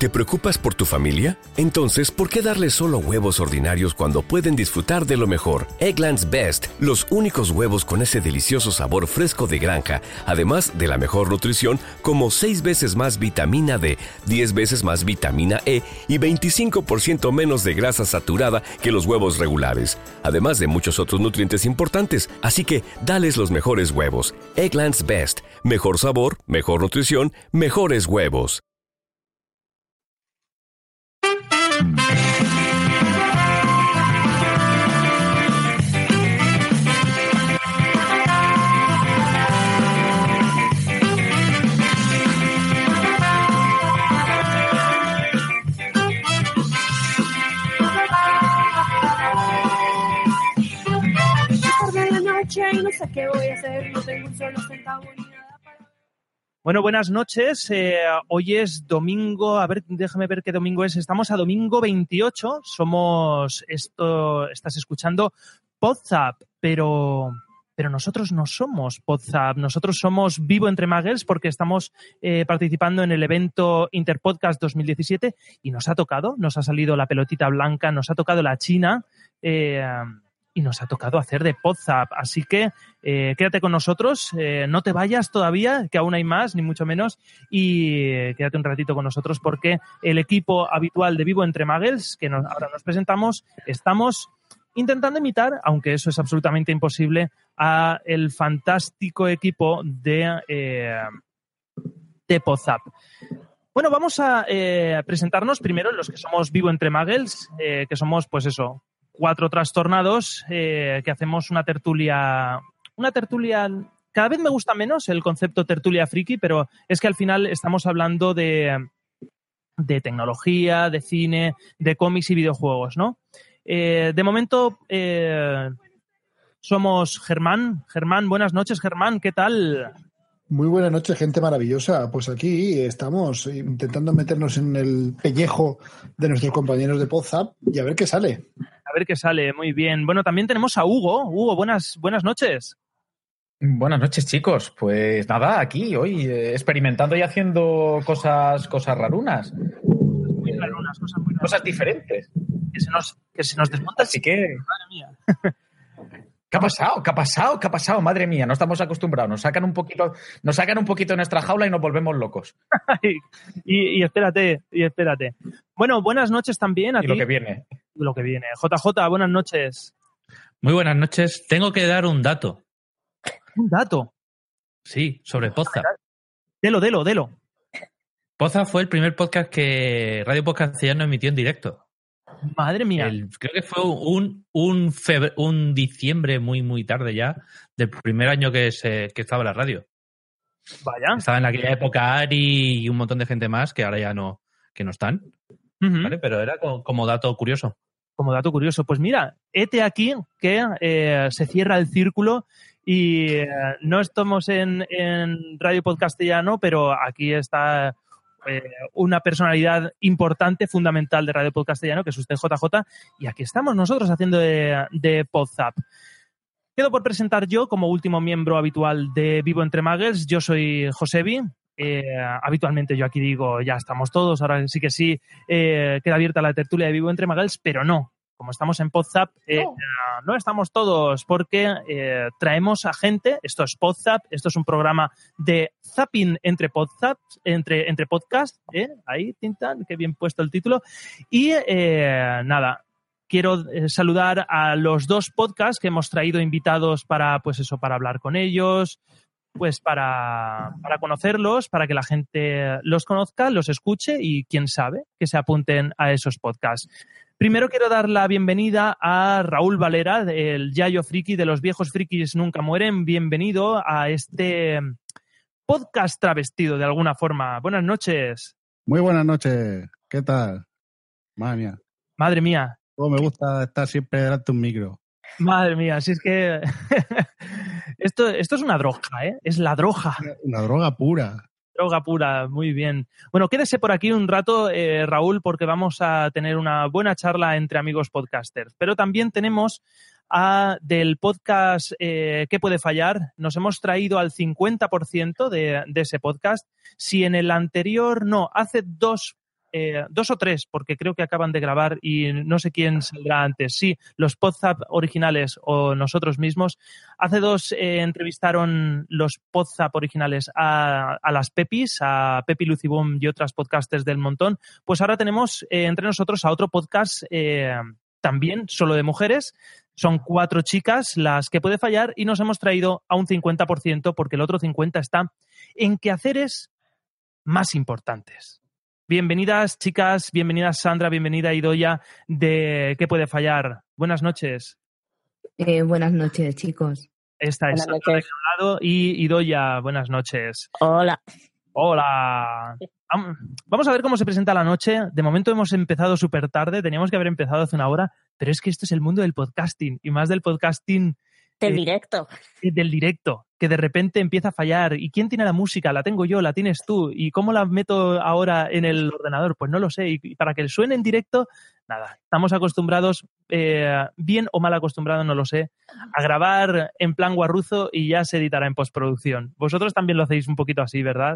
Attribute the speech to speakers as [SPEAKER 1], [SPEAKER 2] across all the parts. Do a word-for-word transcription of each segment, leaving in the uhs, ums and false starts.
[SPEAKER 1] ¿Te preocupas por tu familia? Entonces, ¿por qué darles solo huevos ordinarios cuando pueden disfrutar de lo mejor? Eggland's Best, los únicos huevos con ese delicioso sabor fresco de granja, además de la mejor nutrición, como seis veces más vitamina D, diez veces más vitamina E y veinticinco por ciento menos de grasa saturada que los huevos regulares, además de muchos otros nutrientes importantes. Así que, dales los mejores huevos. Eggland's Best, mejor sabor, mejor nutrición, mejores huevos.
[SPEAKER 2] Y no sé qué voy a hacer, no tengo un solo centavo ni nada para...
[SPEAKER 3] Bueno, buenas noches. Eh, hoy es domingo, a ver, déjame ver qué domingo es. Estamos a domingo veintiocho. Somos, esto, estás escuchando Podzap, pero, pero nosotros no somos Podzap. Nosotros somos Vivo Entre Muggles porque estamos eh, participando en el evento Interpodcast dos mil diecisiete y nos ha tocado, nos ha salido la pelotita blanca, nos ha tocado la China. Eh, Y nos ha tocado hacer de Podzap. Así que eh, quédate con nosotros, eh, no te vayas todavía, que aún hay más, ni mucho menos, y eh, quédate un ratito con nosotros porque el equipo habitual de Vivo Entre Muggles, que nos, ahora nos presentamos, estamos intentando imitar, aunque eso es absolutamente imposible, a el fantástico equipo de, eh, de Podzap. Bueno, vamos a eh, presentarnos primero los que somos Vivo Entre Muggles, eh, que somos, pues eso, cuatro trastornados eh, que hacemos una tertulia, una tertulia, cada vez me gusta menos el concepto tertulia friki, pero es que al final estamos hablando de, de tecnología, de cine, de cómics y videojuegos, ¿no? Eh, de momento eh, somos Germán. Germán, buenas noches, Germán, ¿qué tal?
[SPEAKER 4] Muy buenas noches, gente maravillosa. Pues aquí estamos intentando meternos en el pellejo de nuestros compañeros de Podzap y a ver qué sale.
[SPEAKER 3] A ver qué sale, muy bien. Bueno, también tenemos a Hugo. Hugo, buenas, buenas noches.
[SPEAKER 5] Buenas noches, chicos. Pues nada, aquí hoy eh, experimentando y haciendo cosas, cosas rarunas.
[SPEAKER 3] Muy rarunas, cosas muy rarunas.
[SPEAKER 5] Cosas diferentes.
[SPEAKER 3] Que se nos, que se nos desmonta.
[SPEAKER 5] Así que...
[SPEAKER 3] Madre mía.
[SPEAKER 5] ¿Qué ha pasado? ¿Qué ha pasado? ¿Qué ha pasado? Madre mía, no estamos acostumbrados. Nos sacan un poquito, nos sacan un poquito de nuestra jaula y nos volvemos locos.
[SPEAKER 3] y, y espérate, y espérate. Bueno, buenas noches también a
[SPEAKER 5] y
[SPEAKER 3] ti.
[SPEAKER 5] lo que viene.
[SPEAKER 3] Lo que viene. J J, buenas noches.
[SPEAKER 6] Muy buenas noches. Tengo que dar un dato.
[SPEAKER 3] ¿Un dato?
[SPEAKER 6] Sí, sobre Podzap.
[SPEAKER 3] Delo, delo, delo.
[SPEAKER 6] Podzap fue el primer podcast que Radio Podcast Castellano emitió en directo.
[SPEAKER 3] Madre mía.
[SPEAKER 6] El, creo que fue un un, febre, un diciembre muy, muy tarde ya del primer año que, se, que estaba en la radio.
[SPEAKER 3] Vaya.
[SPEAKER 6] Estaba en aquella época Ari y un montón de gente más que ahora ya no, que no están.
[SPEAKER 3] Uh-huh.
[SPEAKER 6] ¿Vale? Pero era como, como dato curioso.
[SPEAKER 3] Como dato curioso. Pues mira, hete aquí que eh, se cierra el círculo y eh, no estamos en, en Radio Podcastellano, pero aquí está eh, una personalidad importante, fundamental de Radio Podcastellano, que es usted, J J, y aquí estamos nosotros haciendo de, de Podzap. Quedo por presentar yo como último miembro habitual de Vivo Entre Muggles. Yo soy Josebi. Eh, habitualmente yo aquí digo, ya estamos todos, ahora sí que sí, eh, queda abierta la tertulia de Vivo Entre Muggles, pero no. Como estamos en Podzap, eh, no. no estamos todos porque eh, traemos a gente, esto es Podzap, esto es un programa de zapping entre Podzap, entre, entre podcast, ¿eh? Ahí, tintan, qué bien puesto el título. Y eh, nada, quiero eh, saludar a los dos podcasts que hemos traído invitados para, pues eso, para hablar con ellos, pues para, para conocerlos, para que la gente los conozca, los escuche y quién sabe que se apunten a esos podcasts. Primero quiero dar la bienvenida a Raúl Valera, el Yayo Friki de Los Viejos Frikis Nunca Mueren. Bienvenido a este podcast travestido de alguna forma. Buenas noches.
[SPEAKER 7] Muy buenas noches. ¿Qué tal? Madre mía.
[SPEAKER 3] Madre mía.
[SPEAKER 7] Oh, me gusta estar siempre delante de un micro.
[SPEAKER 3] Madre mía, si es que esto, esto es una droga, ¿eh? Es la droga.
[SPEAKER 7] Una droga pura.
[SPEAKER 3] Droga pura, muy bien. Bueno, quédese por aquí un rato, eh, Raúl, porque vamos a tener una buena charla entre amigos podcasters. Pero también tenemos a, del podcast eh, ¿Qué puede fallar? Nos hemos traído al cincuenta por ciento de, de ese podcast. Si en el anterior, no, hace dos eh, dos o tres, porque creo que acaban de grabar y no sé quién saldrá antes. Sí, los Podzap originales o nosotros mismos. Hace dos eh, entrevistaron los Podzap originales a, a las Pepis, a Pepi Lucibum y otras podcasters del montón. Pues ahora tenemos eh, entre nosotros a otro podcast eh, también, solo de mujeres. Son cuatro chicas las que puede fallar y nos hemos traído a un cincuenta por ciento porque el otro cincuenta por ciento está en quehaceres más importantes. Bienvenidas, chicas, bienvenidas, Sandra, bienvenida, Idoia, de ¿Qué puede fallar? Buenas noches.
[SPEAKER 8] Eh, buenas noches, chicos.
[SPEAKER 3] Esta es
[SPEAKER 8] Buenas
[SPEAKER 3] Sandra de
[SPEAKER 8] noches.
[SPEAKER 3] un lado y Idoia, buenas noches.
[SPEAKER 8] Hola.
[SPEAKER 3] Hola. Am- Vamos a ver cómo se presenta la noche. De momento hemos empezado súper tarde, teníamos que haber empezado hace una hora, pero es que esto es el mundo del podcasting y más del podcasting
[SPEAKER 8] Del
[SPEAKER 3] eh,
[SPEAKER 8] directo.
[SPEAKER 3] del directo, que de repente empieza a fallar. ¿Y quién tiene la música? La tengo yo, la tienes tú. ¿Y cómo la meto ahora en el ordenador? Pues no lo sé. Y para que suene en directo, nada. Estamos acostumbrados, eh, bien o mal acostumbrados, no lo sé, a grabar en plan guarruzo y ya se editará en postproducción. Vosotros también lo hacéis un poquito así, ¿verdad?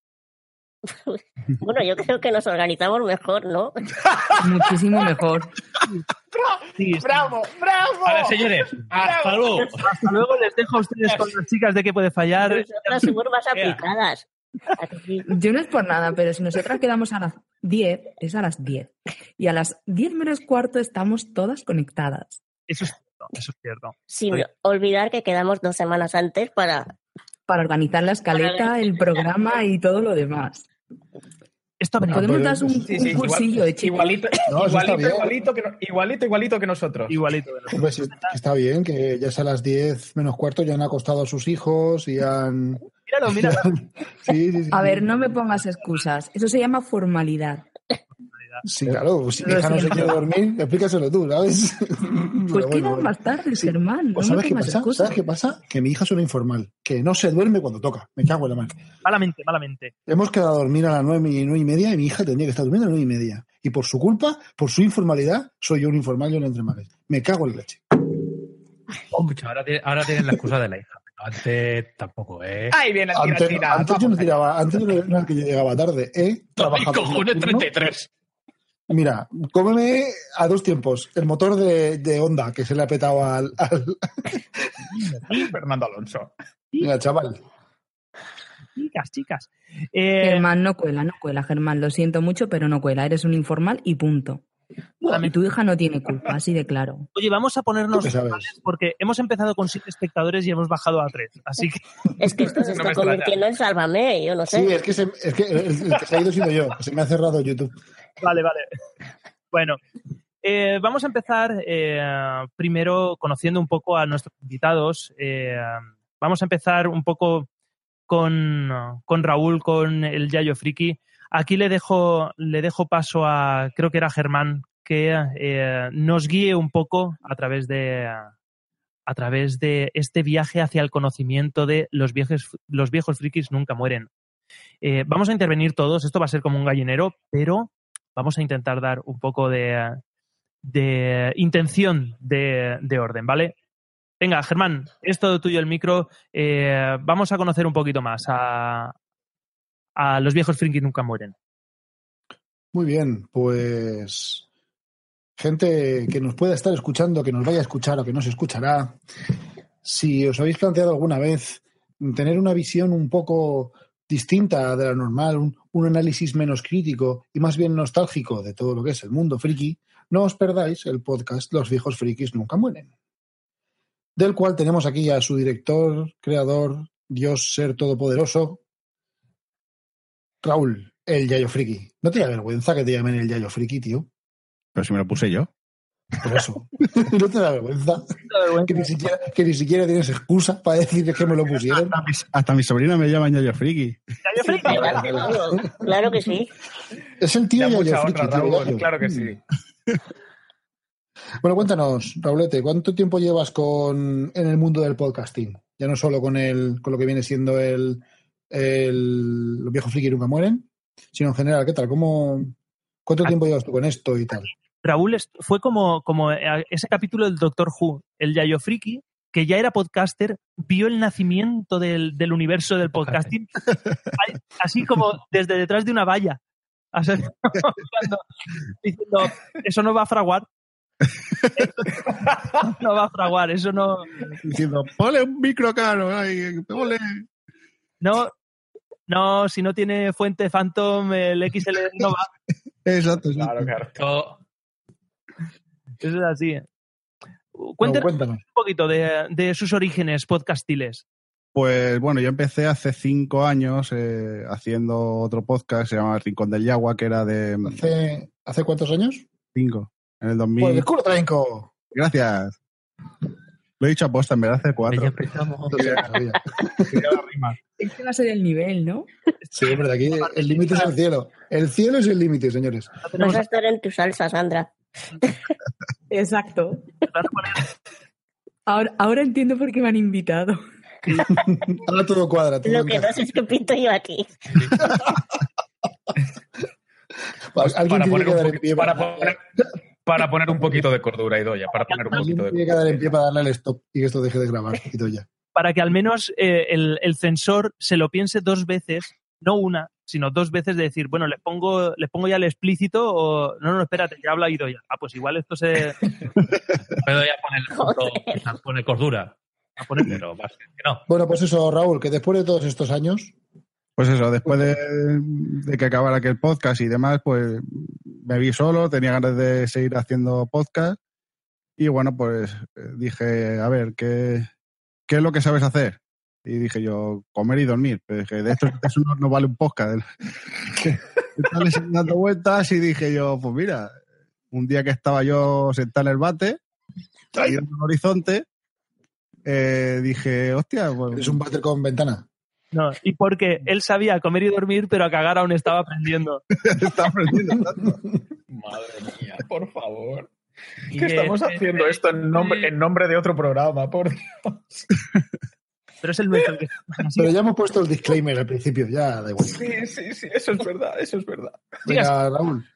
[SPEAKER 8] Bueno, yo creo que nos organizamos mejor, ¿no?
[SPEAKER 9] Muchísimo mejor.
[SPEAKER 3] Sí, sí.
[SPEAKER 5] ¡Bravo! ¡Bravo!
[SPEAKER 6] A ver, señores, hasta luego.
[SPEAKER 3] Hasta luego, les dejo a ustedes con las chicas de Qué puede fallar.
[SPEAKER 8] Nosotras somos más aplicadas.
[SPEAKER 9] Yo no es por nada, pero si nosotras quedamos a las diez, es a las diez. Y a las diez menos cuarto estamos todas conectadas.
[SPEAKER 3] Eso es cierto, eso es cierto.
[SPEAKER 8] Sin olvidar que quedamos dos semanas antes para...
[SPEAKER 9] Para organizar la escaleta, el programa y todo lo demás.
[SPEAKER 3] Esto ha venido.
[SPEAKER 9] Podemos
[SPEAKER 4] pero-
[SPEAKER 9] dar un,
[SPEAKER 5] Sí, sí,
[SPEAKER 9] un cursillo
[SPEAKER 5] igual-
[SPEAKER 9] de chicos.
[SPEAKER 5] igualito,
[SPEAKER 4] No, eso está
[SPEAKER 5] igualito,
[SPEAKER 4] bien.
[SPEAKER 5] igualito, que, no- igualito, igualito que nosotros.
[SPEAKER 3] Igualito.
[SPEAKER 4] Hombre, sí, está bien que ya es a las diez menos cuarto, ya han acostado a sus hijos y han...
[SPEAKER 3] Míralo, míralo.
[SPEAKER 4] Sí, sí, sí.
[SPEAKER 9] A ver, no me pongas excusas. Eso se llama formalidad.
[SPEAKER 4] Sí, claro, si mi
[SPEAKER 9] Lo
[SPEAKER 4] hija no se
[SPEAKER 9] siento.
[SPEAKER 4] quiere dormir, explícaselo tú, ¿sabes?
[SPEAKER 9] Pues
[SPEAKER 4] Pero bueno,
[SPEAKER 9] quedan
[SPEAKER 4] bueno.
[SPEAKER 9] más tarde,
[SPEAKER 4] Sí.
[SPEAKER 9] Germán. No
[SPEAKER 4] Pues
[SPEAKER 9] me
[SPEAKER 4] ¿sabes qué
[SPEAKER 9] pongas
[SPEAKER 4] pasa?
[SPEAKER 9] excusas.
[SPEAKER 4] ¿Sabes qué pasa? Que mi hija es una informal, que no se duerme cuando toca. Me cago en la mano.
[SPEAKER 3] Malamente, malamente.
[SPEAKER 4] Hemos quedado a dormir a las nueve y nueve y media y mi hija tendría que estar durmiendo a las nueve y media. Y por su culpa, por su informalidad, soy yo un informal y un entre males. Me cago en la leche.
[SPEAKER 6] Mucho, ahora, tiene- ahora tienen la excusa de la hija. Pero antes tampoco, ¿eh?
[SPEAKER 5] Ahí viene el
[SPEAKER 4] Antes,
[SPEAKER 5] tira,
[SPEAKER 4] antes yo no tiraba, antes yo no era que yo llegaba tarde. He trabajado
[SPEAKER 6] cojones,
[SPEAKER 4] turno.
[SPEAKER 6] treinta y tres.
[SPEAKER 4] Mira, cómeme a dos tiempos el motor de, de Honda que se le ha petado al, al...
[SPEAKER 5] Fernando Alonso.
[SPEAKER 4] Mira, chaval.
[SPEAKER 3] Chicas, chicas. Eh,
[SPEAKER 9] Germán, no cuela, no cuela, Germán. Lo siento mucho, pero no cuela. Eres un informal y punto. Y tu hija no tiene culpa, así de claro.
[SPEAKER 3] Oye, vamos a ponernos
[SPEAKER 4] ¿Tú qué sabes?
[SPEAKER 3] formales porque hemos empezado con siete espectadores y hemos bajado a tres. Así que
[SPEAKER 8] Es que esto se
[SPEAKER 5] No
[SPEAKER 8] está
[SPEAKER 5] me extraña.
[SPEAKER 8] convirtiendo en Sálvame, yo no sé.
[SPEAKER 4] Sí, es que, se, es que el, el que se ha ido he sido yo. Se me ha cerrado YouTube.
[SPEAKER 3] vale, vale. Bueno, eh, vamos a empezar eh, primero conociendo un poco a nuestros invitados. Eh, vamos a empezar un poco con, con Raúl, con el Yayo Friki. Aquí le dejo, le dejo paso a, creo que era Germán, que eh, nos guíe un poco a través de a través de este viaje hacia el conocimiento de los viejos, los viejos frikis nunca mueren. Eh, vamos a intervenir todos, esto va a ser como un gallinero, pero vamos a intentar dar un poco de, de intención de, de orden, ¿vale? Venga, Germán, es todo tuyo el micro. Eh, vamos a conocer un poquito más a, a los viejos frikis nunca mueren.
[SPEAKER 4] Muy bien, pues gente que nos pueda estar escuchando, que nos vaya a escuchar o que nos escuchará, si os habéis planteado alguna vez tener una visión un poco distinta de la normal, un, un análisis menos crítico y más bien nostálgico de todo lo que es el mundo friki, no os perdáis el podcast Los viejos frikis nunca mueren, del cual tenemos aquí a su director, creador, Dios ser todopoderoso, Raúl, el Yayo Friki. ¿No te da vergüenza que te llamen el Yayo Friki, tío?
[SPEAKER 7] Pero si me lo puse yo.
[SPEAKER 4] Por eso. ¿No te da vergüenza? Que ni siquiera, que ni siquiera tienes excusa para decir que me lo pusieron.
[SPEAKER 7] Hasta mis, hasta mi sobrina me llama Yayo Friki.
[SPEAKER 3] Yayo Friki.
[SPEAKER 8] Adelante, vamos. Claro que sí.
[SPEAKER 4] Es el tío
[SPEAKER 5] Ya
[SPEAKER 4] Yayo
[SPEAKER 5] mucha
[SPEAKER 4] Friki,
[SPEAKER 5] honra,
[SPEAKER 4] tío,
[SPEAKER 5] Raúl,
[SPEAKER 4] Yayo.
[SPEAKER 5] claro que sí.
[SPEAKER 4] Bueno, cuéntanos, Raulete, ¿cuánto tiempo llevas con en el mundo del podcasting? Ya no solo con el con lo que viene siendo el, el los viejos friki nunca mueren, sino en general, ¿qué tal? ¿Cómo, ¿Cuánto tiempo llevas tú con esto y tal?
[SPEAKER 3] Raúl est- fue como, como ese capítulo del Doctor Who, el Yayo Friki, que ya era podcaster, vio el nacimiento del, del universo del podcasting, así como desde detrás de una valla. Has empezado hablando, diciendo, eso no va a fraguar. Eso no va a fraguar, eso no...
[SPEAKER 7] Diciendo, ponle un micro caro, ay, ponle...
[SPEAKER 3] No, no, si no tiene fuente Phantom, el X L no va.
[SPEAKER 7] Exacto, exacto.
[SPEAKER 5] Claro, claro.
[SPEAKER 6] Yo-
[SPEAKER 3] Eso es así. Cuéntanos,
[SPEAKER 4] No, cuéntanos.
[SPEAKER 3] un poquito de, de sus orígenes podcastiles.
[SPEAKER 7] Pues bueno, yo empecé hace cinco años eh, haciendo otro podcast, se llama El Rincón del Yagua, que era de
[SPEAKER 4] ¿Hace, ¿Hace cuántos años?
[SPEAKER 7] cinco, en el dos mil.
[SPEAKER 4] Pues el culo tranco.
[SPEAKER 7] Gracias. Lo he dicho aposta, en verdad hace cuatro.
[SPEAKER 6] Ya empezamos.
[SPEAKER 4] Sabía, sabía.
[SPEAKER 9] Este va a ser el nivel, ¿no?
[SPEAKER 4] Sí, hombre, de aquí el límite es el cielo. El cielo es el límite, señores.
[SPEAKER 8] Vas a estar en tu salsa, Sandra.
[SPEAKER 9] Exacto. Ahora, ahora entiendo por qué me han invitado.
[SPEAKER 4] Ahora todo cuadra. Todo
[SPEAKER 8] Lo que
[SPEAKER 4] encaja.
[SPEAKER 8] no sé es que pinto yo aquí.
[SPEAKER 4] Pues alguien
[SPEAKER 5] Para
[SPEAKER 4] tiene
[SPEAKER 5] poner,
[SPEAKER 4] que
[SPEAKER 5] un
[SPEAKER 4] dar en
[SPEAKER 5] poqui-
[SPEAKER 4] pie
[SPEAKER 5] para,
[SPEAKER 4] para,
[SPEAKER 5] poner, para poner un poquito de cordura, Idoya, para poner un
[SPEAKER 4] alguien
[SPEAKER 5] poquito de
[SPEAKER 4] tiene que
[SPEAKER 5] cordura.
[SPEAKER 4] dar en pie para darle al stop y que esto deje de grabar. Y todo ya.
[SPEAKER 3] Para que al menos eh, el, el censor se lo piense dos veces, no una, sino dos veces de decir, bueno, les pongo, les pongo ya el explícito o no, no, espérate, ya habla ido ya. Ah, pues igual esto se...
[SPEAKER 6] Puedo ya poner, poner cordura. A poner, pero va a ser que no.
[SPEAKER 4] Bueno, pues eso, Raúl, que después de todos estos años,
[SPEAKER 7] Pues eso, después de, de que acabara aquel podcast y demás, pues me vi solo, tenía ganas de seguir haciendo podcast y bueno, pues eh, dije, a ver, ¿qué, qué es lo que sabes hacer? Y dije yo, comer y dormir. Pero dije, de esto eso no, no vale un podcast. Estaba dando vueltas y dije yo, pues mira, un día que estaba yo sentado en el bate, mirando el horizonte, eh, dije, hostia, pues...
[SPEAKER 4] es un váter con ventana.
[SPEAKER 3] No, y porque él sabía comer y dormir, pero a cagar aún estaba aprendiendo.
[SPEAKER 7] Estaba aprendiendo tanto.
[SPEAKER 5] Madre mía, por favor.
[SPEAKER 3] Y
[SPEAKER 5] ¿Qué
[SPEAKER 3] que-
[SPEAKER 5] estamos haciendo esto en nombre, en nombre de otro programa? Por Dios.
[SPEAKER 3] Pero es el nuestro el que...
[SPEAKER 4] Pero ya hemos puesto el disclaimer al principio, ya da igual.
[SPEAKER 5] Sí, sí, sí, eso es verdad, eso es verdad.
[SPEAKER 4] Venga, Raúl.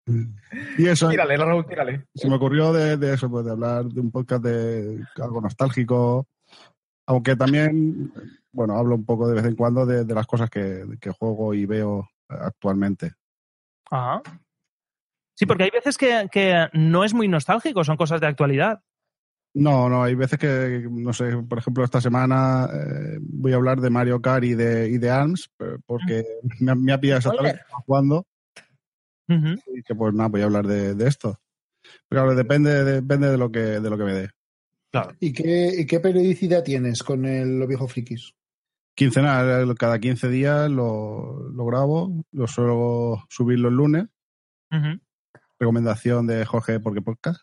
[SPEAKER 7] Y eso,
[SPEAKER 5] Tírale, Raúl, tírale.
[SPEAKER 7] se me ocurrió de, de eso, pues de hablar de un podcast de algo nostálgico, aunque también, bueno, hablo un poco de vez en cuando de, de las cosas que, que juego y veo actualmente.
[SPEAKER 3] Ajá. Sí, porque hay veces que, que no es muy nostálgico, son cosas de actualidad.
[SPEAKER 7] No, no, hay veces que, no sé, por ejemplo, esta semana eh, voy a hablar de Mario Kart y de, y de ARMS, eh, porque me, ha- me ha pillado esa tarde jugando
[SPEAKER 3] Uh-huh.
[SPEAKER 7] y dije, pues nada, voy a hablar de, de esto. Pero claro, depende, depende de lo que, de lo que me dé.
[SPEAKER 4] ¿Y qué, y qué periodicidad tienes con el, los viejos frikis?
[SPEAKER 7] Quincenal, cada quince días lo, lo grabo, lo suelo subir los lunes.
[SPEAKER 3] Uh-huh.
[SPEAKER 7] Recomendación de Jorge Porque Podcast.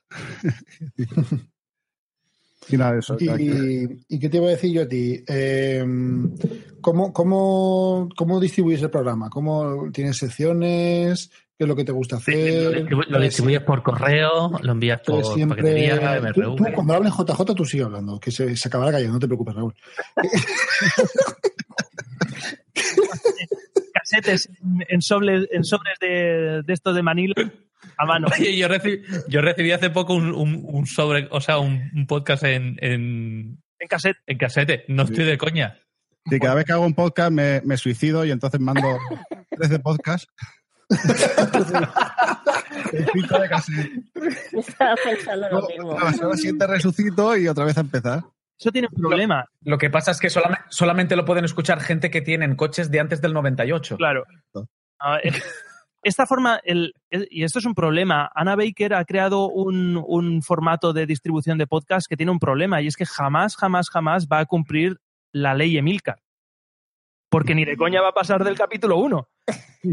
[SPEAKER 7] Y nada, eso.
[SPEAKER 4] ¿Y, ¿Y qué te iba a decir yo a ti? Eh, ¿cómo, cómo, ¿Cómo distribuyes el programa? ¿Cómo tienes secciones? ¿Qué es lo que te gusta
[SPEAKER 6] Lo,
[SPEAKER 4] hacer?
[SPEAKER 6] distribu- lo distribuyes por correo, lo envías
[SPEAKER 4] Pero
[SPEAKER 6] por
[SPEAKER 4] siempre...
[SPEAKER 6] paquetería, M
[SPEAKER 4] Tú,
[SPEAKER 6] R V.
[SPEAKER 4] tú, cuando hables J J, tú sigue hablando, que se, se acabará cayendo, no te preocupes, Raúl.
[SPEAKER 3] Casetes en, en sobres, en sobres de, de estos de Manila a mano.
[SPEAKER 6] Oye, yo recibí, yo recibí hace poco un, un, un sobre, o sea, un, un podcast en, en,
[SPEAKER 3] En cassette.
[SPEAKER 6] en casete. No estoy de coña.
[SPEAKER 7] Y cada vez que hago un podcast me, me suicido y entonces mando trece podcasts. El cinco de cassette.
[SPEAKER 8] Estaba pensando lo mismo.
[SPEAKER 7] A la semana siguiente resucito y otra vez a empezar.
[SPEAKER 3] Eso tiene un problema.
[SPEAKER 5] Lo que pasa es que solamente, solamente lo pueden escuchar gente que tienen coches de antes del noventa y ocho.
[SPEAKER 3] Claro. A ver, esta forma, el, el- y esto es un problema, Anna Baker ha creado un, un formato de distribución de podcast que tiene un problema y es que jamás, jamás, jamás va a cumplir la ley Emilcar. Porque ni de coña va a pasar del capítulo uno.
[SPEAKER 6] Ha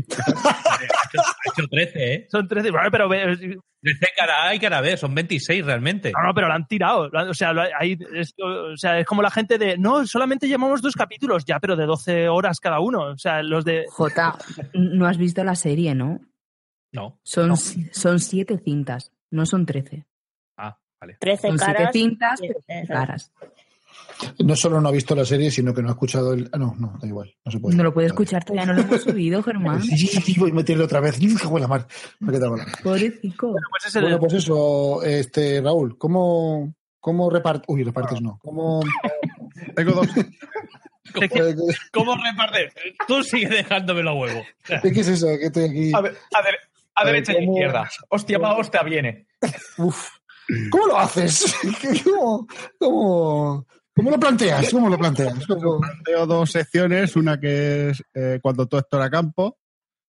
[SPEAKER 6] hecho trece, ¿eh?
[SPEAKER 3] Son trece. Bueno, pero ve-
[SPEAKER 6] trece cara A y cara B, son veintiséis realmente.
[SPEAKER 3] no, no, pero lo han tirado. Lo han- O sea, lo- hay- es, o sea, es como la gente de no, solamente llevamos dos capítulos, ya, pero de doce horas cada uno. O sea, los de.
[SPEAKER 9] Jota, no has visto la serie, ¿no?
[SPEAKER 6] No.
[SPEAKER 9] Son,
[SPEAKER 3] No.
[SPEAKER 9] son siete cintas, no son trece.
[SPEAKER 6] Ah, vale.
[SPEAKER 8] Trece
[SPEAKER 9] Son siete
[SPEAKER 8] caras.
[SPEAKER 9] cintas,
[SPEAKER 8] Sí,
[SPEAKER 9] pero
[SPEAKER 8] eso.
[SPEAKER 9] siete caras.
[SPEAKER 4] No solo no ha visto la serie, sino que no ha escuchado el... Ah, no, no, da igual. No se puede.
[SPEAKER 9] No lo puede escuchar, todavía no lo hemos subido, Germán.
[SPEAKER 4] Sí, sí, sí, voy a meterle otra vez. ¡Qué buena mar! Me he quedado con la-
[SPEAKER 9] Pobrecito.
[SPEAKER 3] Pues es el-
[SPEAKER 4] Bueno, pues eso, este, Raúl, ¿cómo, cómo repartes? Uy, repartes no. ¿Cómo,
[SPEAKER 7] Tengo dos.
[SPEAKER 6] ¿Cómo, ¿Cómo repartir? Tú sigue dejándome los huevos.
[SPEAKER 4] ¿Qué es eso? Que estoy aquí.
[SPEAKER 5] A, ver, a, ver, a, a derecha y izquierda. Hostia, va, hostia, viene.
[SPEAKER 4] Uf. ¿Cómo lo haces? ¿Cómo, cómo, cómo lo planteas? ¿Cómo lo planteas? ¿Cómo?
[SPEAKER 7] Planteo dos secciones, una que es eh, cuando todo esto era campo.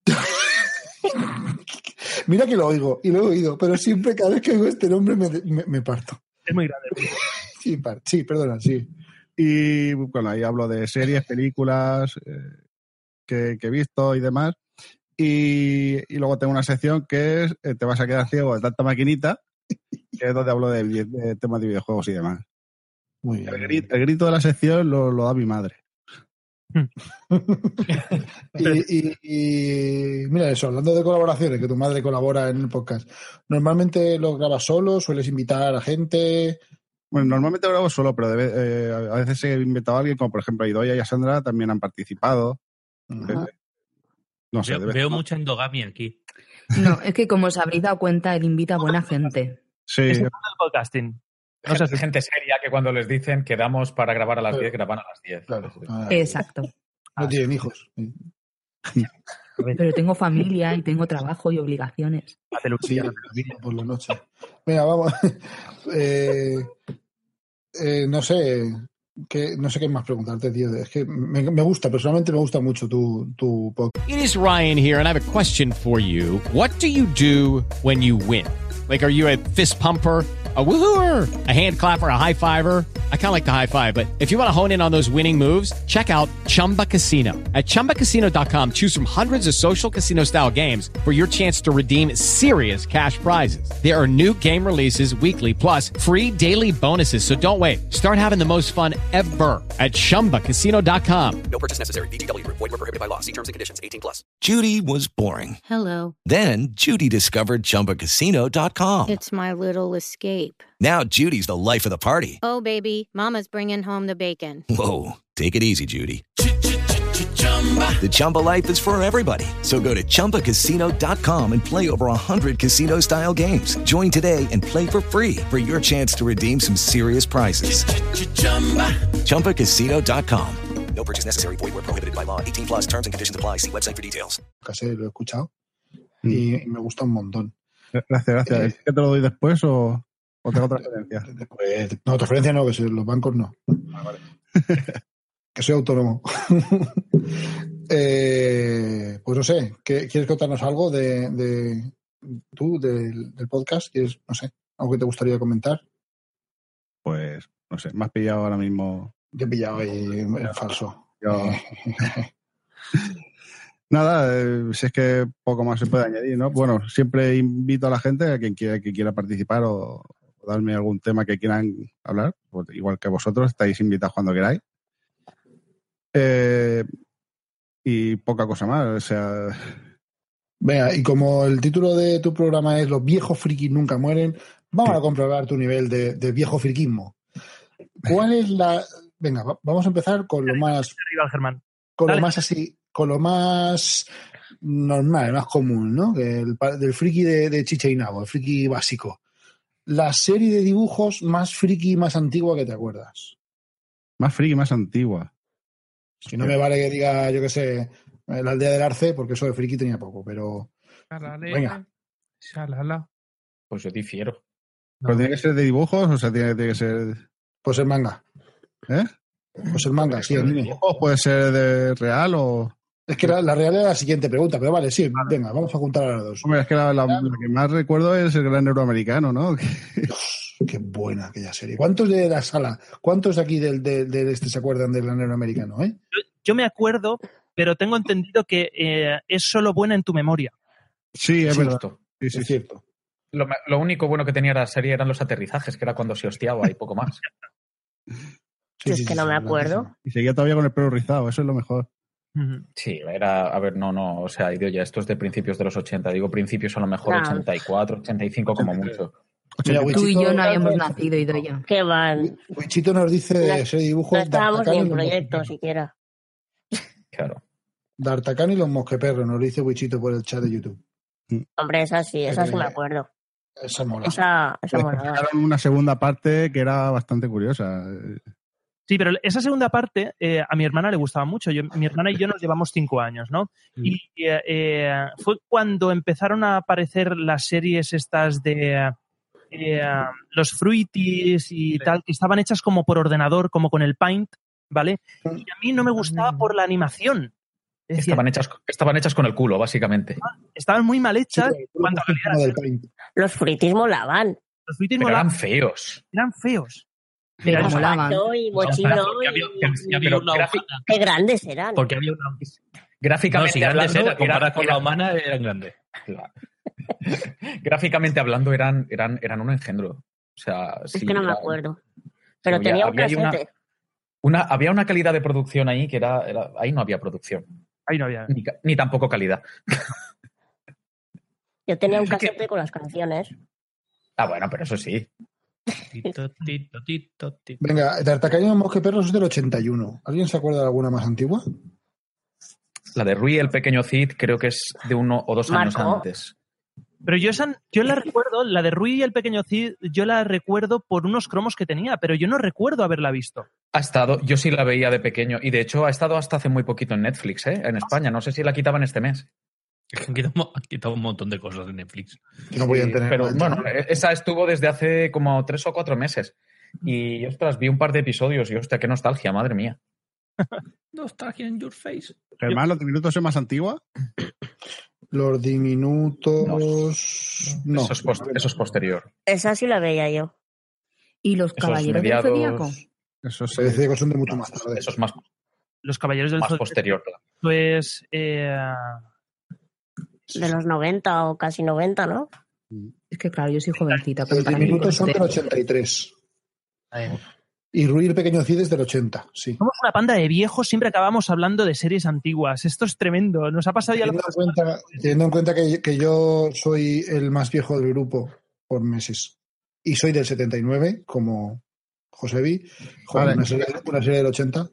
[SPEAKER 4] Mira que lo oigo, y lo he oído, pero siempre cada vez que oigo este nombre me, me, me parto.
[SPEAKER 3] Es muy grande.
[SPEAKER 4] Sí, par, sí, perdona, sí.
[SPEAKER 7] Y bueno, ahí hablo de series, películas eh, que, que he visto y demás. Y, y luego tengo una sección que es eh, te vas a quedar ciego de tanta maquinita, que es donde hablo de, de temas de videojuegos y demás.
[SPEAKER 4] Muy bien.
[SPEAKER 7] El grito, el grito de la sección lo, lo da mi madre.
[SPEAKER 4] y, y, y mira eso, hablando de colaboraciones, que tu madre colabora en el podcast, ¿normalmente lo grabas solo? ¿Sueles invitar a gente?
[SPEAKER 7] Bueno, normalmente grabo solo, pero de, eh, a veces he invitado a alguien, como por ejemplo Idoia y a Sandra también han participado.
[SPEAKER 4] Uh-huh.
[SPEAKER 7] Eh, no sé,
[SPEAKER 6] veo, veo mucha endogamia aquí.
[SPEAKER 9] No, es que como os habréis dado cuenta, él invita a buena gente.
[SPEAKER 7] Sí.
[SPEAKER 3] Es el podcasting.
[SPEAKER 5] No sé, es gente seria que cuando les dicen quedamos para grabar a las diez, graban a las diez.
[SPEAKER 4] Claro. Ah,
[SPEAKER 9] Exacto.
[SPEAKER 4] No tienen hijos.
[SPEAKER 9] Pero tengo familia y tengo trabajo y obligaciones.
[SPEAKER 4] Sí, por la noche. Venga, vamos. eh, eh, no sé qué, no sé qué más preguntarte, tío. Es que me, me gusta, personalmente me gusta mucho tu, tu podcast.
[SPEAKER 10] It is Ryan here, and I have a question for you. What do you do when you win? Like, are you a fist pumper, a woohooer, a hand clapper, a high fiver? I kind of like the high five, but if you want to hone in on those winning moves, check out Chumba Casino. At chumba casino dot com, choose from hundreds of social casino style games for your chance to redeem serious cash prizes. There are new game releases weekly, plus free daily bonuses. So don't wait. Start having the most fun ever at chumba casino dot com.
[SPEAKER 11] No purchase necessary. V G W Group. Void where prohibited by law. See terms and conditions. eighteen plus. Judy was boring.
[SPEAKER 12] Hello.
[SPEAKER 11] Then Judy discovered chumba casino dot com.
[SPEAKER 12] It's my little escape.
[SPEAKER 11] Now Judy's the life of the party.
[SPEAKER 12] Oh, baby, mama's bringing home the bacon.
[SPEAKER 11] Whoa, take it easy, Judy. The Chumba life is for everybody. So go to chumba casino dot com and play over one hundred casino-style games. Join today and play for free for your chance to redeem some serious prizes. chumba casino dot com. No purchase necessary. Void where prohibited by law. eighteen plus terms and conditions apply. See website for details.
[SPEAKER 4] Casi lo he escuchado y, y me gusta un montón.
[SPEAKER 7] Gracias, gracias. ¿Es que te lo doy después o, o tengo transferencia?
[SPEAKER 4] Después, no, transferencia no, que si los bancos no.
[SPEAKER 7] Ah, vale.
[SPEAKER 4] Que soy autónomo. eh, pues no sé, ¿qué, ¿quieres contarnos algo de, de tú, del, del podcast? ¿Quieres, no sé, algo que te gustaría comentar?
[SPEAKER 7] Pues, no sé, me has pillado ahora mismo.
[SPEAKER 4] Te he pillado ahí en, en falso.
[SPEAKER 7] Yo... Nada, eh, si es que poco más se puede añadir, ¿no? Bueno, siempre invito a la gente, a quien quiera, que quiera participar o, o darme algún tema que quieran hablar, pues igual que vosotros, estáis invitados cuando queráis. Eh, y poca cosa más, o sea...
[SPEAKER 4] Venga, y como el título de tu programa es Los viejos frikis nunca mueren, vamos a comprobar tu nivel de, de viejo friquismo. ¿Cuál es la...? Venga, vamos a empezar con lo más...
[SPEAKER 3] Germán.
[SPEAKER 4] Con
[SPEAKER 3] Dale.
[SPEAKER 4] lo más así, con lo más normal, más común, ¿no? El, del friki de, de Chicha y Nabo, el friki básico. La serie de dibujos más friki, más antigua que te acuerdas.
[SPEAKER 7] Más friki, más antigua.
[SPEAKER 4] Si no me vale que diga, yo qué sé, la aldea del Arce, porque eso de friki tenía poco, pero...
[SPEAKER 6] Shalale,
[SPEAKER 4] Venga.
[SPEAKER 6] shalala.
[SPEAKER 5] Pues yo difiero.
[SPEAKER 7] ¿Pero tiene que ser de dibujos o sea, tiene, tiene que ser...?
[SPEAKER 4] Pues el manga.
[SPEAKER 7] ¿Eh?
[SPEAKER 4] Pues el manga, sí, anime.
[SPEAKER 7] ¿Dibujos puede ser de real o...?
[SPEAKER 4] Es que la, la real era la siguiente pregunta, pero vale, sí, venga, vamos a juntar a las dos.
[SPEAKER 7] Hombre, es que la, la, la que más recuerdo es el Gran Euroamericano, ¿no?
[SPEAKER 4] Qué buena aquella serie. ¿Cuántos de la sala, cuántos de aquí del, de, de este se acuerdan del Gran Euroamericano, eh?
[SPEAKER 3] Yo, yo me acuerdo, pero tengo entendido que eh, es solo buena en tu memoria.
[SPEAKER 7] Sí, es
[SPEAKER 4] Sí,
[SPEAKER 7] verdad.
[SPEAKER 5] Justo.
[SPEAKER 7] Sí, sí,
[SPEAKER 4] Es
[SPEAKER 7] sí.
[SPEAKER 4] cierto.
[SPEAKER 5] Lo, lo único bueno que tenía la serie eran los aterrizajes, que era cuando se hostiaba y poco más.
[SPEAKER 4] Sí,
[SPEAKER 8] es
[SPEAKER 4] sí,
[SPEAKER 8] que
[SPEAKER 4] sí,
[SPEAKER 8] no
[SPEAKER 4] sí,
[SPEAKER 8] me
[SPEAKER 4] verdad,
[SPEAKER 8] acuerdo.
[SPEAKER 7] Y seguía todavía con el pelo rizado, eso es lo mejor.
[SPEAKER 5] Sí, era, a ver, no, no, o sea, ya esto es de principios de los ochenta, digo principios a lo mejor
[SPEAKER 8] Claro.
[SPEAKER 5] ochenta y cuatro, ochenta y cinco como mucho.
[SPEAKER 4] Mira,
[SPEAKER 9] Tú y
[SPEAKER 4] Wichito-
[SPEAKER 9] yo no habíamos nacido, Idoia.
[SPEAKER 8] Qué van.
[SPEAKER 4] Wichito nos dice de
[SPEAKER 8] No-
[SPEAKER 4] serie de dibujos
[SPEAKER 8] No estábamos ni
[SPEAKER 4] D'Artagnan y
[SPEAKER 8] en
[SPEAKER 4] los
[SPEAKER 8] proyecto
[SPEAKER 4] mosqueperros.
[SPEAKER 8] siquiera.
[SPEAKER 5] Claro.
[SPEAKER 4] D'Artagnan y los mosqueperros, nos lo dice Wichito por el chat de YouTube.
[SPEAKER 8] Hombre, esa sí, esa sí me acuerdo.
[SPEAKER 4] Esa mola.
[SPEAKER 8] Esa, esa molaba.
[SPEAKER 7] Sacaron una segunda parte que era bastante curiosa.
[SPEAKER 3] Sí, pero esa segunda parte eh, a mi hermana le gustaba mucho. Yo, mi hermana y yo nos llevamos cinco años, ¿no? Mm. Y eh, eh, fue cuando empezaron a aparecer las series estas de eh, los Fruities y sí. tal, que estaban hechas como por ordenador, como con el Paint, ¿vale? Y a mí no me gustaba por la animación.
[SPEAKER 5] Es decir, estaban, hechas, estaban hechas con el culo, básicamente.
[SPEAKER 3] Estaban muy mal hechas.
[SPEAKER 4] Sí, cuando
[SPEAKER 3] del
[SPEAKER 4] Paint.
[SPEAKER 8] Los Fruities molaban.
[SPEAKER 3] Los Fruities
[SPEAKER 5] pero
[SPEAKER 3] molaban.
[SPEAKER 5] eran feos.
[SPEAKER 3] Eran feos.
[SPEAKER 9] Pero molaban.
[SPEAKER 8] Y mochino
[SPEAKER 6] no, y,
[SPEAKER 8] había,
[SPEAKER 6] y, había una
[SPEAKER 5] grafi-
[SPEAKER 8] qué grandes eran.
[SPEAKER 6] Porque había una...
[SPEAKER 5] Gráficamente
[SPEAKER 6] no, si grandes
[SPEAKER 5] hablando,
[SPEAKER 6] eran, comparadas
[SPEAKER 5] eran,
[SPEAKER 6] con
[SPEAKER 5] eran,
[SPEAKER 6] la humana, eran grandes.
[SPEAKER 5] Claro. Gráficamente hablando, eran, eran, eran un engendro. O sea,
[SPEAKER 8] es
[SPEAKER 5] sí,
[SPEAKER 8] que no
[SPEAKER 5] era,
[SPEAKER 8] me acuerdo. Pero
[SPEAKER 5] había,
[SPEAKER 8] tenía un
[SPEAKER 5] había
[SPEAKER 8] casete.
[SPEAKER 5] una, una, había una calidad de producción ahí que era, era ahí no había producción.
[SPEAKER 3] Ahí no había.
[SPEAKER 5] Ni, ni tampoco calidad.
[SPEAKER 8] Yo tenía un casete con las canciones.
[SPEAKER 5] Ah, bueno, pero eso sí.
[SPEAKER 6] Tito, tito, tito, tito.
[SPEAKER 4] Venga, D'Artagnan Mosqueperros es del ochenta y uno. ¿Alguien se acuerda de alguna más antigua?
[SPEAKER 5] La de Rui, el pequeño Cid, creo que es de uno o dos
[SPEAKER 8] Marco.
[SPEAKER 5] años antes.
[SPEAKER 3] Pero yo, esa, yo la recuerdo, la de Rui y el pequeño Cid, yo la recuerdo por unos cromos que tenía, pero yo no recuerdo haberla visto.
[SPEAKER 5] Ha estado, yo sí la veía de pequeño y de hecho ha estado hasta hace muy poquito en Netflix, ¿eh? En España. No sé si la quitaban este mes.
[SPEAKER 6] Es que han quitado, han quitado un montón de cosas de Netflix.
[SPEAKER 4] Que no podían tener.
[SPEAKER 5] Pero
[SPEAKER 4] nada.
[SPEAKER 5] bueno, esa estuvo desde hace como tres o cuatro meses. Y ostras, vi un par de episodios y hostia, qué nostalgia, madre mía.
[SPEAKER 6] Nostalgia in your face.
[SPEAKER 7] Germán, ¿los diminutos es más antigua?
[SPEAKER 4] Los diminutos. No.
[SPEAKER 5] Eso, es post, eso es posterior.
[SPEAKER 8] Esa sí la veía yo.
[SPEAKER 9] ¿Y los
[SPEAKER 5] Esos
[SPEAKER 9] caballeros
[SPEAKER 5] mediados-
[SPEAKER 9] del Zodíaco?
[SPEAKER 7] Eso sí.
[SPEAKER 4] Se decía que son de mucho más tarde.
[SPEAKER 5] Eso es más,
[SPEAKER 3] Los Caballeros del
[SPEAKER 5] más
[SPEAKER 3] Zodiaco,
[SPEAKER 5] posterior. Claro.
[SPEAKER 3] pues eh,
[SPEAKER 8] De los noventa o casi noventa, ¿no?
[SPEAKER 9] Es que claro, yo soy jovencita.
[SPEAKER 4] Los
[SPEAKER 9] comparado
[SPEAKER 4] diminutos
[SPEAKER 9] con
[SPEAKER 4] son del
[SPEAKER 9] usted.
[SPEAKER 4] ochenta y tres. Y Rui el pequeño Cid es del ochenta, sí.
[SPEAKER 3] somos una panda de viejos, siempre acabamos hablando de series antiguas. Esto es tremendo. Nos ha pasado ya lo
[SPEAKER 4] Teniendo en cuenta, teniendo en cuenta que, que yo soy el más viejo del grupo por meses y soy del setenta y nueve, como Josebi, joder,
[SPEAKER 7] Vale.
[SPEAKER 4] una, serie, una serie del ochenta.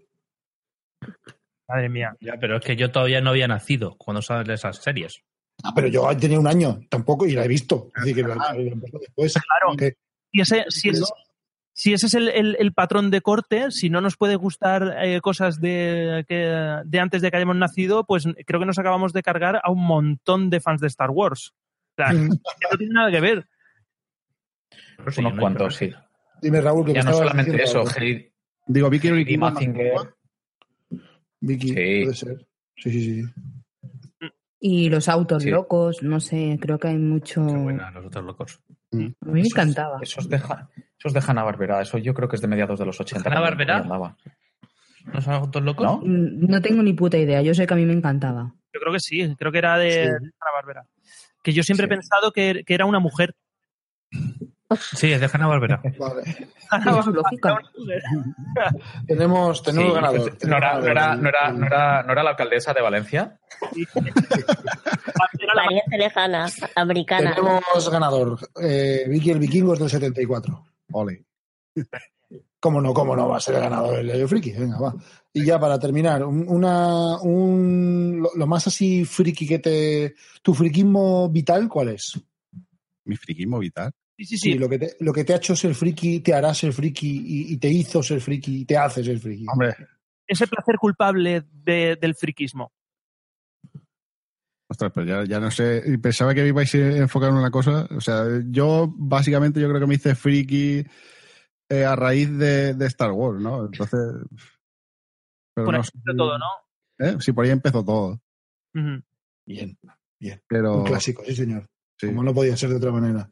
[SPEAKER 3] Madre mía.
[SPEAKER 6] Ya, pero es que yo todavía no había nacido cuando salen esas series.
[SPEAKER 4] Ah, pero yo tenía un año tampoco y la he visto. Así que la- la empezó después.
[SPEAKER 3] Claro.
[SPEAKER 4] Que-
[SPEAKER 3] Y ese, si, es- si ese es el, el- el patrón de corte, si no nos puede gustar eh, cosas de, que, de antes de que hayamos nacido, pues creo que nos acabamos de cargar a un montón de fans de Star Wars. O sea, que no tiene nada que ver.
[SPEAKER 6] Pero sí,
[SPEAKER 5] Unos
[SPEAKER 6] yo no-
[SPEAKER 5] cuantos, sí.
[SPEAKER 4] Dime, Raúl, que me
[SPEAKER 5] Ya no
[SPEAKER 4] estabas
[SPEAKER 5] solamente
[SPEAKER 4] diciendo
[SPEAKER 5] eso,
[SPEAKER 4] algo.
[SPEAKER 5] Heidi
[SPEAKER 7] Digo, Vicky
[SPEAKER 5] Heidi
[SPEAKER 7] Vicky
[SPEAKER 5] Mazinger.
[SPEAKER 4] Vicky,
[SPEAKER 5] Sí.
[SPEAKER 4] puede ser. Sí, sí, sí.
[SPEAKER 9] Y los autos
[SPEAKER 5] Sí.
[SPEAKER 9] locos, no sé, creo que hay mucho...
[SPEAKER 6] Qué buena, los otros locos.
[SPEAKER 9] A mí me encantaba.
[SPEAKER 5] Eso es de, Ja- eso es de Hanna-Barbera. Eso yo creo que es de mediados de los ochenta.
[SPEAKER 6] ¿Hanna-Barbera?
[SPEAKER 5] cuando andaba.
[SPEAKER 6] ¿No son autos locos?
[SPEAKER 5] ¿No?
[SPEAKER 9] Mm, No tengo ni puta idea, yo sé que a mí me encantaba.
[SPEAKER 3] Yo creo que sí, creo que era de,
[SPEAKER 4] Sí.
[SPEAKER 3] de Hanna-Barbera. Que yo siempre
[SPEAKER 5] Sí.
[SPEAKER 3] he pensado que, que era una mujer.
[SPEAKER 6] Sí, es de Hanna-Barbera.
[SPEAKER 4] Vale.
[SPEAKER 9] Tiene su lógica.
[SPEAKER 4] Tenemos, tenemos
[SPEAKER 5] Sí,
[SPEAKER 4] ganador.
[SPEAKER 5] pues, ¿no, era, no, era, no, era, no, era, ¿No era la alcaldesa de Valencia?
[SPEAKER 3] Era la
[SPEAKER 8] Pariente lejana, americana.
[SPEAKER 4] Tenemos ganador. Eh, Vicky el Vikingo es del setenta y cuatro.
[SPEAKER 7] Ole.
[SPEAKER 4] ¿Cómo no? ¿Cómo no va a ser el ganador el Leyo Friki? Venga, va. Y ya para terminar, un- una, un, lo, lo más así friki que te... ¿Tu friquismo vital cuál es?
[SPEAKER 7] Mi friquismo vital.
[SPEAKER 3] Sí, sí,
[SPEAKER 4] Sí,
[SPEAKER 3] sí.
[SPEAKER 4] lo, que te, lo que te ha hecho ser friki, te hará ser friki y, y te hizo ser friki y te hace ser friki.
[SPEAKER 7] Hombre,
[SPEAKER 3] Ese placer culpable de- del friquismo.
[SPEAKER 7] ostras, pero ya, ya no sé. Y pensaba que ibais a enfocar en una cosa. O sea, yo básicamente yo creo que me hice friki eh, a raíz de, de Star Wars, ¿no? Entonces. Pero
[SPEAKER 3] Por ahí
[SPEAKER 7] no sé.
[SPEAKER 3] empezó todo, ¿no?
[SPEAKER 7] ¿Eh? Sí, por ahí empezó todo.
[SPEAKER 3] Ujú.
[SPEAKER 4] Bien, bien.
[SPEAKER 7] Pero.
[SPEAKER 4] Un clásico, sí, señor.
[SPEAKER 7] Sí.
[SPEAKER 4] Como no podía ser de otra manera.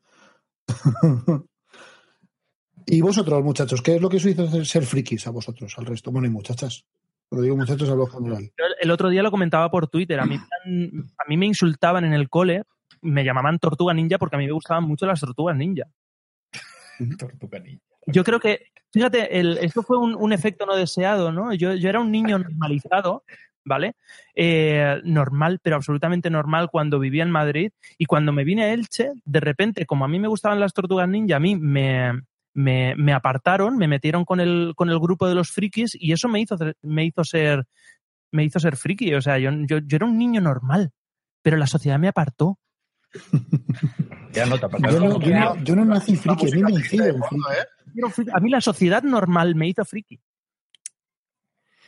[SPEAKER 4] Y vosotros, muchachos, ¿qué es lo que os hizo ser- ser frikis a vosotros, al resto? Bueno, y muchachas. Cuando digo muchachos, hablo en general.
[SPEAKER 3] Yo el otro día lo comentaba por Twitter. A mí, me han- a mí me insultaban en el cole, me llamaban Tortuga Ninja porque a mí me gustaban mucho las Tortugas Ninja.
[SPEAKER 5] Tortuga Ninja.
[SPEAKER 3] Yo creo que, fíjate, el, esto fue un, un efecto no deseado, ¿no? Yo, yo era un niño normalizado, ¿vale? Eh, normal, pero absolutamente normal cuando vivía en Madrid. Y cuando me vine a Elche, de repente, como a mí me gustaban las Tortugas Ninja, a mí me, me, me apartaron, me metieron con el, con el grupo de los frikis y eso me hizo, me hizo ser me hizo ser friki. O sea, yo, yo, yo era un niño normal, pero la sociedad me apartó.
[SPEAKER 5] Ya no te
[SPEAKER 4] Yo no, yo no- yo no nací friki, a mí me hicieron friki.
[SPEAKER 3] A mí la sociedad normal me hizo friki.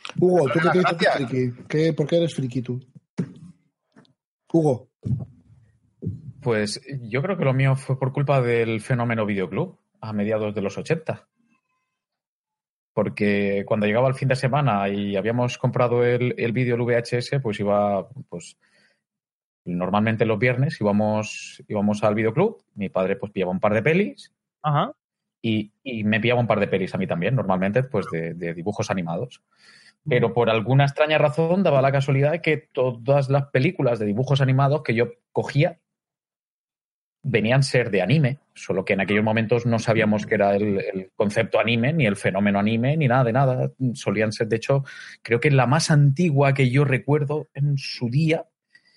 [SPEAKER 4] Hugo, ¿tú qué te dices friki? ¿Qué, ¿Por qué eres friki tú? Hugo.
[SPEAKER 5] Pues yo creo que lo mío fue por culpa del fenómeno videoclub a mediados de los ochenta. Porque cuando llegaba el fin de semana y habíamos comprado el, el vídeo, el V H S, pues iba, pues normalmente los viernes íbamos, íbamos al videoclub. Mi padre pues pillaba un par de pelis.
[SPEAKER 3] Ajá.
[SPEAKER 5] Y, y me pillaba un par de pelis a mí también, normalmente pues de, de dibujos animados. Pero por alguna extraña razón daba la casualidad de que todas las películas de dibujos animados que yo cogía venían a ser de anime, solo que en aquellos momentos no sabíamos que era el, el concepto anime, ni el fenómeno anime, ni nada de nada. Solían ser, de hecho, creo que la más antigua que yo recuerdo en su día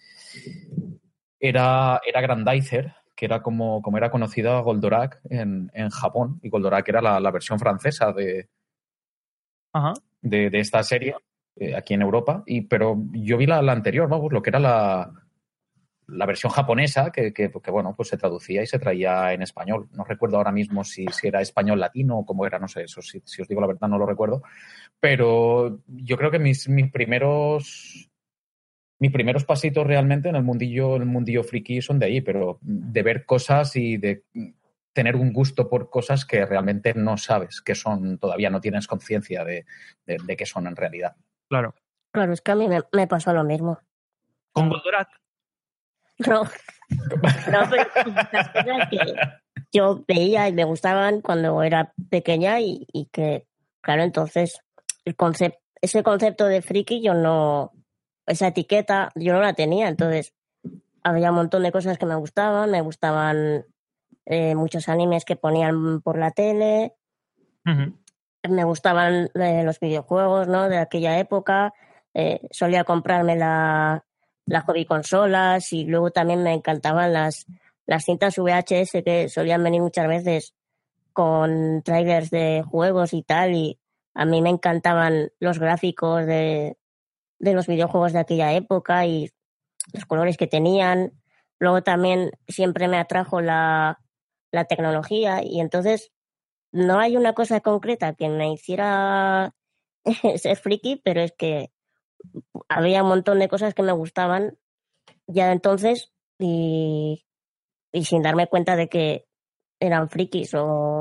[SPEAKER 5] era, era Grandizer, que era como, como era conocida Goldorak en, en Japón, y Goldorak era la, la versión francesa de,
[SPEAKER 3] Ajá.
[SPEAKER 5] de, de esta serie eh, aquí en Europa, y pero yo vi la, la anterior, vamos, lo que era la... la versión japonesa, que, que, que bueno, pues se traducía y se traía en español. No recuerdo ahora mismo si, si era español latino o cómo era, no sé, eso si, si os digo la verdad no lo recuerdo. Pero yo creo que mis, mis primeros mis primeros pasitos realmente en el mundillo, en el mundillo friki son de ahí, pero de ver cosas y de tener un gusto por cosas que realmente no sabes que son, todavía no tienes conciencia de, de, de qué son en realidad.
[SPEAKER 3] Claro.
[SPEAKER 8] Claro, es que a mí me, me pasó lo mismo.
[SPEAKER 3] ¿Con Goldorak?
[SPEAKER 8] No, no, pero las cosas que yo veía y me gustaban cuando era pequeña y, y que, claro, entonces el concepto, ese concepto de friki yo no, esa etiqueta yo no la tenía, entonces había un montón de cosas que me gustaban, me gustaban eh, muchos animes que ponían por la tele,
[SPEAKER 3] uh-huh.
[SPEAKER 8] me gustaban eh, los videojuegos, ¿no? De aquella época, eh, solía comprarme la las hobby consolas y luego también me encantaban las, las cintas V H S que solían venir muchas veces con trailers de juegos y tal, y a mí me encantaban los gráficos de, de los videojuegos de aquella época y los colores que tenían. Luego también siempre me atrajo la, la tecnología y entonces no hay una cosa concreta que me hiciera ser friki, pero es que había un montón de cosas que me gustaban ya de entonces y, y sin darme cuenta de que eran frikis o,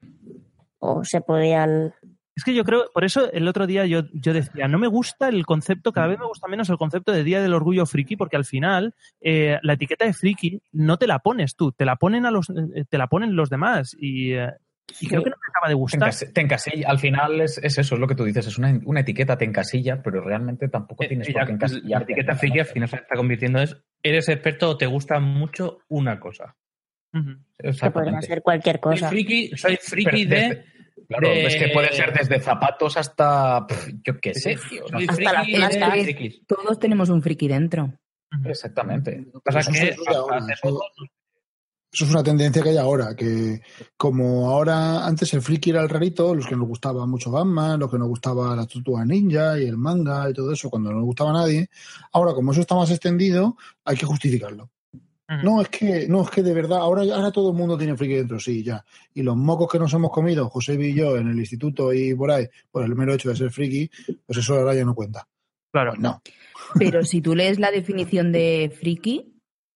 [SPEAKER 8] o se podían...
[SPEAKER 3] Es que yo creo, por eso el otro día yo, yo decía, no me gusta el concepto, cada vez me gusta menos el concepto de Día del Orgullo Friki, porque al final eh, la etiqueta de friki no te la pones tú, te la ponen a los, te la ponen los demás y... Eh, Y creo que no me acaba de gustar.
[SPEAKER 5] Te encasilla, al final es, es eso, es lo que tú dices, es una, una etiqueta, te encasilla, pero realmente tampoco tienes
[SPEAKER 6] eh,
[SPEAKER 5] por qué encasillar.
[SPEAKER 6] La etiqueta friki al final se está convirtiendo en eres experto o te gusta mucho una cosa.
[SPEAKER 3] Uh-huh.
[SPEAKER 8] Que podría ser cualquier cosa.
[SPEAKER 6] Soy friki, soy friki
[SPEAKER 5] pero
[SPEAKER 6] de...
[SPEAKER 5] desde, claro,
[SPEAKER 6] de...
[SPEAKER 5] es que puede ser desde zapatos hasta, pff, yo qué sé, tío.
[SPEAKER 6] Soy
[SPEAKER 8] hasta
[SPEAKER 6] friki
[SPEAKER 8] las
[SPEAKER 6] de
[SPEAKER 8] plantas.
[SPEAKER 6] frikis.
[SPEAKER 9] Todos tenemos un friki dentro.
[SPEAKER 3] Uh-huh.
[SPEAKER 5] Exactamente.
[SPEAKER 3] Pasa
[SPEAKER 4] Eso,
[SPEAKER 3] que
[SPEAKER 4] es ahora, eso, eso es una tendencia que hay ahora, que como ahora antes el friki era el rarito, los que nos gustaba mucho Batman, los que nos gustaba la Tortuga Ninja y el manga y todo eso, cuando no nos gustaba a nadie, ahora como eso está más extendido, hay que justificarlo. Uh-huh. No, es que, no, es que de verdad, ahora, ahora todo el mundo tiene friki dentro, sí, ya. Y los mocos que nos hemos comido, José y yo, en el instituto y por ahí, por el mero hecho de ser friki, pues eso ahora ya no cuenta.
[SPEAKER 3] Claro.
[SPEAKER 4] Pues no.
[SPEAKER 9] Pero si tú lees la definición de friki,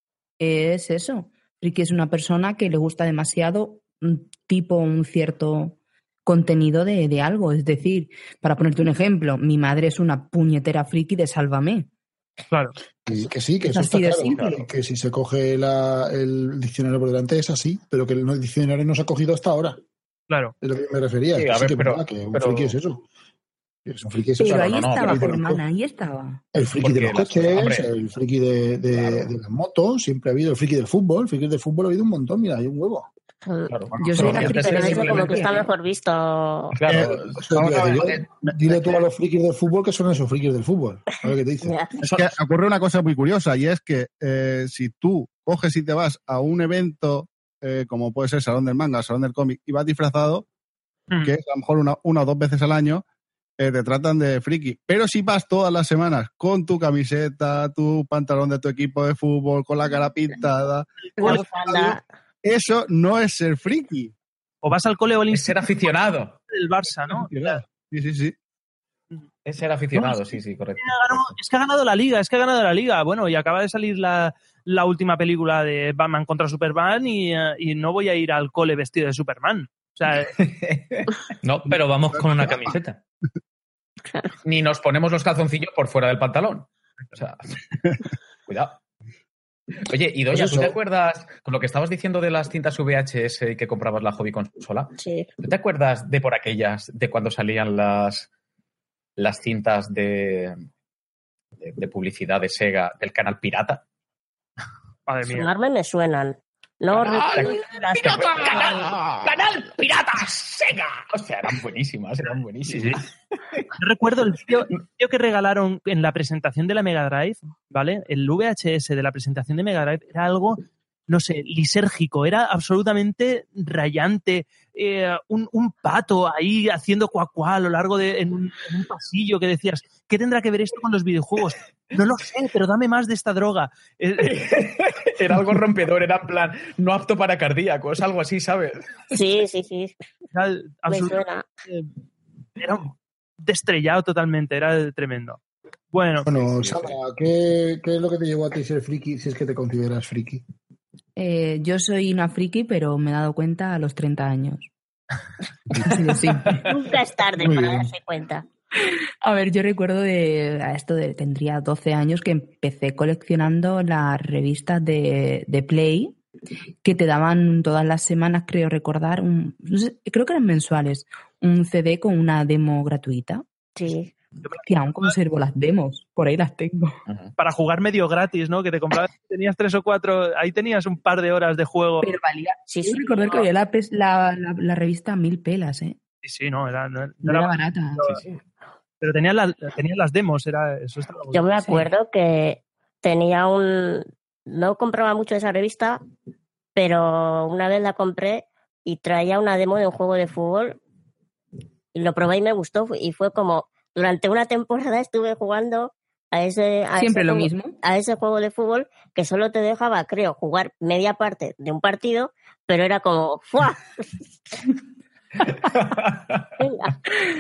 [SPEAKER 9] es eso. Friki es una persona que le gusta demasiado un tipo, un cierto contenido de, de algo. Es decir, para ponerte un ejemplo, mi madre es una puñetera friki de Sálvame.
[SPEAKER 3] Claro.
[SPEAKER 4] Que, que sí, que
[SPEAKER 9] es
[SPEAKER 4] eso
[SPEAKER 9] así
[SPEAKER 4] está
[SPEAKER 9] de
[SPEAKER 4] claro.
[SPEAKER 9] simple.
[SPEAKER 4] Que si se coge la, el diccionario por delante es así, pero que el diccionario no se ha cogido hasta ahora.
[SPEAKER 3] Claro.
[SPEAKER 4] Es lo que me refería.
[SPEAKER 5] Sí,
[SPEAKER 4] que
[SPEAKER 5] a
[SPEAKER 4] sí
[SPEAKER 5] ver,
[SPEAKER 4] que,
[SPEAKER 5] pero,
[SPEAKER 4] verdad, que un
[SPEAKER 5] pero...
[SPEAKER 4] friki es eso. Es un friki es
[SPEAKER 9] pero
[SPEAKER 4] eso.
[SPEAKER 9] ahí
[SPEAKER 5] no, no,
[SPEAKER 9] estaba,
[SPEAKER 5] pero-
[SPEAKER 9] hermana, ahí estaba.
[SPEAKER 4] El friki de los
[SPEAKER 5] Porque las-
[SPEAKER 4] coches,
[SPEAKER 5] hombre,
[SPEAKER 4] el friki de, de,
[SPEAKER 5] claro.
[SPEAKER 4] de las motos, siempre ha habido el friki del fútbol. El friki del fútbol ha habido un montón, mira, hay un huevo.
[SPEAKER 5] Claro.
[SPEAKER 9] Yo soy
[SPEAKER 5] Pero
[SPEAKER 9] la
[SPEAKER 5] antes
[SPEAKER 8] Pero
[SPEAKER 5] era
[SPEAKER 8] eso como
[SPEAKER 5] simplemente-
[SPEAKER 8] que está mejor visto.
[SPEAKER 5] Claro,
[SPEAKER 4] Eh, eso
[SPEAKER 5] vamos
[SPEAKER 4] te iba
[SPEAKER 5] a
[SPEAKER 4] a
[SPEAKER 5] ver,
[SPEAKER 4] decir,
[SPEAKER 5] eh,
[SPEAKER 4] dile tú a los frikis del fútbol que son esos frikis del fútbol. A ver qué te dicen.
[SPEAKER 8] Ya.
[SPEAKER 7] Es que ocurre una cosa muy curiosa y es que eh, si tú coges y te vas a un evento eh, como puede ser Salón del Manga, Salón del Cómic y vas disfrazado,
[SPEAKER 3] Uh-huh.
[SPEAKER 7] que es a lo mejor una, una o dos veces al año, eh, te tratan de friki. Pero si vas todas las semanas con tu camiseta, tu pantalón de tu equipo de fútbol, con la cara pintada,
[SPEAKER 8] La bufanda.
[SPEAKER 7] eso no es ser friki.
[SPEAKER 3] O vas al cole o al
[SPEAKER 5] es ser
[SPEAKER 3] instituto
[SPEAKER 5] aficionado.
[SPEAKER 3] del Barça, ¿no?
[SPEAKER 7] Sí, sí, sí.
[SPEAKER 5] Ese era aficionado,
[SPEAKER 3] No,
[SPEAKER 5] sí, sí, correcto.
[SPEAKER 3] Ganó, es que ha ganado la liga, es que ha ganado la liga. Bueno, y acaba de salir la, la última película de Batman contra Superman y, uh, y no voy a ir al cole vestido de Superman. O sea,
[SPEAKER 6] no, pero vamos con una camiseta.
[SPEAKER 5] Ni nos ponemos los calzoncillos por fuera del pantalón. O sea, cuidado. Oye, y Doña, ¿tú te acuerdas con lo que estabas diciendo de las cintas V H S que comprabas la hobby consola?
[SPEAKER 8] Sí.
[SPEAKER 5] ¿Tú te acuerdas de por aquellas, de cuando salían las, las cintas de, de, de publicidad de Sega del canal pirata?
[SPEAKER 3] Madre mía.
[SPEAKER 8] Sonarme me suenan. No
[SPEAKER 5] ¡Canal pirata! ¡Canal, canal pirata Sega! O sea, eran buenísimas, eran buenísimas.
[SPEAKER 3] Sí, sí. Recuerdo el vídeo, el vídeo que regalaron en la presentación de la Mega Drive, ¿vale? El V H S de la presentación de Mega Drive era algo, no sé, lisérgico, era absolutamente rayante. Eh, un, un pato ahí haciendo cuacuá a lo largo de en un, en un pasillo que decías, ¿qué tendrá que ver esto con los videojuegos? No lo sé, pero dame más de esta droga.
[SPEAKER 5] Era algo rompedor, era en plan, no apto para cardíacos, algo así, ¿sabes?
[SPEAKER 8] Sí, sí, sí.
[SPEAKER 3] Era
[SPEAKER 8] Me
[SPEAKER 3] absolutamente,
[SPEAKER 8] suena.
[SPEAKER 3] era destrellado totalmente, era tremendo. Bueno,
[SPEAKER 4] Bueno, Sara, ¿qué, ¿qué es lo que te llevó a ti ser friki, si es que te consideras friki?
[SPEAKER 9] Eh, yo soy una friki, pero me he dado cuenta a los treinta años. Así de simple.
[SPEAKER 8] Nunca es tarde
[SPEAKER 4] Muy
[SPEAKER 8] para
[SPEAKER 4] bien.
[SPEAKER 8] darse cuenta.
[SPEAKER 9] A ver, yo recuerdo de a esto de tendría doce años que empecé coleccionando las revistas de, de Play que te daban todas las semanas, creo recordar, un, no sé, creo que eran mensuales, un C D con una demo gratuita.
[SPEAKER 8] Sí.
[SPEAKER 9] Que aún conservo las demos, por ahí las tengo.
[SPEAKER 3] para jugar medio gratis, ¿no? Que te comprabas, tenías tres o cuatro, ahí tenías un par de horas de juego.
[SPEAKER 9] Pero valía.
[SPEAKER 8] Sí,
[SPEAKER 9] Quiero
[SPEAKER 8] sí.
[SPEAKER 9] recordar que había la, pes- la, la, la revista mil pelas, ¿eh?
[SPEAKER 3] Sí, sí, no, era, no, no
[SPEAKER 9] No
[SPEAKER 3] era
[SPEAKER 9] era barata.
[SPEAKER 3] pero, pero tenían, las, tenían las demos, era, eso estaba muy
[SPEAKER 8] Yo me
[SPEAKER 3] bien.
[SPEAKER 8] acuerdo que tenía un... No compraba mucho esa revista, pero una vez la compré y traía una demo de un juego de fútbol y lo probé y me gustó y fue como... Durante una temporada estuve jugando a ese... A
[SPEAKER 9] Siempre
[SPEAKER 8] ese
[SPEAKER 9] lo
[SPEAKER 8] juego,
[SPEAKER 9] mismo.
[SPEAKER 8] A ese juego de fútbol que solo te dejaba, creo, jugar media parte de un partido, pero era como... ¡Fua! Venga.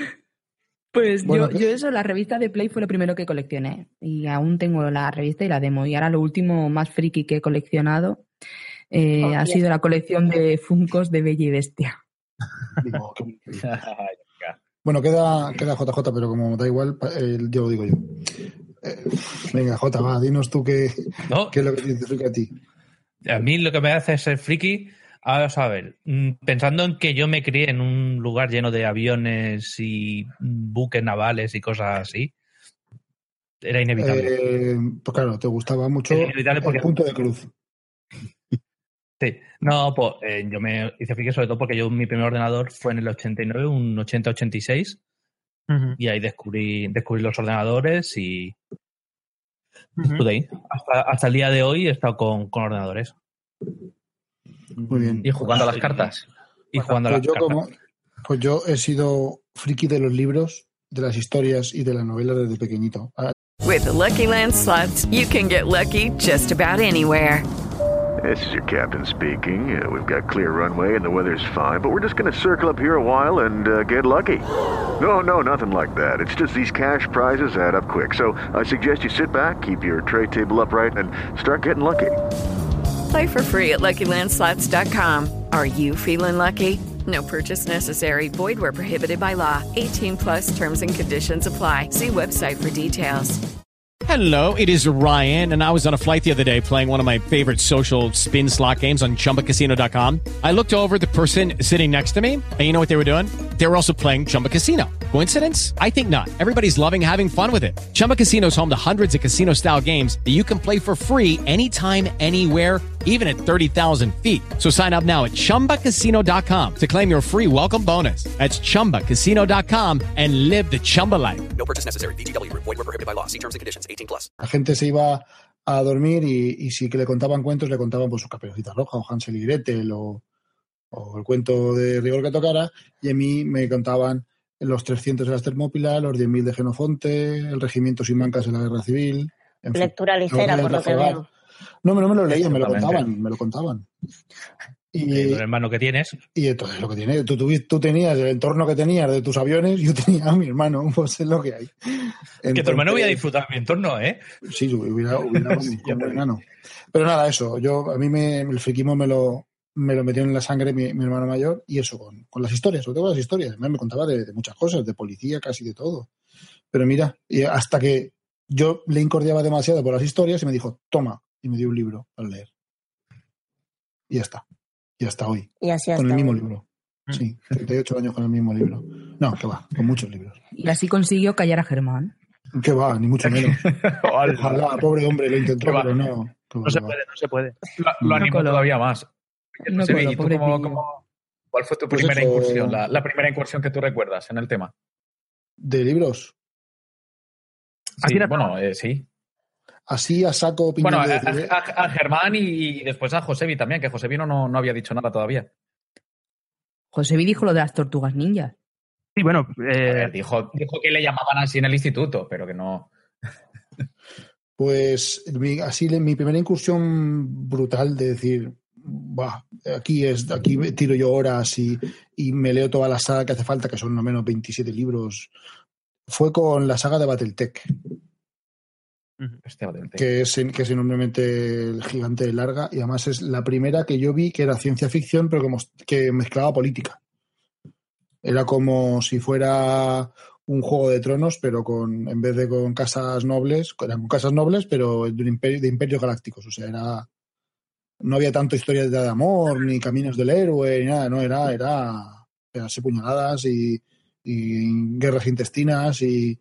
[SPEAKER 9] Pues
[SPEAKER 4] Bueno,
[SPEAKER 9] yo, yo eso, la revista de Play fue lo primero que coleccioné. Y aún tengo la revista y la demo. Y ahora lo último más friki que he coleccionado eh,
[SPEAKER 8] Oh,
[SPEAKER 9] ha
[SPEAKER 8] yes.
[SPEAKER 9] sido la colección de Funkos de Bella y Bestia.
[SPEAKER 4] Digo, qué- Bueno, queda, queda J J, pero como da igual, pa- eh, yo lo digo yo. Eh, venga, J, va, dinos tú qué,
[SPEAKER 6] No,
[SPEAKER 4] qué es lo que te identifica a ti.
[SPEAKER 6] a mí lo que me hace ser friki, vamos a ver, mm, pensando en que yo me crié en un lugar lleno de aviones y buques navales y cosas así, era inevitable.
[SPEAKER 4] Eh, pues claro, te gustaba mucho
[SPEAKER 6] Es inevitable porque-
[SPEAKER 4] el punto de cruz.
[SPEAKER 6] Sí, no, pues eh, yo me hice friki sobre todo porque yo mi primer ordenador fue en el ochenta y nueve, un ochenta ochenta y seis,
[SPEAKER 3] Ujú,
[SPEAKER 6] y ahí descubrí, descubrí los ordenadores y
[SPEAKER 3] ujú.
[SPEAKER 6] estuve ahí. Hasta, hasta el día de hoy he estado con, con ordenadores.
[SPEAKER 4] Muy bien.
[SPEAKER 5] Y jugando a las cartas.
[SPEAKER 6] Y jugando a
[SPEAKER 4] Pues
[SPEAKER 6] las
[SPEAKER 4] yo,
[SPEAKER 6] cartas.
[SPEAKER 4] como, pues yo he sido friki de los libros, de las historias y de las novelas desde pequeñito. Ah,
[SPEAKER 13] With the Lucky Land Slots, you can get lucky just about anywhere.
[SPEAKER 14] This is your captain speaking. Uh, we've got clear runway and the weather's fine, but we're just going to circle up here a while and uh, get lucky. No, no, nothing like that. It's just these cash prizes add up quick. So I suggest you sit back, keep your tray table upright, and start getting lucky.
[SPEAKER 13] Play for free at Lucky Land Slots dot com. Are you feeling lucky? No purchase necessary. Void where prohibited by law. eighteen plus terms and conditions apply. See website for details.
[SPEAKER 10] Hello, it is Ryan, and I was on a flight the other day playing one of my favorite social spin slot games on Chumba Casino dot com. I looked over at the person sitting next to me, and you know what they were doing? They were also playing Chumba Casino. Coincidence? I think not. Everybody's loving having fun with it. Chumba Casino is home to hundreds of casino-style games that you can play for free anytime, anywhere, even at thirty thousand feet. So sign up now at Chumba Casino dot com to claim your free welcome bonus. That's Chumba Casino dot com and live the Chumba life.
[SPEAKER 11] No purchase necessary. V G W Group. Void where prohibited by law. See terms and conditions. eighteen plus.
[SPEAKER 4] La gente se iba a dormir y, y si que le contaban cuentos, le contaban pues su Caperucita Roja o Hansel y Gretel o, o el cuento de rigor que tocara, y a mí me contaban los trescientos de las Termópilas, los diez mil de Genofonte, el regimiento sin mancas en la Guerra Civil. En fin,
[SPEAKER 8] Lectura ligera,
[SPEAKER 4] Los
[SPEAKER 8] por lo
[SPEAKER 4] Reyes
[SPEAKER 8] que
[SPEAKER 4] de Trafalgar.
[SPEAKER 8] veo.
[SPEAKER 4] No, no me lo leían, me lo
[SPEAKER 5] Exactamente.
[SPEAKER 4] contaban, me lo contaban. Y
[SPEAKER 6] el hermano que tienes.
[SPEAKER 4] Y entonces lo que tienes, tú, tú, tú tenías el entorno que tenías de tus aviones, yo tenía a mi hermano, pues es lo que hay. Entonces,
[SPEAKER 6] que tu hermano hubiera disfrutado mi entorno, ¿eh?
[SPEAKER 4] Sí, hubiera, hubiera sí, como enano. Pero nada, eso, yo a mí me, el friquismo me lo, me lo metió en la sangre mi, mi hermano mayor, y eso con, con las historias, sobre todo las historias. Me contaba de, de muchas cosas, de policía, casi de todo. Pero mira, y hasta que yo le incordiaba demasiado por las historias y me dijo, toma, y me dio un libro para leer. Y ya está. Y hasta hoy.
[SPEAKER 8] Y así hasta
[SPEAKER 4] con el mismo
[SPEAKER 8] hoy.
[SPEAKER 4] libro. Sí, treinta y ocho años con el mismo libro. No, que va, con muchos libros.
[SPEAKER 9] Y así consiguió callar a Germán.
[SPEAKER 4] Que va, ni mucho menos. Ojalá, pobre hombre, lo intentó, pero no.
[SPEAKER 3] No se puede, no se puede.
[SPEAKER 5] Lo, lo animó
[SPEAKER 9] coló.
[SPEAKER 5] todavía más.
[SPEAKER 9] No
[SPEAKER 5] Sevilla,
[SPEAKER 9] coló,
[SPEAKER 5] ¿y tú
[SPEAKER 9] pobre
[SPEAKER 5] cómo-
[SPEAKER 9] tío.
[SPEAKER 5] cómo- ¿Cuál fue tu
[SPEAKER 4] Pues
[SPEAKER 5] primera
[SPEAKER 4] eso-
[SPEAKER 5] incursión? La, la primera incursión que tú recuerdas en el tema.
[SPEAKER 4] De libros.
[SPEAKER 5] Sí, bueno, eh, sí.
[SPEAKER 4] Así a saco opinión
[SPEAKER 5] Bueno, a,
[SPEAKER 4] de decir,
[SPEAKER 5] a- a- a Germán y, y después a Josebi también, que Josebi no, no, no había dicho nada todavía.
[SPEAKER 9] Josebi dijo lo de las tortugas ninjas.
[SPEAKER 3] Sí, bueno,
[SPEAKER 5] A ver, dijo, dijo que le llamaban así en el instituto, pero que no.
[SPEAKER 4] Pues mi, así le- mi primera incursión brutal de decir, bah, aquí es, aquí tiro yo horas y, y me leo toda la saga que hace falta, que son al menos veintisiete libros, fue con la saga de Battletech,
[SPEAKER 5] Hostia, del-
[SPEAKER 4] que es, que es enormemente gigante de larga, y además es la primera que yo vi que era ciencia ficción, pero que, mos- que mezclaba política. Era como si fuera un Juego de Tronos, pero con en vez de con casas nobles, eran con casas nobles, pero de, un imperio, de imperios galácticos. O sea, era no había tanto historias de amor, ni caminos del héroe, ni nada, no, era, era pegarse puñaladas y, y guerras intestinas y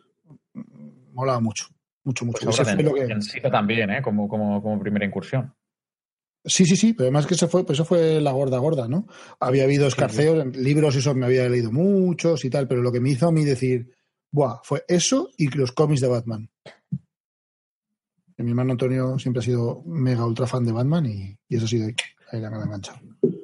[SPEAKER 4] molaba mucho, mucho, mucho.
[SPEAKER 5] Pues
[SPEAKER 4] Ese
[SPEAKER 5] ahora
[SPEAKER 4] fue lo que...
[SPEAKER 5] Densita también, ¿eh? Como, como, como primera incursión.
[SPEAKER 4] Sí, sí, sí, pero además que eso fue, pues eso fue la gorda gorda, ¿no? Había habido escarceos, libros, eso me había leído muchos y tal, pero lo que me hizo a mí decir, buah, fue eso y los cómics de Batman. Y mi hermano Antonio siempre ha sido mega ultra fan de Batman y, y eso ha sido ahí la gran engancha.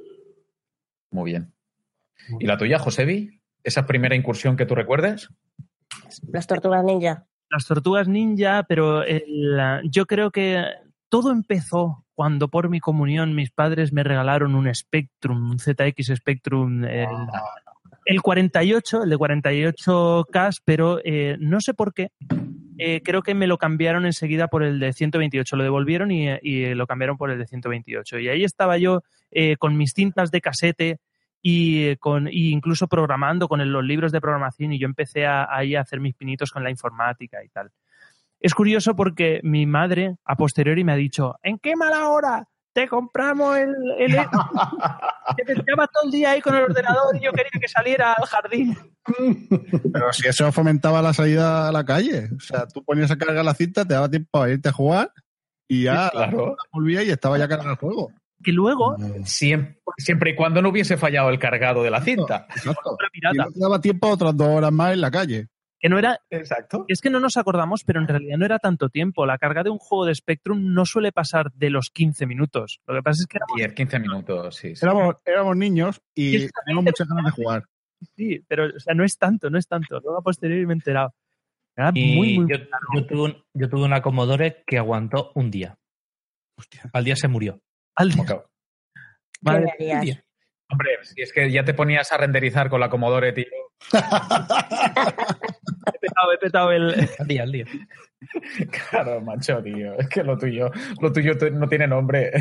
[SPEAKER 5] Muy bien. ¿Y la tuya, Josebi? ¿Esa primera incursión que tú recuerdes?
[SPEAKER 8] Las tortugas ninja.
[SPEAKER 3] Las tortugas ninja, pero el, yo creo que todo empezó cuando por mi comunión mis padres me regalaron un Spectrum, un Z X Spectrum, el, el cuarenta y ocho, el de cuarenta y ocho K, pero eh, no sé por qué. Eh, creo que me lo cambiaron enseguida por el de ciento veintiocho, lo devolvieron y, y lo cambiaron por el de ciento veintiocho. Y ahí estaba yo eh, con mis cintas de casete y, con, y incluso programando con el, los libros de programación, y yo empecé a, ahí a hacer mis pinitos con la informática y tal. Es curioso porque mi madre a posteriori me ha dicho, ¿en qué mala hora te compramos el... el... que te estaba todo el día ahí con el ordenador y yo quería que saliera al jardín?
[SPEAKER 7] Pero si eso fomentaba la salida a la calle. O sea, tú ponías a cargar la cinta, te daba tiempo a irte a jugar y ya
[SPEAKER 5] Sí, claro.
[SPEAKER 7] volvía y estaba ya cargado el juego.
[SPEAKER 3] Que luego...
[SPEAKER 5] Siempre, siempre y cuando no hubiese fallado el cargado de la cinta.
[SPEAKER 7] Exacto.
[SPEAKER 3] Otra
[SPEAKER 7] Y
[SPEAKER 3] pirata.
[SPEAKER 7] no te daba tiempo a otras dos horas más en la calle.
[SPEAKER 3] Que no era...
[SPEAKER 5] Exacto.
[SPEAKER 3] Es que no nos acordamos, pero en realidad no era tanto tiempo. La carga de un juego de Spectrum no suele pasar de los quince minutos. Lo que pasa es que éramos...
[SPEAKER 5] diez, quince minutos, sí. sí.
[SPEAKER 7] Éramos, éramos niños y
[SPEAKER 3] Y
[SPEAKER 7] teníamos muchas ganas de jugar.
[SPEAKER 3] Sí, pero o sea, no es tanto, no es tanto. Luego a posteriori me he enterado. Era
[SPEAKER 6] Y
[SPEAKER 3] muy, muy...
[SPEAKER 6] yo, yo, tuve un- yo tuve una Commodore que aguantó un día.
[SPEAKER 7] Hostia.
[SPEAKER 6] Al día se murió.
[SPEAKER 3] Al
[SPEAKER 5] Ok.
[SPEAKER 3] Madre
[SPEAKER 8] ¿Qué harías?
[SPEAKER 3] mía.
[SPEAKER 5] Hombre, si es que ya te ponías a renderizar con la Commodore, tío.
[SPEAKER 3] He petado, he petado el...
[SPEAKER 6] Al día, al día.
[SPEAKER 5] Claro, macho, tío. Es que lo tuyo, lo tuyo t- no tiene nombre.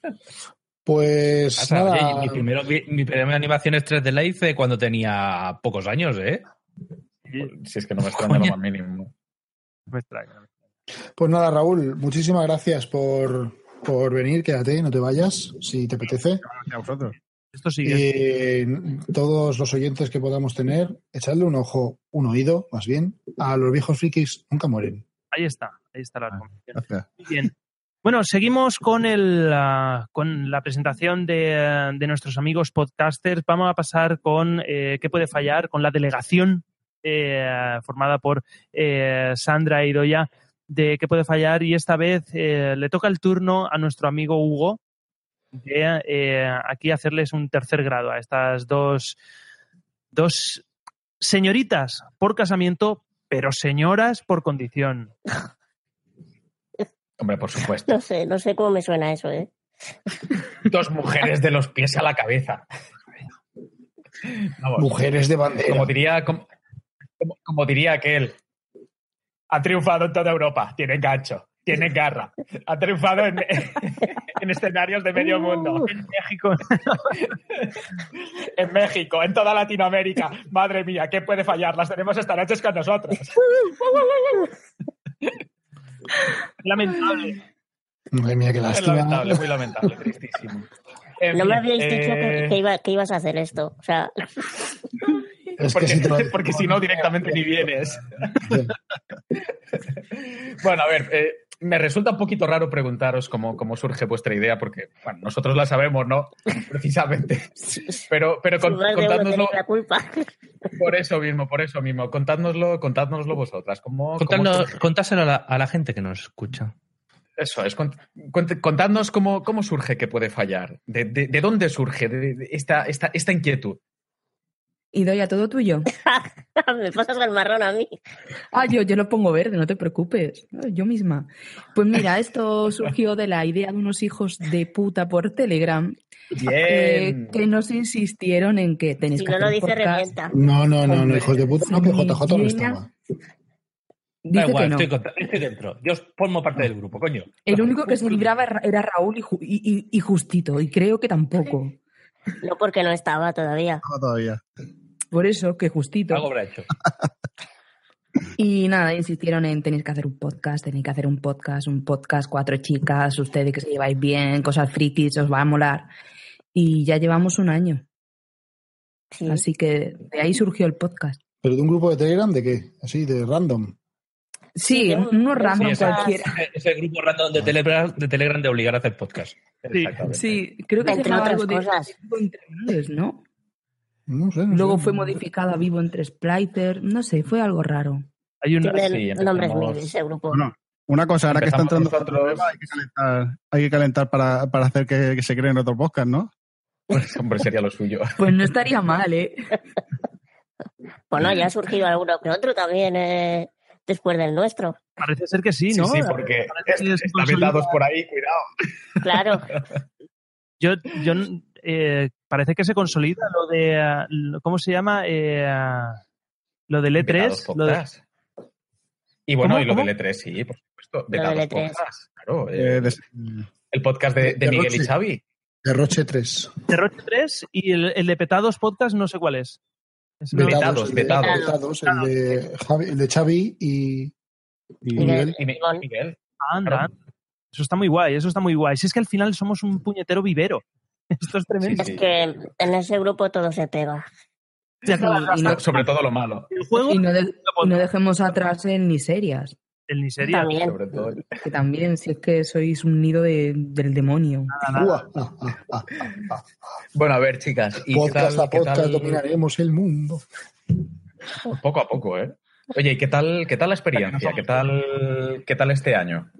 [SPEAKER 4] Pues
[SPEAKER 6] O sea,
[SPEAKER 4] nada,
[SPEAKER 6] oye, mi, primero, mi, mi primera animación es tres D la hice cuando tenía pocos años, ¿eh?
[SPEAKER 5] Si es que no me extraña lo más mínimo.
[SPEAKER 3] Me extraña.
[SPEAKER 4] pues nada, Raúl, muchísimas gracias por, por venir, quédate, no te vayas, si te apetece.
[SPEAKER 7] Gracias a vosotros.
[SPEAKER 3] Esto sigue.
[SPEAKER 4] Eh, todos los oyentes que podamos tener, echarle un ojo, un oído, más bien, a los viejos frikis nunca mueren.
[SPEAKER 3] Ahí está, ahí está la recomendación.
[SPEAKER 7] Gracias.
[SPEAKER 3] Muy bien. Bueno, seguimos con, el, uh, con la presentación de, de nuestros amigos podcasters. Vamos a pasar con eh, ¿Qué puede fallar? Con la delegación eh, formada por eh, Sandra e Idoia de ¿Qué puede fallar? Y esta vez eh, le toca el turno a nuestro amigo Hugo de eh, aquí hacerles un tercer grado a estas dos, dos señoritas por casamiento, pero señoras por condición.
[SPEAKER 5] Hombre, por supuesto.
[SPEAKER 8] No sé, no sé cómo me suena eso, ¿eh?
[SPEAKER 5] Dos mujeres de los pies a la cabeza. Vamos,
[SPEAKER 4] mujeres de bandera.
[SPEAKER 5] Como diría, como, como, como diría aquel, ha triunfado en toda Europa, tiene gancho, tiene garra, ha triunfado en, en escenarios de medio mundo, en México, en México, en toda Latinoamérica. Madre mía, ¿qué puede fallar? Las tenemos esta noche con nosotros.
[SPEAKER 3] Lamentable.
[SPEAKER 4] Madre mía, qué
[SPEAKER 5] Es
[SPEAKER 4] lástima.
[SPEAKER 5] lamentable, muy lamentable, tristísimo. En
[SPEAKER 8] No
[SPEAKER 5] fin,
[SPEAKER 8] me habíais
[SPEAKER 5] eh,
[SPEAKER 8] dicho que, que, iba, que ibas a hacer esto. O sea,
[SPEAKER 4] Es
[SPEAKER 5] porque,
[SPEAKER 4] que si te lo-
[SPEAKER 5] porque si no, directamente ni vienes. Bueno, a ver, eh, me resulta un poquito raro preguntaros cómo, cómo surge vuestra idea, porque bueno, nosotros la sabemos, ¿no? Precisamente. Pero, pero con,
[SPEAKER 8] si más de uno
[SPEAKER 5] contádnoslo
[SPEAKER 8] tenéis la culpa.
[SPEAKER 5] por eso mismo, por eso mismo. Contádnoslo, contádnoslo vosotras. ¿Cómo, cómo
[SPEAKER 6] Contadnos-
[SPEAKER 5] surge?
[SPEAKER 6] Contáselo a la, a la gente que nos escucha.
[SPEAKER 5] Eso es, cont- cont- contadnos cómo, cómo surge que puede fallar. ¿De, de, de dónde surge de, de esta, esta, esta inquietud?
[SPEAKER 9] Y doy a todo tuyo.
[SPEAKER 8] Me pasas el marrón a mí.
[SPEAKER 9] Ah, yo, yo lo pongo verde, no te preocupes. Yo misma. Pues mira, esto surgió de la idea de unos hijos de puta por Telegram eh,
[SPEAKER 5] Bien.
[SPEAKER 9] que nos insistieron en que tenéis
[SPEAKER 8] Si
[SPEAKER 9] que
[SPEAKER 8] no lo
[SPEAKER 9] hacer un
[SPEAKER 8] dice,
[SPEAKER 9] podcast.
[SPEAKER 8] revienta.
[SPEAKER 4] No, no, no, no,
[SPEAKER 9] Hombre,
[SPEAKER 4] hijos de puta, no, que
[SPEAKER 9] se
[SPEAKER 4] J J no
[SPEAKER 9] llena-
[SPEAKER 4] estaba.
[SPEAKER 6] Da
[SPEAKER 9] Dice
[SPEAKER 6] igual,
[SPEAKER 9] que no.
[SPEAKER 6] estoy, contra- estoy dentro. Yo formo parte del grupo, coño.
[SPEAKER 9] El único que se libraba era- era Raúl y, Ju- y- y- y Justito, y creo que tampoco.
[SPEAKER 8] No porque no estaba todavía.
[SPEAKER 7] No, todavía.
[SPEAKER 9] Por eso que Justito.
[SPEAKER 6] Algo habrá hecho.
[SPEAKER 9] Y nada, insistieron en tenéis que hacer un podcast, tenéis que hacer un podcast, un podcast, cuatro chicas, ustedes que se lleváis bien, cosas frikis, os va a molar. Y ya llevamos un año.
[SPEAKER 8] Sí.
[SPEAKER 9] Así que de ahí surgió el podcast.
[SPEAKER 4] ¿Pero de un grupo de Telegram de qué? Así, de random.
[SPEAKER 9] Sí,
[SPEAKER 8] Sí,
[SPEAKER 9] uno
[SPEAKER 8] de
[SPEAKER 9] random
[SPEAKER 8] esas-
[SPEAKER 9] cualquiera.
[SPEAKER 6] Es el grupo random de Telegram, de Telegram de obligar a hacer podcast.
[SPEAKER 3] Sí,
[SPEAKER 6] Exactamente.
[SPEAKER 9] Sí, creo que se
[SPEAKER 8] Entre
[SPEAKER 9] llamaba
[SPEAKER 8] otras
[SPEAKER 9] algo de
[SPEAKER 8] cosas.
[SPEAKER 9] Vivo entre Redes, ¿no?
[SPEAKER 4] No sé, no
[SPEAKER 9] Luego
[SPEAKER 4] sé.
[SPEAKER 9] fue modificada a Vivo entre Splicer, no sé, fue algo raro.
[SPEAKER 3] Hay una,
[SPEAKER 8] Tiene
[SPEAKER 5] sí,
[SPEAKER 8] nombres
[SPEAKER 5] empezamos-
[SPEAKER 8] mil ese grupo.
[SPEAKER 7] Bueno, una cosa, ahora que está
[SPEAKER 5] Empezamos
[SPEAKER 7] entrando
[SPEAKER 5] nosotros-
[SPEAKER 7] otro tema, hay que calentar, hay que calentar para, para hacer que, que se creen otro podcast, ¿no?
[SPEAKER 5] Pues, hombre, sería lo suyo.
[SPEAKER 9] Pues no estaría mal, ¿eh?
[SPEAKER 8] Bueno, ya ha surgido alguno que otro también eh, después del nuestro.
[SPEAKER 3] parece ser que sí,
[SPEAKER 5] Sí,
[SPEAKER 3] ¿no?
[SPEAKER 5] sí, porque
[SPEAKER 3] Parece que
[SPEAKER 5] est-
[SPEAKER 3] se
[SPEAKER 5] están
[SPEAKER 3] consolida.
[SPEAKER 5] vetados por ahí, cuidado.
[SPEAKER 8] Claro.
[SPEAKER 3] Yo, yo eh, parece que se consolida lo de, eh, lo- ¿cómo se llama? Eh, lo del E tres.
[SPEAKER 5] Vetados
[SPEAKER 3] Lo de,
[SPEAKER 5] podcast. Y bueno,
[SPEAKER 3] ¿Cómo?
[SPEAKER 5] y lo
[SPEAKER 3] ¿Cómo?
[SPEAKER 5] del E tres, sí, por supuesto.
[SPEAKER 8] Lo
[SPEAKER 5] Vetados
[SPEAKER 8] del E tres.
[SPEAKER 5] podcast, claro.
[SPEAKER 7] Eh,
[SPEAKER 5] eh,
[SPEAKER 7] des-
[SPEAKER 5] el podcast de, de
[SPEAKER 4] de
[SPEAKER 5] Miguel y
[SPEAKER 4] Roche.
[SPEAKER 5] Xavi.
[SPEAKER 4] De Roche tres.
[SPEAKER 3] de Roche tres y el, el de Petados Podcast no sé cuál es. Es no-
[SPEAKER 5] Vetados,
[SPEAKER 4] el de-
[SPEAKER 5] vetados.
[SPEAKER 4] vetados, el de Javi, el de Xavi y, y
[SPEAKER 8] Miguel.
[SPEAKER 4] Miguel.
[SPEAKER 5] Y Mi-
[SPEAKER 8] Iván.
[SPEAKER 5] Miguel.
[SPEAKER 3] Anda,
[SPEAKER 5] Claro.
[SPEAKER 3] anda. Eso está muy guay, eso está muy guay. Si es que al final somos un puñetero vivero. Esto es tremendo.
[SPEAKER 5] Sí,
[SPEAKER 8] Es que en ese grupo todo se pega.
[SPEAKER 3] Ya que la-
[SPEAKER 9] Y no,
[SPEAKER 5] Sobre todo lo malo.
[SPEAKER 3] el juego,
[SPEAKER 9] y no de- y no dejemos atrás el Niserias,
[SPEAKER 3] el Niseria.
[SPEAKER 8] También.
[SPEAKER 5] Sobre todo.
[SPEAKER 9] que también, si es que sois un nido de- del demonio.
[SPEAKER 4] Ua, ah, ah, ah, ah.
[SPEAKER 5] Bueno, a ver, chicas. ¿Y qué
[SPEAKER 4] Podcast
[SPEAKER 5] tal,
[SPEAKER 4] a
[SPEAKER 5] qué
[SPEAKER 4] podcast
[SPEAKER 5] tal-
[SPEAKER 4] dominaremos el mundo.
[SPEAKER 5] Poco a poco, ¿eh? Oye, ¿y qué tal, qué tal la experiencia? ¿Qué tal, qué tal este año?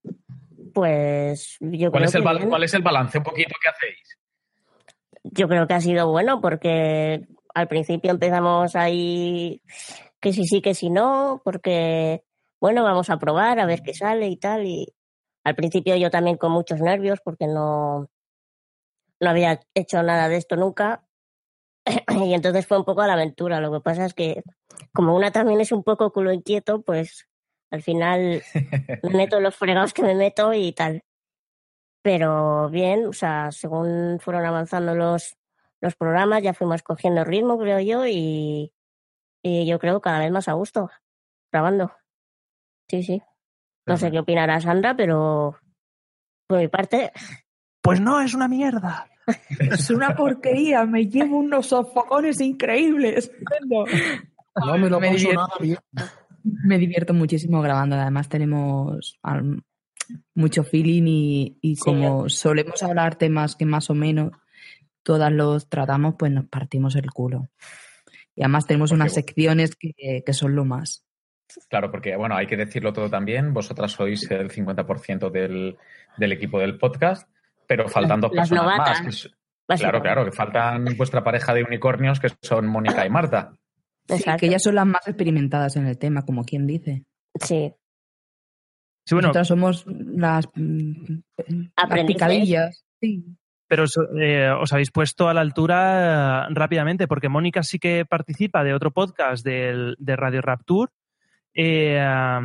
[SPEAKER 8] Pues yo
[SPEAKER 5] ¿Cuál
[SPEAKER 8] creo
[SPEAKER 5] es, el
[SPEAKER 8] que
[SPEAKER 5] bal-
[SPEAKER 8] bien.
[SPEAKER 5] ¿Cuál es el balance un poquito que hacéis?
[SPEAKER 8] Yo creo que ha sido bueno porque al principio empezamos ahí que sí sí, que sí no, porque bueno, vamos a probar a ver qué sale y tal. Y al principio yo también con muchos nervios porque no, no había hecho nada de esto nunca. Y entonces fue un poco a la aventura. Lo que pasa es que como una también es un poco culo inquieto, pues al final me meto en los fregados que me meto y tal. Pero bien, o sea, según fueron avanzando los, los programas, ya fuimos cogiendo ritmo, creo yo, y, y yo creo cada vez más a gusto, grabando. Sí, sí. No sé qué opinará Sandra, pero por mi parte,
[SPEAKER 3] Pues no, es una mierda.
[SPEAKER 9] Es una porquería, me llevo unos sofocones increíbles.
[SPEAKER 4] No me lo
[SPEAKER 9] Me
[SPEAKER 4] paso
[SPEAKER 9] divierto.
[SPEAKER 4] nada bien.
[SPEAKER 9] Me divierto muchísimo grabando. Además tenemos al- mucho feeling y, y
[SPEAKER 8] Sí.
[SPEAKER 9] como solemos hablar temas que más o menos todas los tratamos, pues nos partimos el culo. Y además tenemos
[SPEAKER 5] Porque-
[SPEAKER 9] unas secciones que, que son lo más.
[SPEAKER 5] Claro, porque, bueno, hay que decirlo todo también. Vosotras sois el cincuenta por ciento del, del equipo del podcast, pero faltan dos
[SPEAKER 8] las
[SPEAKER 5] personas
[SPEAKER 8] novatas,
[SPEAKER 5] más. que es- claro,
[SPEAKER 8] básicamente.
[SPEAKER 5] claro, que faltan vuestra pareja de unicornios, que son Mónica y Marta.
[SPEAKER 9] Sí,
[SPEAKER 8] Exacto.
[SPEAKER 9] que ellas son las más experimentadas en el tema, como quien dice.
[SPEAKER 8] Sí.
[SPEAKER 3] Sí, bueno,
[SPEAKER 9] Nosotras somos las, mm, las
[SPEAKER 8] Aprendices.
[SPEAKER 9] picadillas. Sí.
[SPEAKER 3] Pero eh, os habéis puesto a la altura eh, rápidamente, porque Mónica sí que participa de otro podcast del, de Radio Rapture. Eh,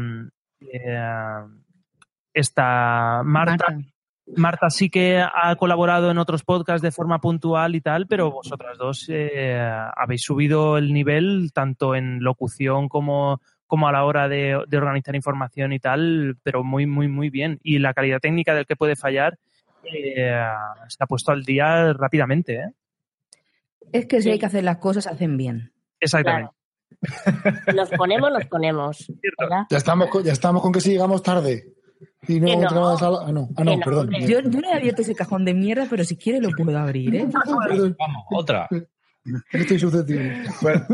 [SPEAKER 3] eh, esta Marta,
[SPEAKER 9] Marta.
[SPEAKER 3] Marta sí que ha colaborado en otros podcasts de forma puntual y tal, pero vosotras dos eh, habéis subido el nivel tanto en locución como, como a la hora de, de organizar información y tal, pero muy, muy, muy bien. Y la calidad técnica del que puede fallar eh, se ha puesto al día rápidamente, ¿eh?
[SPEAKER 9] Es que si hay que hacer las cosas, se hacen bien.
[SPEAKER 3] Exactamente.
[SPEAKER 8] Claro. Nos ponemos, nos ponemos. ¿verdad?
[SPEAKER 4] Ya estamos, con, ya estamos con que si llegamos tarde y no
[SPEAKER 8] Que no.
[SPEAKER 4] entramos a la sala. Ah, no, ah, no,
[SPEAKER 8] Que no,
[SPEAKER 4] perdón.
[SPEAKER 8] hombre.
[SPEAKER 9] Yo, yo no he abierto ese cajón de mierda, pero si quiere lo puedo abrir, ¿eh?
[SPEAKER 4] Perdón,
[SPEAKER 6] Vamos, otra.
[SPEAKER 4] no estoy susceptible.
[SPEAKER 5] Bueno.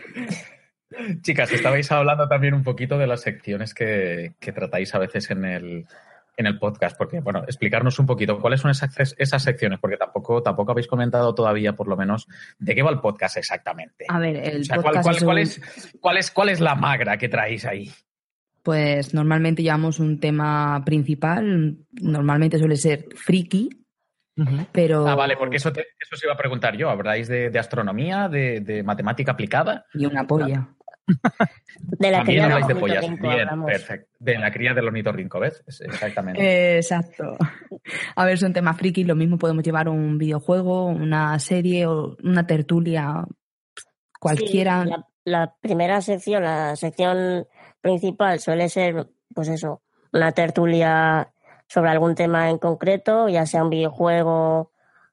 [SPEAKER 5] Chicas, estabais hablando también un poquito de las secciones que, que tratáis a veces en el, en el podcast, porque, bueno, explicarnos un poquito cuáles son esas, esas secciones, porque tampoco, tampoco habéis comentado todavía, por lo menos, de qué va el podcast exactamente.
[SPEAKER 9] A ver, el
[SPEAKER 5] O sea, ¿cuál,
[SPEAKER 9] podcast
[SPEAKER 5] cuál,
[SPEAKER 9] es un-
[SPEAKER 5] cuál es, cuál, es, ¿cuál es la magra que traéis ahí?
[SPEAKER 9] Pues normalmente llevamos un tema principal, normalmente suele ser friki,
[SPEAKER 3] Uh-huh.
[SPEAKER 9] pero...
[SPEAKER 5] Ah, vale, porque eso, te, eso se iba a preguntar yo. ¿Habláis de, de astronomía, de, de matemática aplicada?
[SPEAKER 9] Y una polla.
[SPEAKER 8] De la
[SPEAKER 5] También
[SPEAKER 8] cría
[SPEAKER 5] habláis de
[SPEAKER 8] del
[SPEAKER 5] pollas.
[SPEAKER 8] ornitorrinco
[SPEAKER 5] Bien,
[SPEAKER 8] hablamos.
[SPEAKER 5] perfecto. De la cría del ornitorrinco, ¿ves? Es- Exactamente.
[SPEAKER 9] Eh, exacto. A ver, son temas friki, lo mismo podemos llevar un videojuego, una serie o una tertulia cualquiera.
[SPEAKER 8] Sí, la, la primera sección, la sección principal suele ser, pues eso, una tertulia sobre algún tema en concreto, ya sea un videojuego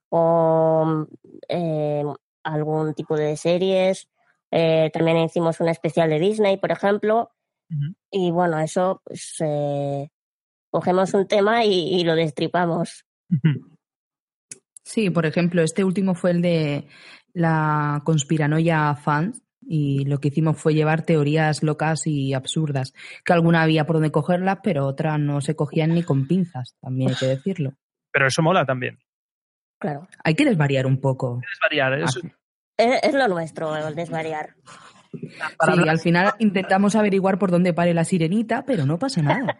[SPEAKER 8] o eh, algún tipo de series. Eh, también hicimos un especial de Disney, por ejemplo.
[SPEAKER 3] Uh-huh.
[SPEAKER 8] Y bueno, eso, pues eh, cogemos un tema y, y lo destripamos.
[SPEAKER 9] Sí, por ejemplo, este último fue el de la conspiranoia fans y lo que hicimos fue llevar teorías locas y absurdas, que alguna había por donde cogerlas, pero otras no se cogían ni con pinzas, también hay que decirlo.
[SPEAKER 3] Pero eso mola también.
[SPEAKER 8] Claro.
[SPEAKER 9] Hay que desvariar un poco.
[SPEAKER 3] Es variar. Eso,
[SPEAKER 8] Es, es lo nuestro, el desvariar.
[SPEAKER 3] para
[SPEAKER 9] Sí,
[SPEAKER 3] hablar-
[SPEAKER 9] al final intentamos averiguar por dónde pare la sirenita, pero no pasa nada.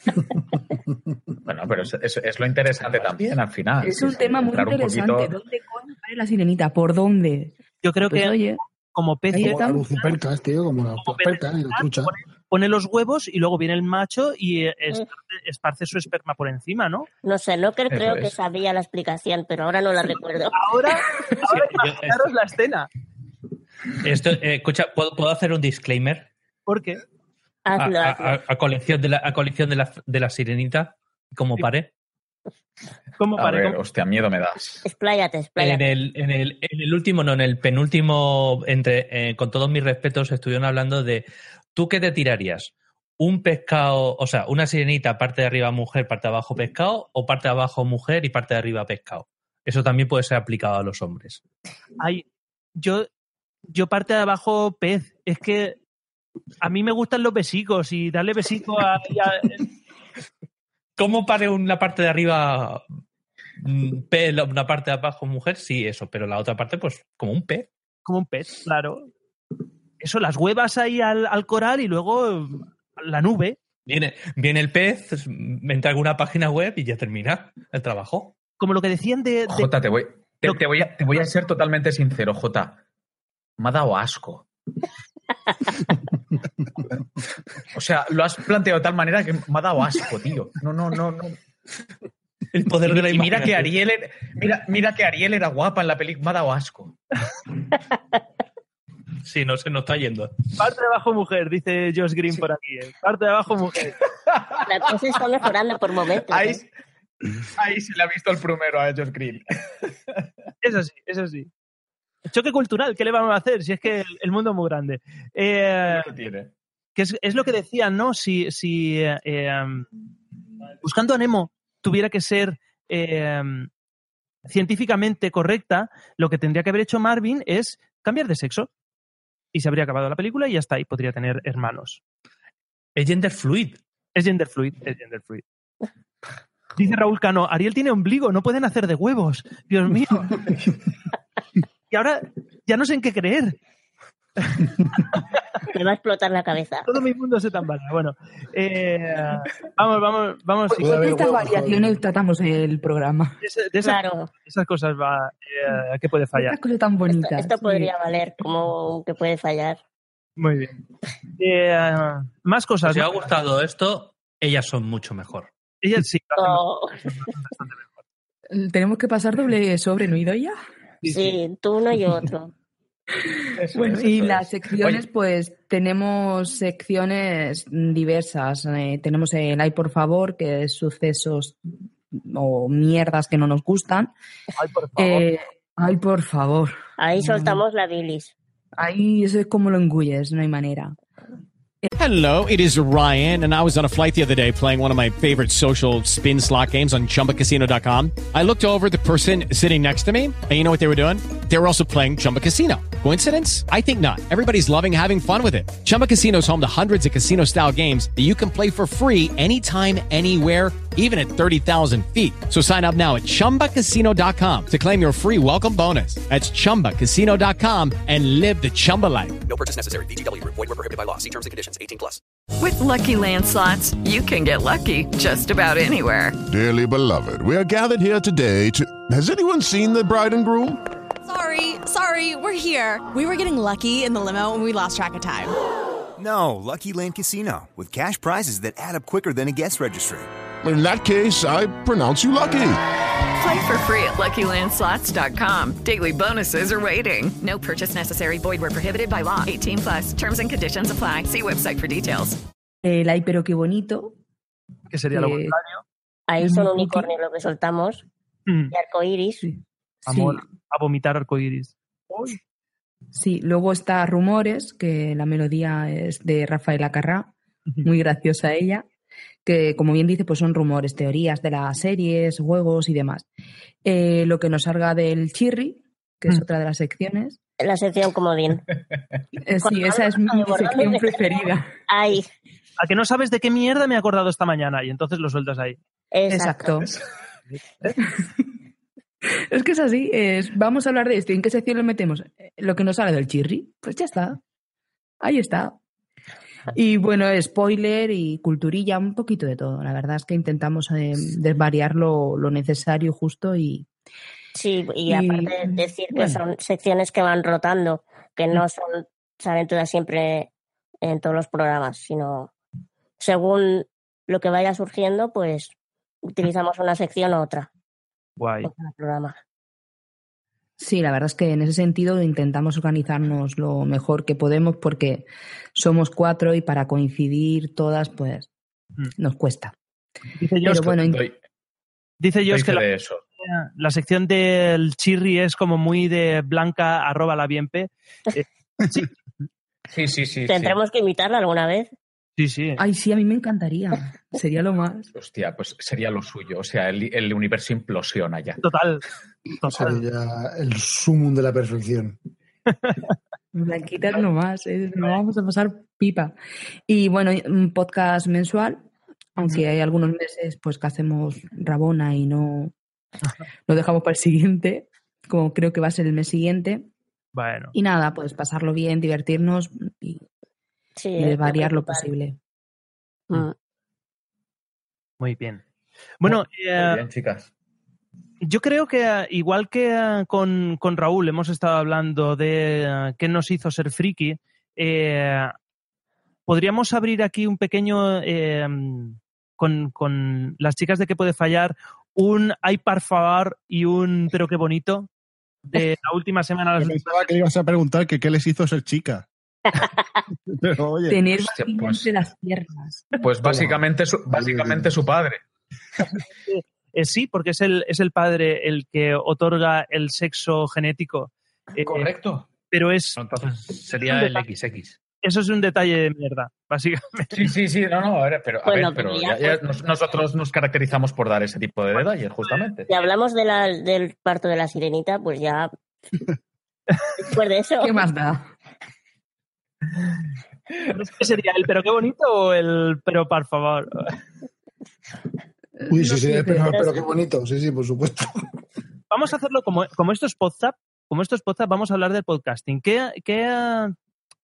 [SPEAKER 5] Bueno, pero es, es- es lo interesante también al final.
[SPEAKER 9] Es un
[SPEAKER 5] Sí,
[SPEAKER 9] tema muy
[SPEAKER 5] entrar un
[SPEAKER 9] interesante.
[SPEAKER 5] poquito-
[SPEAKER 9] ¿Dónde coño pare la sirenita? ¿Por dónde?
[SPEAKER 3] Yo creo
[SPEAKER 9] Pues
[SPEAKER 3] que
[SPEAKER 9] oye,
[SPEAKER 3] como
[SPEAKER 9] ahí
[SPEAKER 3] peces
[SPEAKER 4] Como las
[SPEAKER 9] estamos.
[SPEAKER 4] lucipercas, tío, como las
[SPEAKER 3] Como
[SPEAKER 4] percas y la trucha.
[SPEAKER 3] pone los huevos y luego viene el macho y eh, esparce, esparce su esperma por encima, ¿no?
[SPEAKER 8] No sé, no creo,
[SPEAKER 5] Eso
[SPEAKER 8] creo que
[SPEAKER 5] es.
[SPEAKER 8] sabía la explicación, pero ahora no la recuerdo.
[SPEAKER 3] Ahora, ahora
[SPEAKER 6] yo-
[SPEAKER 3] imaginaros la escena.
[SPEAKER 6] Esto, eh, escucha, ¿puedo, ¿puedo hacer un disclaimer?
[SPEAKER 3] ¿Por qué?
[SPEAKER 6] A,
[SPEAKER 8] Hazlo,
[SPEAKER 6] a-
[SPEAKER 8] hazlo.
[SPEAKER 6] a- a colección de la, a colección de la, de la sirenita, como
[SPEAKER 3] Sí.
[SPEAKER 6] pare.
[SPEAKER 3] ¿Cómo
[SPEAKER 5] A
[SPEAKER 3] pare?
[SPEAKER 5] ver,
[SPEAKER 3] ¿Cómo-
[SPEAKER 5] hostia, miedo me das.
[SPEAKER 8] Expláyate,
[SPEAKER 6] En
[SPEAKER 8] expláyate.
[SPEAKER 6] el, en, el, en el último, no, en el penúltimo, entre, eh, con todos mis respetos, estuvieron hablando de ¿tú qué te tirarías? ¿Un pescado, o sea, una sirenita, parte de arriba mujer, parte de abajo pescado, o parte de abajo mujer y parte de arriba pescado? Eso también puede ser aplicado a los hombres.
[SPEAKER 3] Ay, yo, yo parte de abajo pez. Es que a mí me gustan los besicos y darle besico a... a-
[SPEAKER 6] ¿Cómo pare una parte de arriba mm, pez, la- una parte de abajo mujer? Sí, eso, pero la otra parte, pues, como un pez.
[SPEAKER 3] como un pez, claro. Eso, las huevas ahí al, al coral y luego la nube.
[SPEAKER 6] Viene, viene el pez, entra a alguna página web y ya termina el trabajo.
[SPEAKER 3] Como lo que decían de... de-
[SPEAKER 5] Jota, te voy, te, te voy a, te voy a ser totalmente sincero, Jota. Me ha dado asco. O sea, lo has planteado de tal manera que me ha dado asco, tío. No, no, no, no.
[SPEAKER 6] El poder de la
[SPEAKER 5] Y mira que
[SPEAKER 6] imaginación.
[SPEAKER 5] Ariel era, mira, mira que Ariel era guapa en la película. Me ha dado asco.
[SPEAKER 6] Sí, no se nos está yendo.
[SPEAKER 3] Parte de abajo mujer, dice Josh Green por aquí. ¿eh? Parte de abajo mujer.
[SPEAKER 8] La cosa está mejorando por momentos.
[SPEAKER 5] Ahí,
[SPEAKER 8] ¿eh?
[SPEAKER 5] ahí se le ha visto el primero a Josh Green.
[SPEAKER 3] Eso sí, eso sí. Choque cultural, ¿qué le vamos a hacer? Si es que el, el mundo es muy grande. Eh,
[SPEAKER 5] ¿Qué tiene?
[SPEAKER 3] que es, es lo que decían, ¿no? Si, si eh, eh, Buscando a Nemo tuviera que ser eh, científicamente correcta, lo que tendría que haber hecho Marvin es cambiar de sexo. Y se habría acabado la película y ya está, y podría tener hermanos.
[SPEAKER 6] Es gender fluid.
[SPEAKER 3] Es gender fluid, es gender fluid. Dice Raúl Cano, Ariel tiene ombligo, no pueden hacer de huevos. Dios mío. Y ahora ya no sé en qué creer.
[SPEAKER 8] Me va a explotar la cabeza.
[SPEAKER 3] Todo mi mundo se tambala. Bueno, eh, vamos, vamos, vamos.
[SPEAKER 9] Pues de estas variaciones tratamos el programa.
[SPEAKER 3] De, de esas,
[SPEAKER 8] Claro.
[SPEAKER 3] esas cosas va, eh, que puede fallar.
[SPEAKER 9] Estas cosas tan bonitas.
[SPEAKER 8] Esto, esto
[SPEAKER 9] sí.
[SPEAKER 8] podría valer como que puede fallar.
[SPEAKER 3] Muy bien. Eh, más cosas.
[SPEAKER 6] Si os
[SPEAKER 3] ¿no?
[SPEAKER 6] ha gustado esto, ellas son mucho mejor.
[SPEAKER 3] Ellas sí. lo hacen
[SPEAKER 8] Oh.
[SPEAKER 3] bastante mejor.
[SPEAKER 9] Tenemos que pasar doble sobre, ¿no, Idoia?
[SPEAKER 8] Sí, sí, tú uno y yo otro.
[SPEAKER 5] Eso
[SPEAKER 9] Bueno,
[SPEAKER 5] es,
[SPEAKER 9] y
[SPEAKER 5] eso
[SPEAKER 9] las
[SPEAKER 5] es.
[SPEAKER 9] secciones,
[SPEAKER 5] Oye,
[SPEAKER 9] pues tenemos secciones diversas. Eh, tenemos el Ay, por favor, que es sucesos o mierdas que no nos gustan.
[SPEAKER 3] Ay, por favor.
[SPEAKER 9] Eh, ay, por favor.
[SPEAKER 8] Ahí soltamos la bilis.
[SPEAKER 9] Ahí eso es como lo engulles, no hay manera.
[SPEAKER 10] Hello, it is Ryan, and I was on a flight the other day playing one of my favorite social spin slot games on Chumba Casino dot com. I looked over at the person sitting next to me, and you know what they were doing? They were also playing Chumba Casino. Coincidence? I think not. Everybody's loving having fun with it. Chumba Casino is home to hundreds of casino-style games that you can play for free anytime, anywhere, even at thirty thousand feet. So sign up now at Chumba Casino dot com to claim your free welcome bonus. That's Chumba Casino dot com and live the Chumba life.
[SPEAKER 11] No purchase necessary. V G W. Void where prohibited by law. See terms and conditions. eighteen plus.
[SPEAKER 13] With Lucky Land Slots, you can get lucky just about anywhere.
[SPEAKER 15] Dearly beloved, we are gathered here today to... Has anyone seen the bride and groom?
[SPEAKER 16] Sorry, sorry, we're here. We were getting lucky in the limo and we lost track of time.
[SPEAKER 17] No, Lucky Land Casino, with cash prizes that add up quicker than a guest registry.
[SPEAKER 15] In that case, I pronounce you lucky.
[SPEAKER 13] Play for free at Lucky Land Slots dot com. Daily bonuses are waiting. No purchase necessary. Void where prohibited by law. eighteen plus. Terms and conditions apply. See website for details.
[SPEAKER 9] El Ay, pero qué bonito.
[SPEAKER 3] Que sería
[SPEAKER 9] que-
[SPEAKER 3] lo contrario.
[SPEAKER 8] Ahí son unicornios lo que soltamos.
[SPEAKER 3] Mm.
[SPEAKER 8] Y arcoíris.
[SPEAKER 9] Sí.
[SPEAKER 3] Amor, a vomitar arcoíris.
[SPEAKER 9] Sí, luego está Rumores, que la melodía es de Rafaela Carrà, muy graciosa ella, que como bien dice, pues son rumores, teorías de las series, juegos y demás. Eh, lo que nos salga del Chirri, que es otra de las secciones.
[SPEAKER 8] La sección comodín.
[SPEAKER 9] Eh, sí, esa es mi sección preferida.
[SPEAKER 8] Ay,
[SPEAKER 3] A que no sabes de qué mierda me he acordado esta mañana y entonces lo sueltas ahí.
[SPEAKER 8] exacto.
[SPEAKER 9] Es que es así, es, vamos a hablar de esto. ¿En qué sección lo metemos? Eh, Lo que nos sale del Chirri, pues ya está. Ahí está. Y bueno, spoiler y culturilla, un poquito de todo. La verdad es que intentamos eh, desvariar lo, lo necesario, justo y...
[SPEAKER 8] Sí, y,
[SPEAKER 9] Y,
[SPEAKER 8] aparte decir que
[SPEAKER 9] bueno.
[SPEAKER 8] son secciones que van rotando, que no son, salen todas siempre en todos los programas, sino según lo que vaya surgiendo, pues utilizamos una sección u otra.
[SPEAKER 3] Guay.
[SPEAKER 8] En cada programa.
[SPEAKER 9] Sí, la verdad es que en ese sentido intentamos organizarnos lo mejor que podemos porque somos cuatro y para coincidir todas, pues
[SPEAKER 3] Mm.
[SPEAKER 9] nos cuesta.
[SPEAKER 3] Dice
[SPEAKER 9] Pero
[SPEAKER 3] Josh,
[SPEAKER 9] bueno, in-
[SPEAKER 5] doy-
[SPEAKER 3] dice Josh
[SPEAKER 5] doy
[SPEAKER 3] que
[SPEAKER 5] fe
[SPEAKER 3] la,
[SPEAKER 5] de eso.
[SPEAKER 3] la sección del Chirri es como muy de Blanca arroba la bienpe. Eh, sí,
[SPEAKER 5] Sí, sí, sí.
[SPEAKER 8] Tendremos que imitarla alguna vez.
[SPEAKER 3] sí, sí.
[SPEAKER 9] ay, sí, a mí me encantaría. Sería lo más.
[SPEAKER 5] sí. Hostia, pues sería lo suyo. O sea, el, el universo implosiona ya.
[SPEAKER 3] Total. Total.
[SPEAKER 4] Sería el sumum de la perfección.
[SPEAKER 9] Blanquitas nomás, ¿eh? Nos vamos a pasar pipa. Y bueno, un podcast mensual, aunque hay algunos meses pues que hacemos Rabona y no lo dejamos para el siguiente, como creo que va a ser el mes siguiente.
[SPEAKER 3] Bueno.
[SPEAKER 9] Y nada, pues pasarlo bien, divertirnos y,
[SPEAKER 8] Sí,
[SPEAKER 9] y
[SPEAKER 8] es
[SPEAKER 9] desvariar lo
[SPEAKER 8] principal.
[SPEAKER 9] posible.
[SPEAKER 8] Mm.
[SPEAKER 3] Muy bien. Bueno, eh,
[SPEAKER 5] Muy bien, chicas.
[SPEAKER 3] yo creo que eh, igual que eh, con, con Raúl hemos estado hablando de eh, qué nos hizo ser friki, eh, podríamos abrir aquí un pequeño, eh, con, con las chicas de qué puede fallar, un ay por favor y un pero qué bonito de la última semana.
[SPEAKER 7] Yo pensaba que ibas a preguntar que qué les hizo ser chica. Pero oye,
[SPEAKER 9] Tener
[SPEAKER 5] hostia,
[SPEAKER 9] vagina
[SPEAKER 5] pues-
[SPEAKER 9] entre las piernas.
[SPEAKER 5] Pues básicamente su, básicamente su padre.
[SPEAKER 3] Eh, sí, porque es el, es el padre el que otorga el sexo genético. Eh,
[SPEAKER 5] Correcto.
[SPEAKER 3] Pero es,
[SPEAKER 6] Entonces sería el equis equis.
[SPEAKER 3] eso es un detalle de mierda, básicamente.
[SPEAKER 5] Sí, sí, sí, no, no, a ver, pero, a
[SPEAKER 8] Bueno,
[SPEAKER 5] ver, pero
[SPEAKER 8] pero
[SPEAKER 5] ya-
[SPEAKER 8] ya,
[SPEAKER 5] ya nos- nosotros nos caracterizamos por dar ese tipo de detalles, justamente.
[SPEAKER 8] Si hablamos de la, del parto de la sirenita, pues ya. Después de eso.
[SPEAKER 9] ¿Qué más da?
[SPEAKER 3] ¿Qué sería? ¿El pero qué bonito o el pero por favor?
[SPEAKER 4] Uy, sí,
[SPEAKER 9] No
[SPEAKER 4] sí,
[SPEAKER 9] sé,
[SPEAKER 4] pero,
[SPEAKER 9] pero-
[SPEAKER 4] pero qué bonito. Sí, sí, por supuesto.
[SPEAKER 3] Vamos a hacerlo como, como esto es WhatsApp, como esto es WhatsApp, vamos a hablar del podcasting. ¿Qué, qué,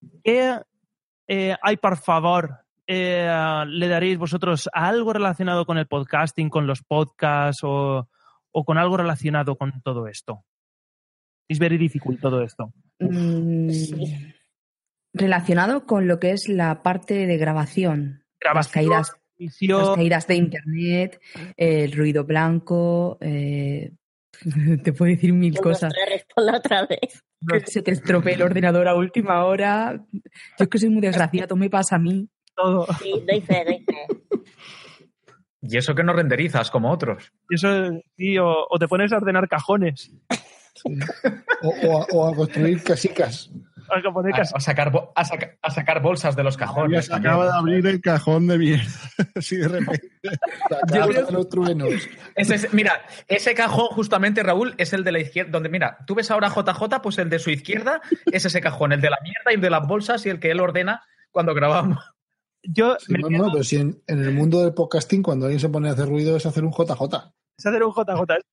[SPEAKER 3] ¿qué, eh, ay, por favor, eh, le daréis vosotros a algo relacionado con el podcasting, con los podcasts o, o con algo relacionado con todo esto? Es very difficult todo esto.
[SPEAKER 9] Mm, relacionado con lo que es la parte de grabación.
[SPEAKER 3] Grabación,
[SPEAKER 9] las caídas,
[SPEAKER 3] edición.
[SPEAKER 9] las caídas de internet, el ruido blanco. Eh, te puedo decir mil
[SPEAKER 8] Yo
[SPEAKER 9] cosas.
[SPEAKER 8] te respondo otra vez.
[SPEAKER 9] Que se te estropee el ordenador a última hora. Yo es que soy muy desgraciado, me pasa a mí.
[SPEAKER 3] Todo.
[SPEAKER 8] Sí, doy fe, doy fe.
[SPEAKER 5] Y eso que no renderizas como otros.
[SPEAKER 3] Eso, sí, o, o te pones a ordenar cajones.
[SPEAKER 4] Sí. O, o, a, o a construir casicas.
[SPEAKER 3] A, poner
[SPEAKER 5] A,
[SPEAKER 3] cas-
[SPEAKER 5] a sacar, bo- a, saca- a sacar bolsas de los
[SPEAKER 7] Ya
[SPEAKER 5] cajones.
[SPEAKER 7] se acaba de abrir el cajón de mierda. Así de repente.
[SPEAKER 4] Sacar de los truenos.
[SPEAKER 5] Ese es- mira, ese cajón justamente, Raúl, es el de la izquierda, donde mira, tú ves ahora a J J, pues el de su izquierda es ese cajón, el de la mierda y el de las bolsas y el que él ordena cuando grabamos.
[SPEAKER 3] Yo
[SPEAKER 4] Sí, no, no, pero si en, en el mundo del podcasting, cuando alguien se pone a hacer ruido, es hacer un J J.
[SPEAKER 3] es hacer un J J.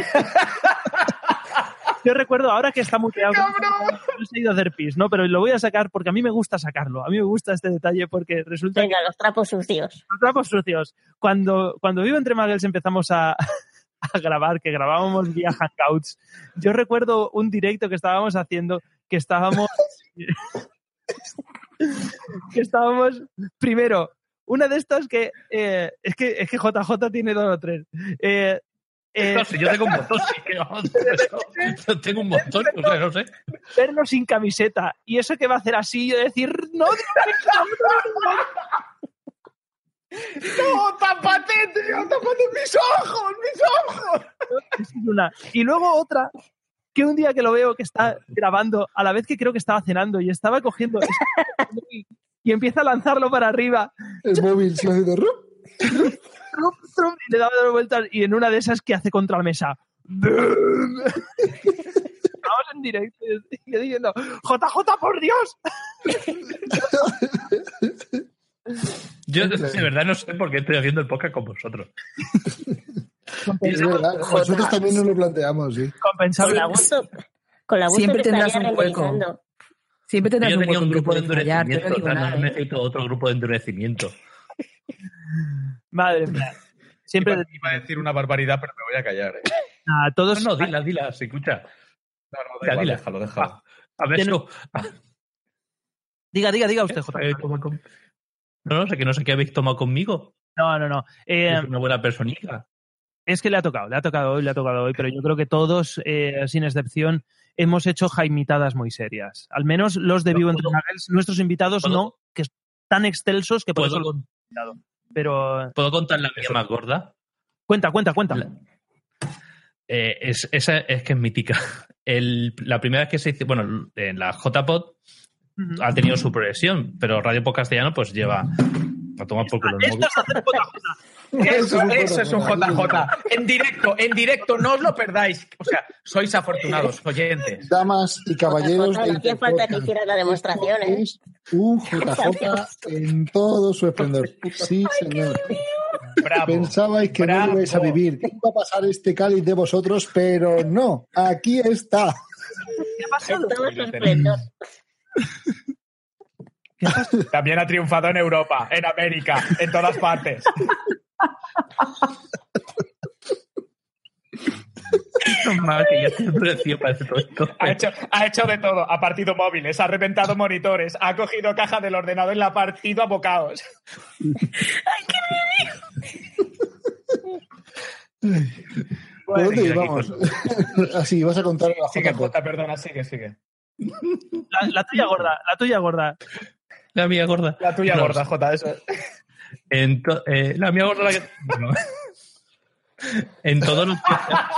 [SPEAKER 3] Yo recuerdo ahora que está muteado. No he ido a hacer pis, ¿no? Pero lo voy a sacar porque a mí me gusta sacarlo. A mí me gusta este detalle porque resulta
[SPEAKER 8] Venga,
[SPEAKER 3] que
[SPEAKER 8] los trapos sucios.
[SPEAKER 3] los trapos sucios. Cuando, cuando Vivo Entre Muggles empezamos a, a grabar, que grabábamos vía Hangouts, yo recuerdo un directo que estábamos haciendo, que estábamos... que estábamos... Primero, una de estas que... Eh, es que es que J J tiene dos o tres. Eh, eh,
[SPEAKER 6] No sé, yo tengo un montón, sí, que no, yo tengo un montón, no sé, no sé.
[SPEAKER 3] vernos sin camiseta. Y eso que va a hacer así, yo decir, no, Dios,
[SPEAKER 5] ¡No, tápate, tío! ¡Tápate mis ojos, mis ojos!
[SPEAKER 3] es una. Y luego otra, que un día que lo veo que está grabando, a la vez que creo que estaba cenando y estaba cogiendo y empieza a lanzarlo para arriba.
[SPEAKER 4] El móvil se hace de rup.
[SPEAKER 3] Trum, trum, y le daba dos vueltas y en una de esas que hace contra la mesa. Estamos en directo y yo diciendo, J J, por Dios.
[SPEAKER 6] Yo de verdad no sé por qué estoy haciendo el podcast con vosotros.
[SPEAKER 4] Es verdad, nosotros también nos lo planteamos, sí.
[SPEAKER 8] Con
[SPEAKER 3] Compensable.
[SPEAKER 8] la gusto, con la gusto
[SPEAKER 9] Siempre
[SPEAKER 8] que
[SPEAKER 9] tendrás
[SPEAKER 8] estaría
[SPEAKER 9] un hueco.
[SPEAKER 8] renderizando.
[SPEAKER 9] Siempre tendrás
[SPEAKER 6] Yo
[SPEAKER 9] un
[SPEAKER 6] tenía
[SPEAKER 9] hueco
[SPEAKER 6] un
[SPEAKER 9] en que
[SPEAKER 6] grupo de
[SPEAKER 9] puedes fallar. Yo no
[SPEAKER 6] endurecimiento,
[SPEAKER 9] digo
[SPEAKER 6] o sea,
[SPEAKER 9] nada,
[SPEAKER 6] no
[SPEAKER 9] ¿eh?
[SPEAKER 6] necesito otro grupo de endurecimiento.
[SPEAKER 3] Madre mía. Siempre
[SPEAKER 5] Iba, iba a decir una barbaridad, pero me voy a callar. ¿eh?
[SPEAKER 3] a todos.
[SPEAKER 6] No, no, dila, dila, se escucha.
[SPEAKER 5] No, no, da
[SPEAKER 6] Ya,
[SPEAKER 5] igual,
[SPEAKER 6] dila.
[SPEAKER 5] déjalo, déjalo.
[SPEAKER 6] A ver,
[SPEAKER 3] Tiene-
[SPEAKER 6] eso.
[SPEAKER 3] Diga, diga, diga usted, J
[SPEAKER 6] Eh,
[SPEAKER 3] J.
[SPEAKER 6] toma con- No, no sé, que no sé qué habéis tomado conmigo.
[SPEAKER 3] No, no, no. Eh,
[SPEAKER 6] Es una buena personita.
[SPEAKER 3] Es que le ha tocado, le ha tocado hoy, le ha tocado hoy, pero yo creo que todos, eh, sin excepción, hemos hecho jaimitadas muy serias. Al menos los de
[SPEAKER 6] No,
[SPEAKER 3] Vivo Entre
[SPEAKER 6] puedo-
[SPEAKER 3] Muggles, nuestros invitados
[SPEAKER 6] puedo-
[SPEAKER 3] no, que son tan excelsos que por
[SPEAKER 6] ¿Puedo,
[SPEAKER 3] eso los
[SPEAKER 6] con-
[SPEAKER 3] hemos invitado. Pero
[SPEAKER 6] ¿Puedo contar la mía más gorda?
[SPEAKER 3] cuenta, cuenta, cuenta.
[SPEAKER 6] La- Eh, es, esa es que es mítica. El- la primera vez que se hizo, bueno, en la J P O D
[SPEAKER 3] Ujú.
[SPEAKER 6] ha tenido su progresión, pero Radio Pod Castellano pues lleva a tomar por culo el
[SPEAKER 3] Esto
[SPEAKER 6] móvil.
[SPEAKER 3] es hacer J J.
[SPEAKER 5] Eso, eso es un J J. En directo, en directo, no os lo perdáis. O sea, sois afortunados, oyentes.
[SPEAKER 4] Damas y caballeros,
[SPEAKER 8] No hacía falta que hicieras la demostración, ¿eh?
[SPEAKER 4] es un J J en todo su esplendor. Sí, señor.
[SPEAKER 5] Bravo.
[SPEAKER 4] Pensabais que
[SPEAKER 5] bravo.
[SPEAKER 4] no ibais a vivir, que iba a pasar este cáliz de vosotros, pero no, aquí está.
[SPEAKER 3] ¿Qué ha pasado?
[SPEAKER 8] Todo su esplendor.
[SPEAKER 5] También ha triunfado en Europa, en América, en todas partes.
[SPEAKER 6] Mal, que ya te he endurecido para hacer todo esto.
[SPEAKER 5] Ha hecho, ha hecho de todo. Ha partido móviles, ha reventado monitores, ha cogido caja del ordenador y la ha partido a bocados.
[SPEAKER 4] ¿Por dónde
[SPEAKER 6] Seguir aquí
[SPEAKER 4] íbamos? Así, vas a contar la
[SPEAKER 5] Sigue,
[SPEAKER 4] J P O D.
[SPEAKER 5] Jota, perdona, sigue, sigue.
[SPEAKER 3] La, la tuya gorda, la tuya gorda.
[SPEAKER 6] La mía gorda.
[SPEAKER 5] La tuya
[SPEAKER 6] No,
[SPEAKER 5] gorda, Jota, eso.
[SPEAKER 6] En to- eh, la mía gorda la que... Bueno. En todos los podcasts,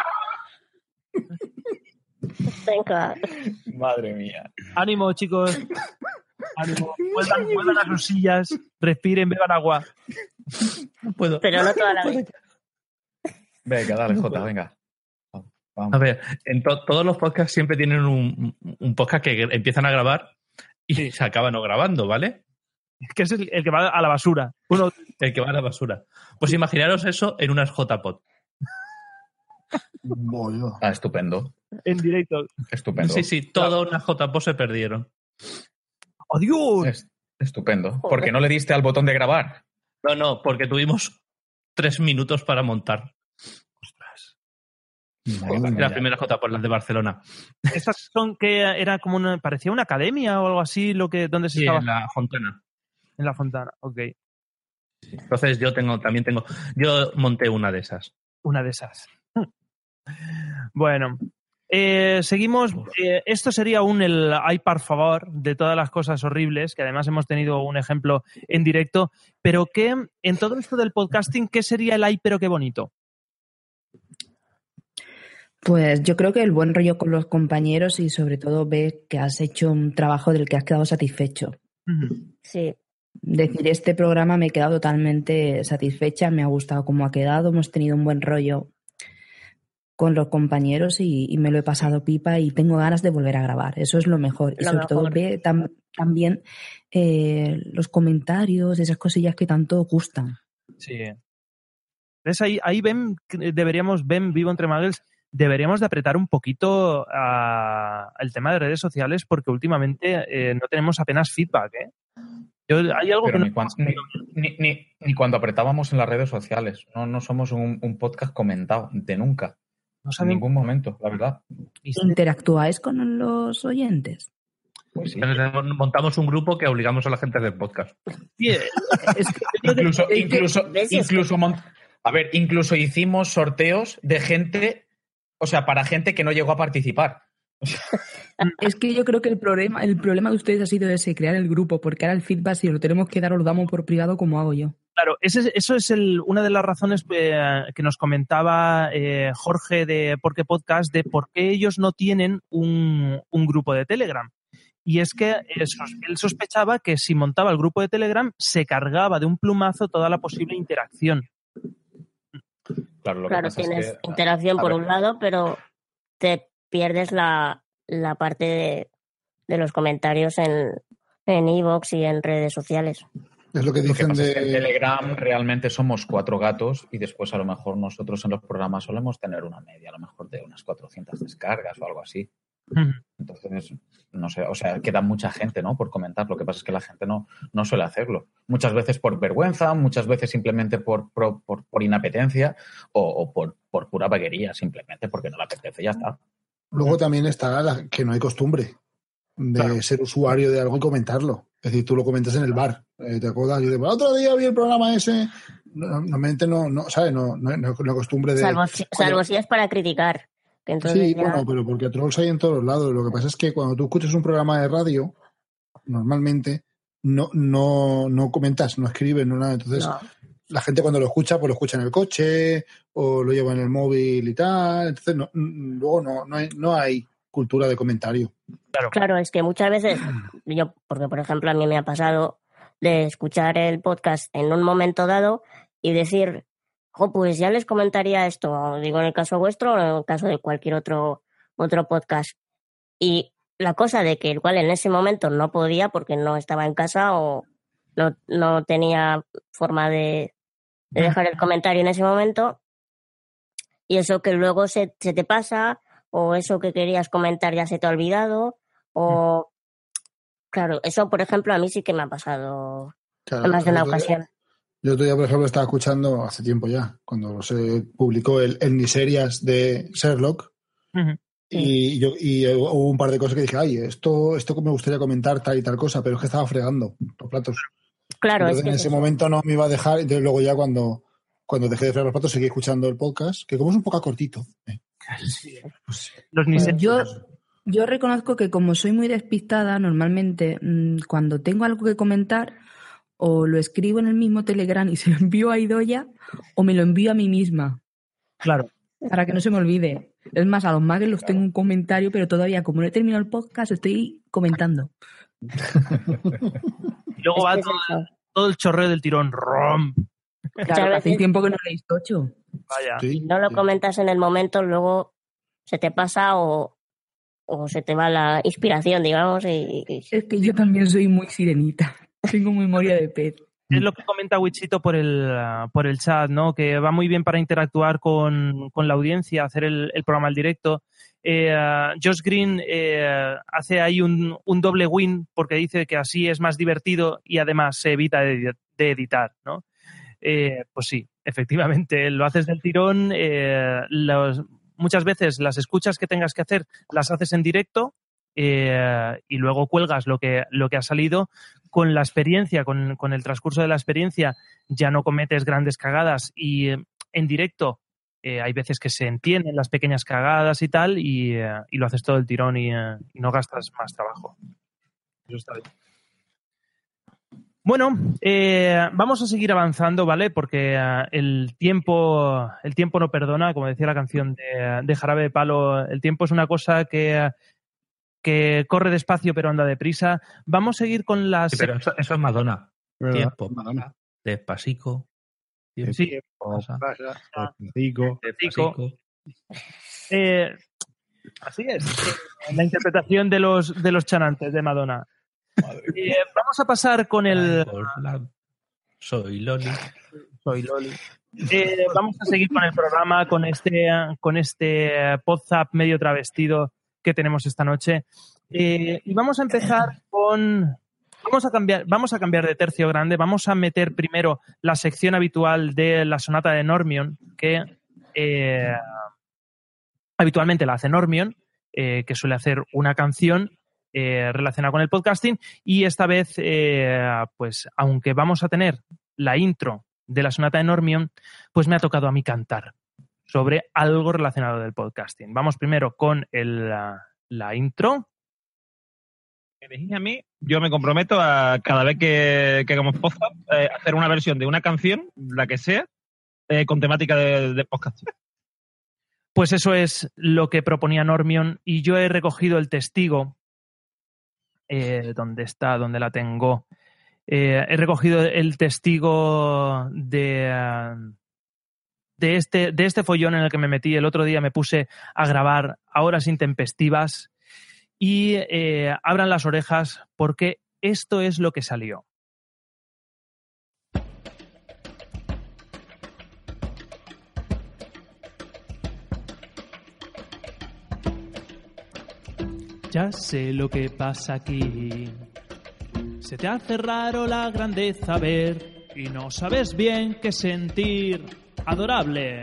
[SPEAKER 8] Venga.
[SPEAKER 5] Madre mía.
[SPEAKER 3] Ánimo, chicos. Ánimo. Vuelvan, vuelvan a sus sillas, respiren, beban agua.
[SPEAKER 6] no puedo.
[SPEAKER 8] Pero no toda la vez.
[SPEAKER 5] Venga, dale, Jota, venga.
[SPEAKER 6] A ver, en to- todos los podcasts siempre tienen un, un podcast que empiezan a grabar y se acaban no grabando, ¿vale?
[SPEAKER 3] Es que es el, el que va a la basura. Uno,
[SPEAKER 6] El que va a la basura. Pues imaginaros eso en unas J P O D.
[SPEAKER 4] Bollo.
[SPEAKER 5] Ah, estupendo.
[SPEAKER 3] en directo.
[SPEAKER 5] Estupendo.
[SPEAKER 6] Sí, sí, todas unas J P O D se perdieron.
[SPEAKER 3] ¡Adiós!
[SPEAKER 5] Es estupendo. ¿Por qué no le diste al botón de grabar?
[SPEAKER 6] No, no, porque tuvimos tres minutos para montar. Ostras. La primera J por las de Barcelona.
[SPEAKER 3] Estas son que era como una, parecía una academia o algo así, lo que donde se
[SPEAKER 6] Sí,
[SPEAKER 3] estaba.
[SPEAKER 6] en la Fontana.
[SPEAKER 3] En la Fontana, ok.
[SPEAKER 6] Entonces yo tengo, también tengo, yo monté una de esas.
[SPEAKER 3] Una de esas. Bueno, eh, seguimos. Eh, esto sería un el ay por favor de todas las cosas horribles, que además hemos tenido un ejemplo en directo. Pero ¿qué, en todo esto del podcasting, qué sería el ay pero qué bonito?
[SPEAKER 9] Pues yo creo que el buen rollo con los compañeros y sobre todo ver que has hecho un trabajo del que has quedado satisfecho.
[SPEAKER 8] Sí.
[SPEAKER 9] Decir, este programa me he quedado totalmente satisfecha, me ha gustado cómo ha quedado, hemos tenido un buen rollo con los compañeros y, y me lo he pasado pipa y tengo ganas de volver a grabar. Eso es lo mejor. Y
[SPEAKER 8] Lo
[SPEAKER 9] sobre
[SPEAKER 8] mejor.
[SPEAKER 9] todo ver tam- también eh, los comentarios, esas cosillas que tanto gustan.
[SPEAKER 3] Sí. ¿Ves? Ahí, ahí ven, deberíamos, ven Vivo Entre Muggles, deberíamos de apretar un poquito a, el tema de redes sociales porque últimamente eh, no tenemos apenas feedback, ¿eh? Yo, hay algo
[SPEAKER 5] Pero
[SPEAKER 3] que
[SPEAKER 5] ni,
[SPEAKER 3] no...
[SPEAKER 5] cuan- ni, ni, ni, ni cuando apretábamos en las redes sociales. No, no somos un, un podcast comentado, de nunca.
[SPEAKER 3] No
[SPEAKER 5] en ningún momento, la verdad.
[SPEAKER 9] ¿Interactuáis con los oyentes?
[SPEAKER 5] Pues sí.
[SPEAKER 6] Montamos un grupo que obligamos a la gente del podcast.
[SPEAKER 5] incluso,
[SPEAKER 6] es que-
[SPEAKER 5] incluso,
[SPEAKER 6] ¿ves?
[SPEAKER 5] incluso, mon- a ver, incluso hicimos sorteos de gente, o sea, para gente que no llegó a participar.
[SPEAKER 9] Es que yo creo que el problema, el problema de ustedes ha sido ese, crear el grupo, porque ahora el feedback, si lo tenemos que dar, lo damos por privado como hago yo.
[SPEAKER 3] Claro, ese, eso es el, una de las razones eh, que nos comentaba eh, Jorge de Por qué Podcast, de por qué ellos no tienen un, un grupo de Telegram. Y es que él, sos- él sospechaba que si montaba el grupo de Telegram se cargaba de un plumazo toda la posible interacción.
[SPEAKER 5] Claro, lo que
[SPEAKER 8] Claro,
[SPEAKER 5] pasa es
[SPEAKER 8] tienes
[SPEAKER 5] que,
[SPEAKER 8] interacción
[SPEAKER 5] a
[SPEAKER 8] por
[SPEAKER 5] ver,
[SPEAKER 8] un lado, pero te pierdes la, la parte de, de los comentarios en en iVoox y en redes sociales.
[SPEAKER 4] Es lo que
[SPEAKER 5] Lo que
[SPEAKER 4] dicen
[SPEAKER 5] pasa es que
[SPEAKER 4] de...
[SPEAKER 5] en Telegram realmente somos cuatro gatos y después a lo mejor nosotros en los programas solemos tener una media, a lo mejor de unas cuatrocientas descargas o algo así. Entonces, no sé, o sea, queda mucha gente, ¿no? Por comentar. Lo que pasa es que la gente no, no suele hacerlo. Muchas veces por vergüenza, muchas veces simplemente por, por, por, por inapetencia o, o por, por pura vaguería, simplemente porque no le apetece y ya está.
[SPEAKER 4] Luego también está la, que no hay costumbre de ser usuario de algo y comentarlo. Es decir, tú lo comentas en el bar. Eh, ¿Te acuerdas? Yo digo, el otro día vi el programa ese. No- Normalmente no, no ¿sabes? No, no, no, no costumbre de...
[SPEAKER 8] Salvo, si- salvo si es para criticar. Que entonces
[SPEAKER 4] Sí,
[SPEAKER 8] ya-
[SPEAKER 4] bueno, pero porque trolls hay en todos lados. Lo que pasa es que cuando tú escuchas un programa de radio, normalmente no, no, no comentas, no escribes, no nada. Entonces,
[SPEAKER 8] No.
[SPEAKER 4] la gente cuando lo escucha, pues lo escucha en el coche o lo lleva en el móvil y tal. Entonces, no, mm, luego no, no, hay, no hay cultura de comentario.
[SPEAKER 8] Claro, es que muchas veces, yo, porque por ejemplo a mí me ha pasado de escuchar el podcast en un momento dado y decir, jo, pues ya les comentaría esto, digo en el caso vuestro o en el caso de cualquier otro, otro podcast. Y la cosa de que igual en ese momento no podía porque no estaba en casa o no, no tenía forma de, de dejar el comentario en ese momento, y eso que luego se, se te pasa, o eso que querías comentar ya se te ha olvidado, o... Claro, eso, por ejemplo, a mí sí que me ha pasado
[SPEAKER 4] Claro,
[SPEAKER 8] en más de una
[SPEAKER 4] el otro día-
[SPEAKER 8] ocasión.
[SPEAKER 4] Yo otro día, por ejemplo, estaba escuchando hace tiempo ya, cuando se publicó el Etniserias de Sherlock, y, yo, y hubo un par de cosas que dije, ay, esto, esto me gustaría comentar tal y tal cosa, pero es que estaba fregando los platos.
[SPEAKER 8] Claro,
[SPEAKER 4] Entonces,
[SPEAKER 8] es que
[SPEAKER 4] en
[SPEAKER 8] es
[SPEAKER 4] ese
[SPEAKER 8] eso.
[SPEAKER 4] momento no me iba a dejar, entonces luego ya cuando, cuando dejé de fregar los platos seguí escuchando el podcast, que como es un poco cortito. eh,
[SPEAKER 3] Los
[SPEAKER 9] Pues yo, yo reconozco que como soy muy despistada, normalmente mm, cuando tengo algo que comentar, o lo escribo en el mismo Telegram y se lo envío a Idoya, o me lo envío a mí misma.
[SPEAKER 3] Claro.
[SPEAKER 9] Para que no se me olvide. Es más, a los magos los tengo un comentario, pero todavía, como no he terminado el podcast, estoy comentando.
[SPEAKER 3] Y luego va todo, todo el chorreo del tirón. ¡Rom!
[SPEAKER 9] Claro, hace tiempo que no leéis tocho.
[SPEAKER 3] Vaya.
[SPEAKER 8] Si no lo comentas en el momento, luego se te pasa o, o se te va la inspiración, digamos. Y, y-
[SPEAKER 9] Es que yo también soy muy sirenita. Tengo memoria de pez.
[SPEAKER 3] Es lo que comenta Wichito por el, ah, por el chat, ¿no? Que va muy bien para interactuar con, con la audiencia, hacer el, el programa al directo. Eh, Josh Green eh, hace ahí un, un doble win porque dice que así es más divertido y además se evita de, de editar, ¿no? Eh, pues sí, efectivamente, lo haces del tirón. Eh, los, muchas veces las escuchas que tengas que hacer las haces en directo eh, y luego cuelgas lo que, lo que ha salido. Con la experiencia, con, con el transcurso de la experiencia, ya no cometes grandes cagadas y eh, en directo eh, hay veces que se entienden las pequeñas cagadas y tal y, eh, y lo haces todo el tirón y, eh, y no gastas más trabajo. Eso está bien. Bueno, eh, vamos a seguir avanzando, ¿vale? Porque uh, el tiempo el tiempo no perdona, como decía la canción de, de Jarabe de Palo, el tiempo es una cosa que, que corre despacio pero anda deprisa. Vamos a seguir con las...
[SPEAKER 6] Sí, pero eso, eso es Madonna.
[SPEAKER 7] ¿Verdad?
[SPEAKER 6] Tiempo,
[SPEAKER 7] Madonna.
[SPEAKER 6] Despacito.
[SPEAKER 3] Sí,
[SPEAKER 7] Despacito.
[SPEAKER 3] Despacito. Eh, así es. La interpretación de los, de los chanantes de Madonna. Eh, vamos a pasar con el...
[SPEAKER 6] Soy Loli.
[SPEAKER 3] Soy Loli. Eh, vamos a seguir con el programa, con este, con este Podzap medio travestido que tenemos esta noche. Eh, y vamos a empezar con... Vamos a, cambiar, vamos a cambiar de tercio grande. Vamos a meter primero la sección habitual de la sonata de Normion, que eh, habitualmente la hace Normion, eh, que suele hacer una canción Eh, relacionada con el podcasting, y esta vez eh, pues aunque vamos a tener la intro de la sonata de Normion, pues me ha tocado a mí cantar sobre algo relacionado del podcasting. Vamos primero con el, la, la intro.
[SPEAKER 18] A mí, yo me comprometo a cada vez que, que hagamos podcast eh, hacer una versión de una canción, la que sea, eh, con temática de, de podcasting.
[SPEAKER 3] Pues eso es lo que proponía Normion y yo he recogido el testigo. Eh, ¿Dónde está? ¿Dónde la tengo? Eh, he recogido el testigo de, uh, de, este, de este follón en el que me metí. El otro día me puse a grabar a horas intempestivas y eh, abran las orejas porque esto es lo que salió. Ya sé lo que pasa aquí. Se te hace raro la grandeza ver y no sabes bien qué sentir. Adorable.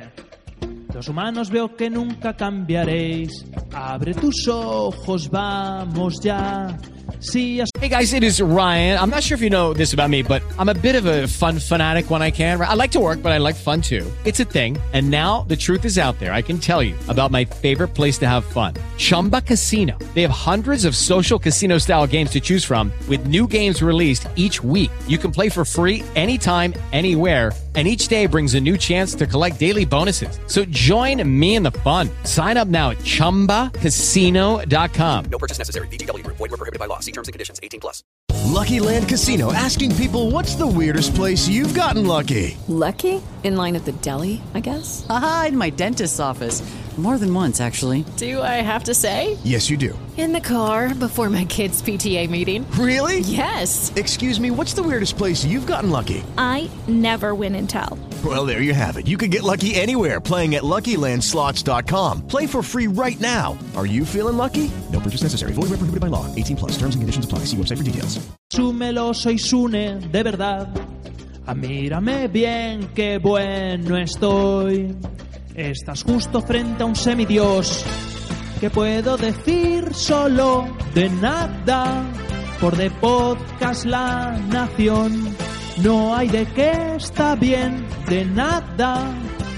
[SPEAKER 3] Los humanos veo que nunca cambiaréis. Abre tus ojos, vamos ya. See us.
[SPEAKER 10] Hey guys, it is Ryan. I'm not sure if you know this about me, but I'm a bit of a fun fanatic when I can. I like to work, but I like fun too. It's a thing. And now the truth is out there. I can tell you about my favorite place to have fun. Chumba Casino. They have hundreds of social casino style games to choose from with new games released each week. You can play for free anytime, anywhere. And each day brings a new chance to collect daily bonuses. So join me in the fun. Sign up now at chumba casino dot com.
[SPEAKER 19] No purchase necessary. V G W Group. Void where prohibited by law. See terms and conditions. eighteen plus.
[SPEAKER 20] Lucky Land Casino, asking people, what's the weirdest place you've gotten lucky?
[SPEAKER 13] Lucky? In line at the deli, I guess?
[SPEAKER 21] Aha, in my dentist's office. More than once, actually.
[SPEAKER 16] Do I have to say?
[SPEAKER 20] Yes, you do.
[SPEAKER 16] In the car before my kids' P T A meeting.
[SPEAKER 20] Really?
[SPEAKER 16] Yes.
[SPEAKER 20] Excuse me, what's the weirdest place you've gotten lucky?
[SPEAKER 22] I never win and tell.
[SPEAKER 20] Well, there you have it. You can get lucky anywhere, playing at Lucky Land Slots dot com. Play for free right now. Are you feeling lucky? No purchase necessary. Void where prohibited by law. eighteen plus. Terms and conditions apply. See website for details.
[SPEAKER 3] Súmelo, soy Sune, de verdad. Ah, mírame bien, qué bueno estoy. Estás justo frente a un semidios. ¿Qué puedo decir? Solo de nada. Por de podcast La Nación. No hay de qué, está bien, de nada.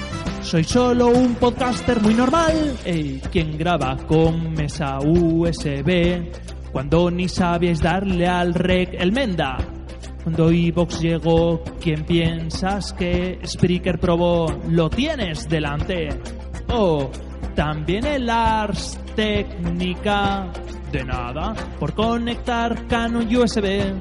[SPEAKER 3] Soy solo un podcaster muy normal. Ey, quien graba con mesa U S B. Cuando ni sabíais darle al rec el menda. Cuando iVoox llegó, ¿quién piensas que Spreaker probó? Lo tienes delante. Oh, también el Ars Técnica. De nada, por conectar Canon U S B.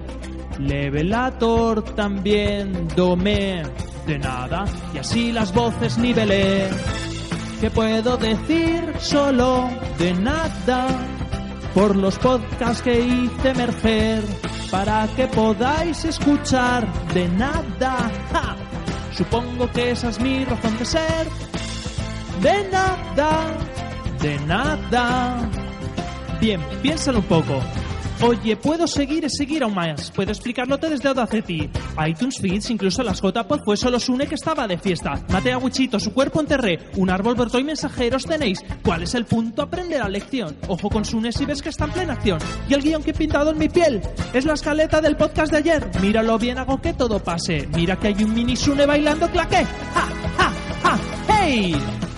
[SPEAKER 3] Levelator también domé. De nada, y así las voces nivelé. ¿Qué puedo decir? Solo de nada. Por los podcasts que hice emerger, para que podáis escuchar de nada. ¡Ja! Supongo que esa es mi razón de ser. De nada, de nada. Bien, piénsalo un poco. Oye, puedo seguir y seguir aún más. Puedo explicarlote desde Audacity, iTunes Feeds, incluso las J-Pod fue solo Sune que estaba de fiesta. Maté a Wichito, su cuerpo enterré. Un árbol brotó y mensajeros tenéis. ¿Cuál es el punto? Aprender la lección. Ojo con Sune si ves que está en plena acción. Y el guión que he pintado en mi piel es la escaleta del podcast de ayer. Míralo bien, hago que todo pase. Mira que hay un mini Sune bailando claqué. ¡Ja, ja, ja! ¡Hey!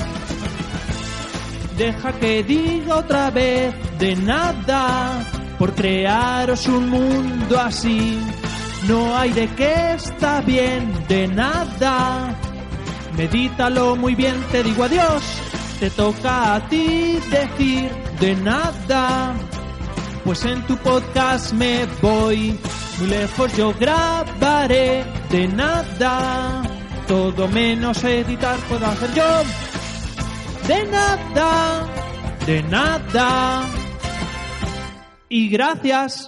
[SPEAKER 3] Deja que diga otra vez de nada. Por crearos un mundo así, no hay de qué está bien, de nada. Medítalo muy bien, te digo adiós. Te toca a ti decir de nada. Pues en tu podcast me voy, muy lejos yo grabaré de nada. Todo menos editar puedo hacer yo. De nada, de nada. Y gracias.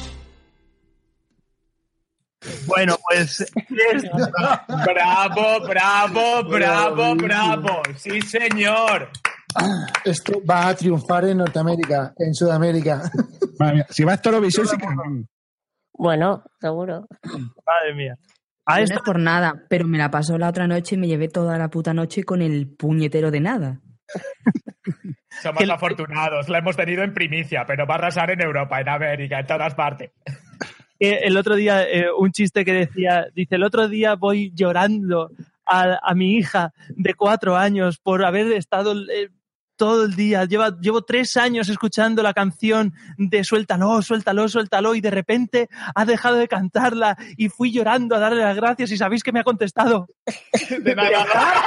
[SPEAKER 3] Bueno, pues...
[SPEAKER 5] Bravo, bravo, bravo, bravo. Sí, señor.
[SPEAKER 4] Esto va a triunfar en Norteamérica, en Sudamérica.
[SPEAKER 7] Vale, si va a Eurovisión, sí que...
[SPEAKER 8] Bueno, seguro.
[SPEAKER 3] Madre mía.
[SPEAKER 9] A no es por nada, pero me la pasó la otra noche y me llevé toda la puta noche con el puñetero de nada.
[SPEAKER 5] Somos afortunados, la hemos tenido en primicia, pero va a arrasar en Europa, en América, en todas partes.
[SPEAKER 3] El otro día, eh, un chiste que decía, dice, el otro día voy llorando a, a mi hija de cuatro años por haber estado eh, todo el día, lleva, llevo tres años escuchando la canción de suéltalo, suéltalo, suéltalo, y de repente ha dejado de cantarla y fui llorando a darle las gracias y ¿sabéis qué me ha contestado?
[SPEAKER 5] De nada.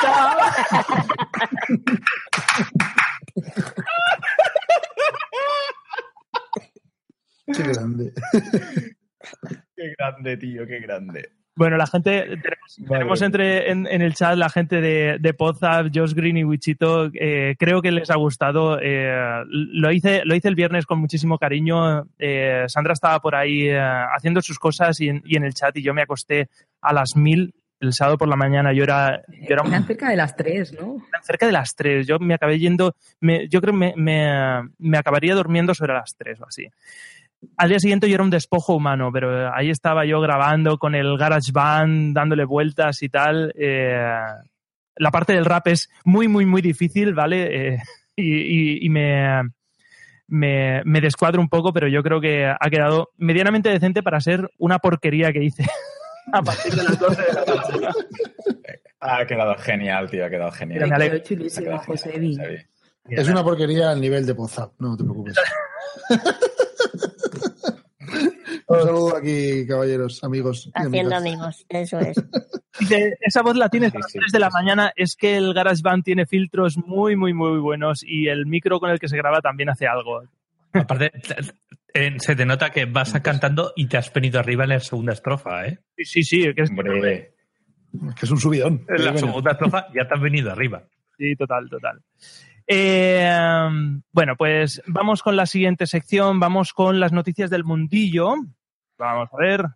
[SPEAKER 4] Qué grande.
[SPEAKER 5] Qué grande, tío, qué grande.
[SPEAKER 3] Bueno, la gente, tenemos, vale. tenemos entre en, en el chat la gente de, de Podzap, Josh Green y Wichito, eh, creo que les ha gustado. Eh, lo hice lo hice el viernes con muchísimo cariño. Eh, Sandra estaba por ahí eh, haciendo sus cosas y en, y en el chat y yo me acosté a las mil el sábado por la mañana. Yo era... Yo era
[SPEAKER 9] Eran cerca de las tres, ¿no?
[SPEAKER 3] Eran cerca de las tres. Yo me acabé yendo... Me, yo creo que me, me, me acabaría durmiendo sobre las tres o así. Al día siguiente yo era un despojo humano, pero ahí estaba yo grabando con el GarageBand, dándole vueltas y tal. Eh, la parte del rap es muy, muy, muy difícil, ¿vale? Eh, y y, y me, me, me descuadro un poco, pero yo creo que ha quedado medianamente decente para ser una porquería que hice a partir de las doce de la noche.
[SPEAKER 5] Ha quedado genial, tío, ha quedado genial.
[SPEAKER 9] Me quedó chulísimo, Josebi.
[SPEAKER 4] Es una porquería al nivel de Podzap, no te preocupes. Un saludo aquí, caballeros, amigos.
[SPEAKER 8] Haciendo amigos, eso es.
[SPEAKER 3] Dice, esa voz la tienes a las tres de la mañana, es que el GarageBand tiene filtros muy, muy, muy buenos y el micro con el que se graba también hace algo.
[SPEAKER 6] Aparte, se te nota que vas cantando y te has venido arriba en la segunda estrofa, ¿eh?
[SPEAKER 3] Sí, sí, sí. Que es,
[SPEAKER 5] Hombre.
[SPEAKER 4] Que es un subidón.
[SPEAKER 6] En la segunda estrofa ya te has venido arriba.
[SPEAKER 3] Sí, total, total. Eh, bueno, pues vamos con la siguiente sección, vamos con las noticias del mundillo. Vamos a ver.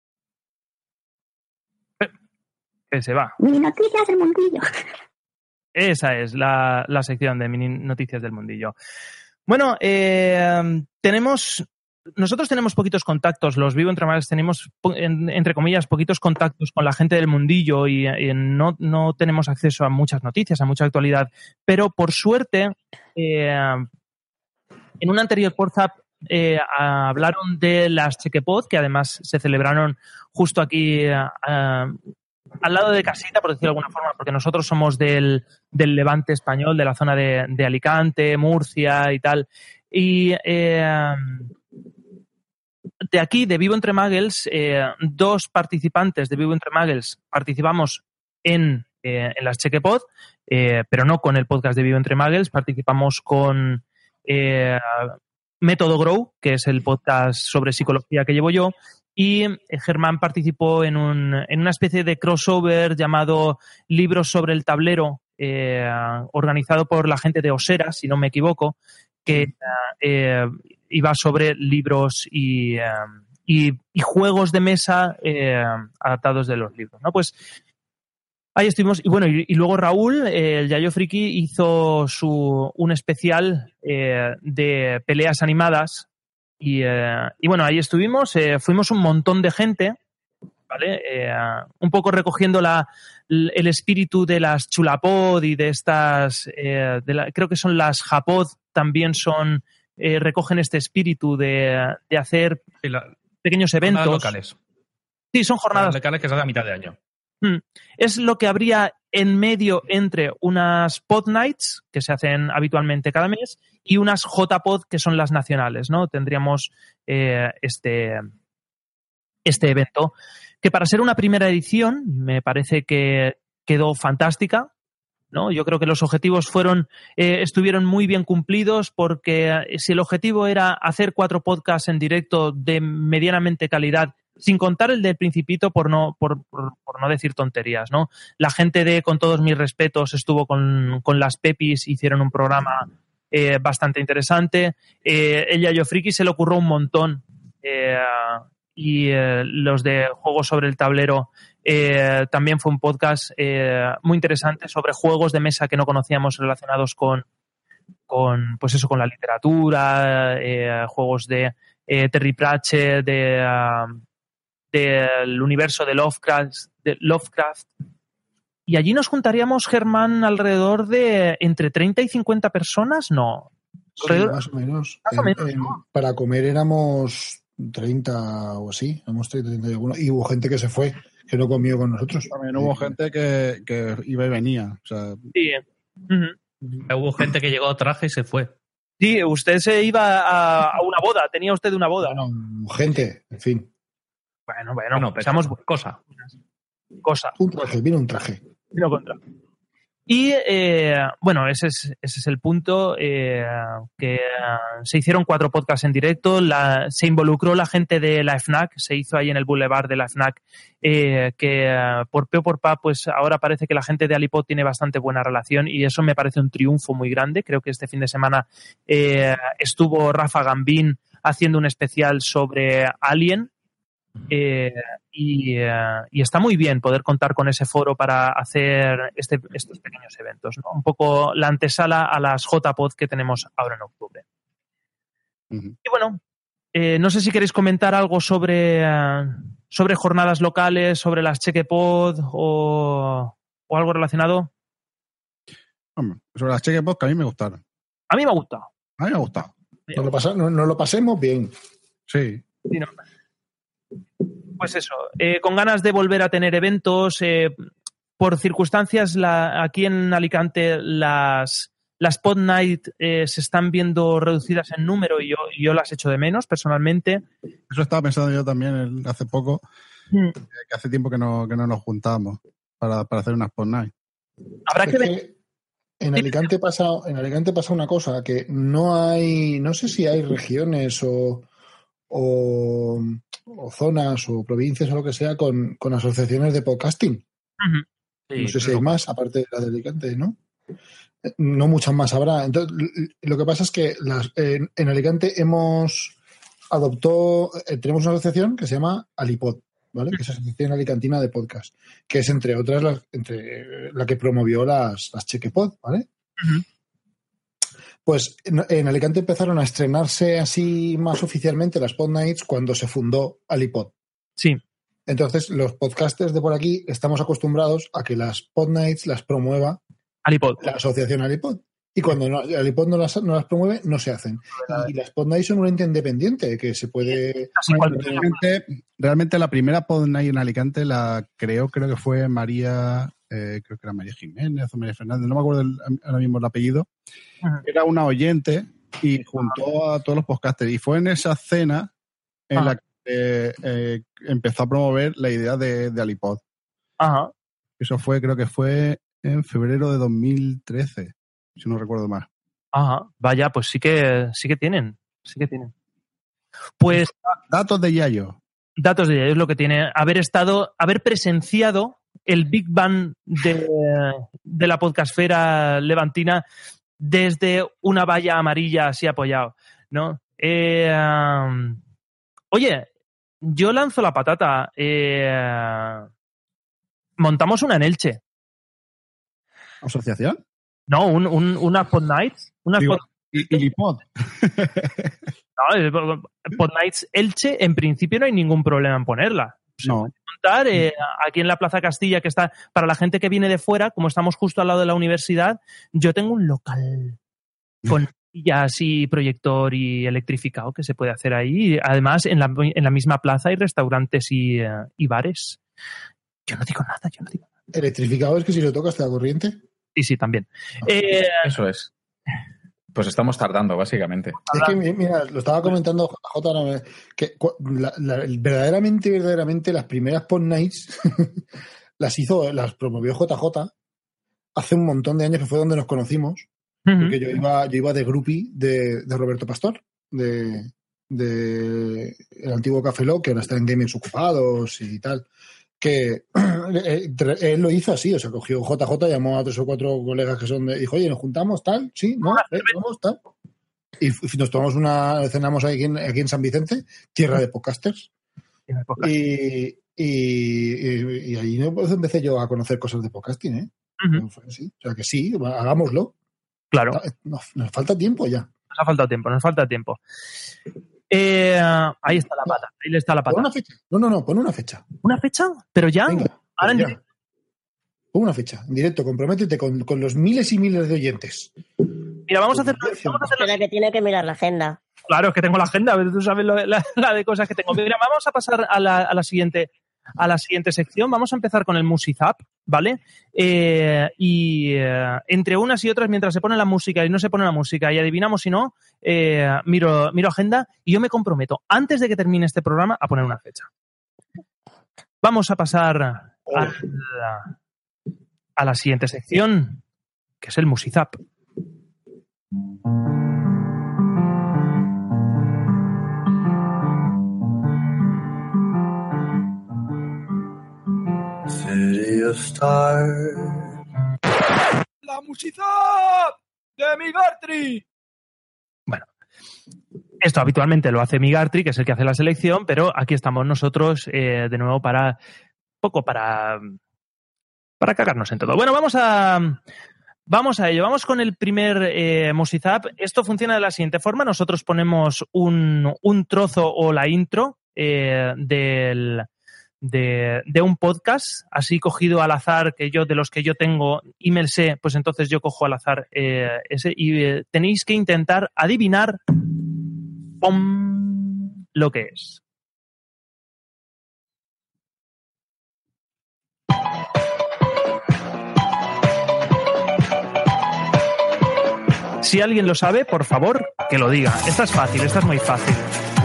[SPEAKER 3] Que se va.
[SPEAKER 1] Mini noticias del mundillo.
[SPEAKER 3] Esa es la, la sección de mini noticias del mundillo. Bueno, eh, tenemos... Nosotros tenemos poquitos contactos, los Vivo Entre Magels tenemos, en, entre comillas, poquitos contactos con la gente del mundillo y, y no, no tenemos acceso a muchas noticias, a mucha actualidad, pero por suerte, eh, en un anterior Podzap eh, hablaron de las Chequepod, que además se celebraron justo aquí eh, al lado de casita, por decirlo de alguna forma, porque nosotros somos del, del Levante español, de la zona de, de Alicante, Murcia y tal, y... Eh, de aquí, de Vivo Entre Magels, eh, dos participantes de Vivo Entre Magels participamos en, eh, en las Chequepod, eh, pero no con el podcast de Vivo Entre Magels, participamos con eh, Método Grow, que es el podcast sobre psicología que llevo yo, y Germán participó en, un, en una especie de crossover llamado Libros sobre el Tablero, eh, organizado por la gente de Osera, si no me equivoco, que eh, iba sobre libros y, eh, y, y juegos de mesa eh, adaptados de los libros, ¿no? Pues Ahí estuvimos. Y bueno, y, y luego Raúl, eh, el Yayo Friki, hizo su un especial eh, de peleas animadas. Y, eh, y bueno, ahí estuvimos. Eh, fuimos un montón de gente, ¿vale? Eh, un poco recogiendo la, el espíritu de las Chulapod y de estas, eh, de la, creo que son las Japod, también son, eh, recogen este espíritu de, de hacer
[SPEAKER 6] sí, la,
[SPEAKER 3] pequeños eventos.
[SPEAKER 6] Jornadas locales.
[SPEAKER 3] Sí, son jornadas
[SPEAKER 6] locales que se hacen a mitad de año.
[SPEAKER 3] Es lo que habría en medio entre unas Pod Nights, que se hacen habitualmente cada mes, y unas J-Pod, que son las nacionales, ¿no? Tendríamos eh, este, este evento, que para ser una primera edición me parece que quedó fantástica, ¿no? Yo creo que los objetivos fueron eh, estuvieron muy bien cumplidos, porque si el objetivo era hacer cuatro podcasts en directo de medianamente calidad, sin contar el del Principito, por no por, por, por no decir tonterías, ¿no? La gente de Con Todos Mis Respetos estuvo con, con las Pepis, hicieron un programa eh, bastante interesante. Eh, el Yayo Friki se le ocurrió un montón. Eh, y eh, los de Juegos sobre el Tablero eh, también fue un podcast eh, muy interesante sobre juegos de mesa que no conocíamos relacionados con, con pues eso, con la literatura, eh, juegos de eh, Terry Pratchett, de... Uh, del universo de Lovecraft, de Lovecraft. Y allí nos juntaríamos, Germán, alrededor de entre treinta y cincuenta personas, ¿no?
[SPEAKER 4] Sí, más o menos.
[SPEAKER 3] Más o menos,
[SPEAKER 4] en,
[SPEAKER 3] ¿no?
[SPEAKER 4] En, para comer éramos treinta o así, éramos treinta, treinta y alguno. Y hubo gente que se fue, que no comió con nosotros.
[SPEAKER 7] También hubo gente que, que iba y venía. O sea,
[SPEAKER 3] sí. Uh-huh.
[SPEAKER 6] Hubo gente que llegó a traje y se fue.
[SPEAKER 3] Sí, usted se iba a, a una boda, tenía usted una boda.
[SPEAKER 4] Bueno, gente, en fin.
[SPEAKER 3] Bueno, bueno,
[SPEAKER 6] bueno
[SPEAKER 3] pensamos
[SPEAKER 6] cosa.
[SPEAKER 3] Cosa.
[SPEAKER 4] Un traje, vino un traje.
[SPEAKER 3] Vino contra. Y eh, bueno, ese es, ese es el punto, eh, que uh, se hicieron cuatro podcasts en directo, la, se involucró la gente de la FNAC, se hizo ahí en el Boulevard de la FNAC, eh, que uh, por pe o por pa, pues ahora parece que la gente de Alipod tiene bastante buena relación y eso me parece un triunfo muy grande. Creo que este fin de semana eh, estuvo Rafa Gambín haciendo un especial sobre Alien. Eh, y, uh, y está muy bien poder contar con ese foro para hacer este, estos pequeños eventos, ¿no? Un poco la antesala a las J-Pod que tenemos ahora en octubre. Uh-huh. Y bueno, eh, no sé si queréis comentar algo sobre, uh, sobre jornadas locales, sobre las Chequepod o, o algo relacionado.
[SPEAKER 7] Hombre, sobre las Chequepod que a mí me gustaron.
[SPEAKER 3] A mí me ha gustado.
[SPEAKER 7] A mí me ha gustado.
[SPEAKER 4] Nos lo, pasa, nos, nos lo pasemos bien.
[SPEAKER 7] Sí.
[SPEAKER 3] Sí, no. Pues eso, eh, con ganas de volver a tener eventos. Eh, por circunstancias, la, aquí en Alicante las, las Pod Night eh, se están viendo reducidas en número y yo, yo las echo de menos personalmente.
[SPEAKER 7] Eso estaba pensando yo también el, hace poco, mm. eh, que hace tiempo que no, que no nos juntamos para, para hacer unas Pod Night.
[SPEAKER 3] Habrá
[SPEAKER 4] es
[SPEAKER 3] que ver.
[SPEAKER 4] Que en Alicante pasa, en Alicante pasa una cosa, que no hay, no sé si hay regiones o... O, o zonas o provincias o lo que sea con, con asociaciones de podcasting.
[SPEAKER 3] Uh-huh. Sí,
[SPEAKER 4] no sé
[SPEAKER 3] claro.
[SPEAKER 4] si hay más, aparte de la de Alicante, ¿no? No muchas más habrá. Entonces, lo que pasa es que las, en, en Alicante hemos adoptó, eh, tenemos una asociación que se llama Alipod, ¿vale? Uh-huh. Que es la Asociación Alicantina de Podcast, que es entre otras la, entre la que promovió las, las Chequepod, ¿vale?
[SPEAKER 3] Uh-huh.
[SPEAKER 4] Pues en, en Alicante empezaron a estrenarse así más oficialmente las Pod Nights cuando se fundó Alipod.
[SPEAKER 3] Sí.
[SPEAKER 4] Entonces, los podcasters de por aquí estamos acostumbrados a que las Pod Nights las promueva
[SPEAKER 3] Alipod.
[SPEAKER 4] La asociación Alipod. Y cuando no, Alipod no las, no las promueve, no se hacen. Y las Pod Nights son un ente independiente que se puede...
[SPEAKER 7] Realmente, realmente la primera Pod Night en Alicante la creó, creo que fue María... Eh, creo que era María Jiménez o María Fernández, no me acuerdo el, ahora mismo el apellido. Ajá. Era una oyente y juntó a todos los podcasters. Y fue en esa cena en Ajá. la que eh, eh, empezó a promover la idea de, de Alipod.
[SPEAKER 3] Ajá.
[SPEAKER 7] Eso fue, creo que fue en febrero de dos mil trece, si no recuerdo mal.
[SPEAKER 3] Ajá, vaya, pues sí que sí que tienen, sí que tienen. Pues
[SPEAKER 7] datos de Yayo.
[SPEAKER 3] Datos de Yayo es lo que tiene haber estado, haber presenciado el Big Bang de, de la podcastfera levantina desde una valla amarilla así apoyado, ¿no? Eh, um, oye, yo lanzo la patata. Eh, montamos una en Elche.
[SPEAKER 7] ¿Asociación?
[SPEAKER 3] No, un, un, unas Pod Nights. Unas
[SPEAKER 7] Digo,
[SPEAKER 3] pod...
[SPEAKER 7] y, y Pod.
[SPEAKER 3] No, Pod Nights Elche, en principio no hay ningún problema en ponerla.
[SPEAKER 7] No.
[SPEAKER 3] Montar, eh, aquí en la Plaza Castilla, que está para la gente que viene de fuera, como estamos justo al lado de la universidad, yo tengo un local con sillas y proyector y electrificado que se puede hacer ahí. Además, en la, en la misma plaza hay restaurantes y, uh, y bares. Yo no digo nada, yo no digo nada.
[SPEAKER 4] ¿Electrificado es que si lo tocas te da corriente?
[SPEAKER 3] Sí, sí, también. Eh,
[SPEAKER 5] Eso es. Pues estamos tardando, básicamente.
[SPEAKER 4] Es que, mira, lo estaba comentando J, no, que la, la, verdaderamente, verdaderamente las primeras Pod Nights las hizo, las promovió J J hace un montón de años, que fue donde nos conocimos, uh-huh. Porque yo iba, yo iba de groupie de, de Roberto Pastor, de, de el antiguo Café Lock, que ahora está en Gamers Ocupados y tal, que él lo hizo así, o sea, cogió J J, llamó a tres o cuatro colegas que son de, dijo, oye, ¿nos juntamos tal? Sí, ¿no? ¿Eh? ¿Vamos tal? Y nos tomamos una, cenamos aquí en, aquí en San Vicente, tierra de podcasters. Y, y, y, y ahí pues, empecé yo a conocer cosas de podcasting, ¿eh? Uh-huh. Sí, o sea que sí, hagámoslo.
[SPEAKER 3] Claro.
[SPEAKER 4] Nos, nos falta tiempo ya.
[SPEAKER 3] Nos ha faltado tiempo, nos falta tiempo. Eh, ahí está la pata, ahí está la pata.
[SPEAKER 4] Pon una fecha. No, no, no, pon una fecha.
[SPEAKER 3] ¿Una fecha? ¿Pero ya?
[SPEAKER 4] Venga,
[SPEAKER 3] ahora
[SPEAKER 4] ya.
[SPEAKER 3] En...
[SPEAKER 4] Pon una fecha, en directo, comprométete con, con los miles y miles de oyentes.
[SPEAKER 3] Mira, vamos a hacer... Vamos a hacer
[SPEAKER 8] Espera, que tiene que mirar la agenda.
[SPEAKER 3] Claro, es que tengo la agenda, tú sabes lo, la, la de cosas que tengo. Mira, vamos a pasar a la, a la siguiente... a la siguiente sección. Vamos a empezar con el Musizap, ¿vale? Eh, y eh, entre unas y otras, mientras se pone la música y no se pone la música y adivinamos si no, eh, miro, miro agenda y yo me comprometo, antes de que termine este programa, a poner una fecha. Vamos a pasar a la, a la siguiente sección, que es el Musizap.
[SPEAKER 1] City of Stars.
[SPEAKER 3] La Musizap de Migartri. Bueno, esto habitualmente lo hace Migartri, que es el que hace la selección, pero aquí estamos nosotros eh, de nuevo para poco para para cagarnos en todo. Bueno, vamos a vamos a ello. Vamos con el primer eh, Musizap. Esto funciona de la siguiente forma: nosotros ponemos un, un trozo o la intro eh, del De, de un podcast, así cogido al azar, que yo de los que yo tengo y me sé, pues entonces yo cojo al azar eh, ese y eh, tenéis que intentar adivinar ¡pum! Lo que es. Si alguien lo sabe, por favor, que lo diga. Esta es fácil, esta es muy fácil.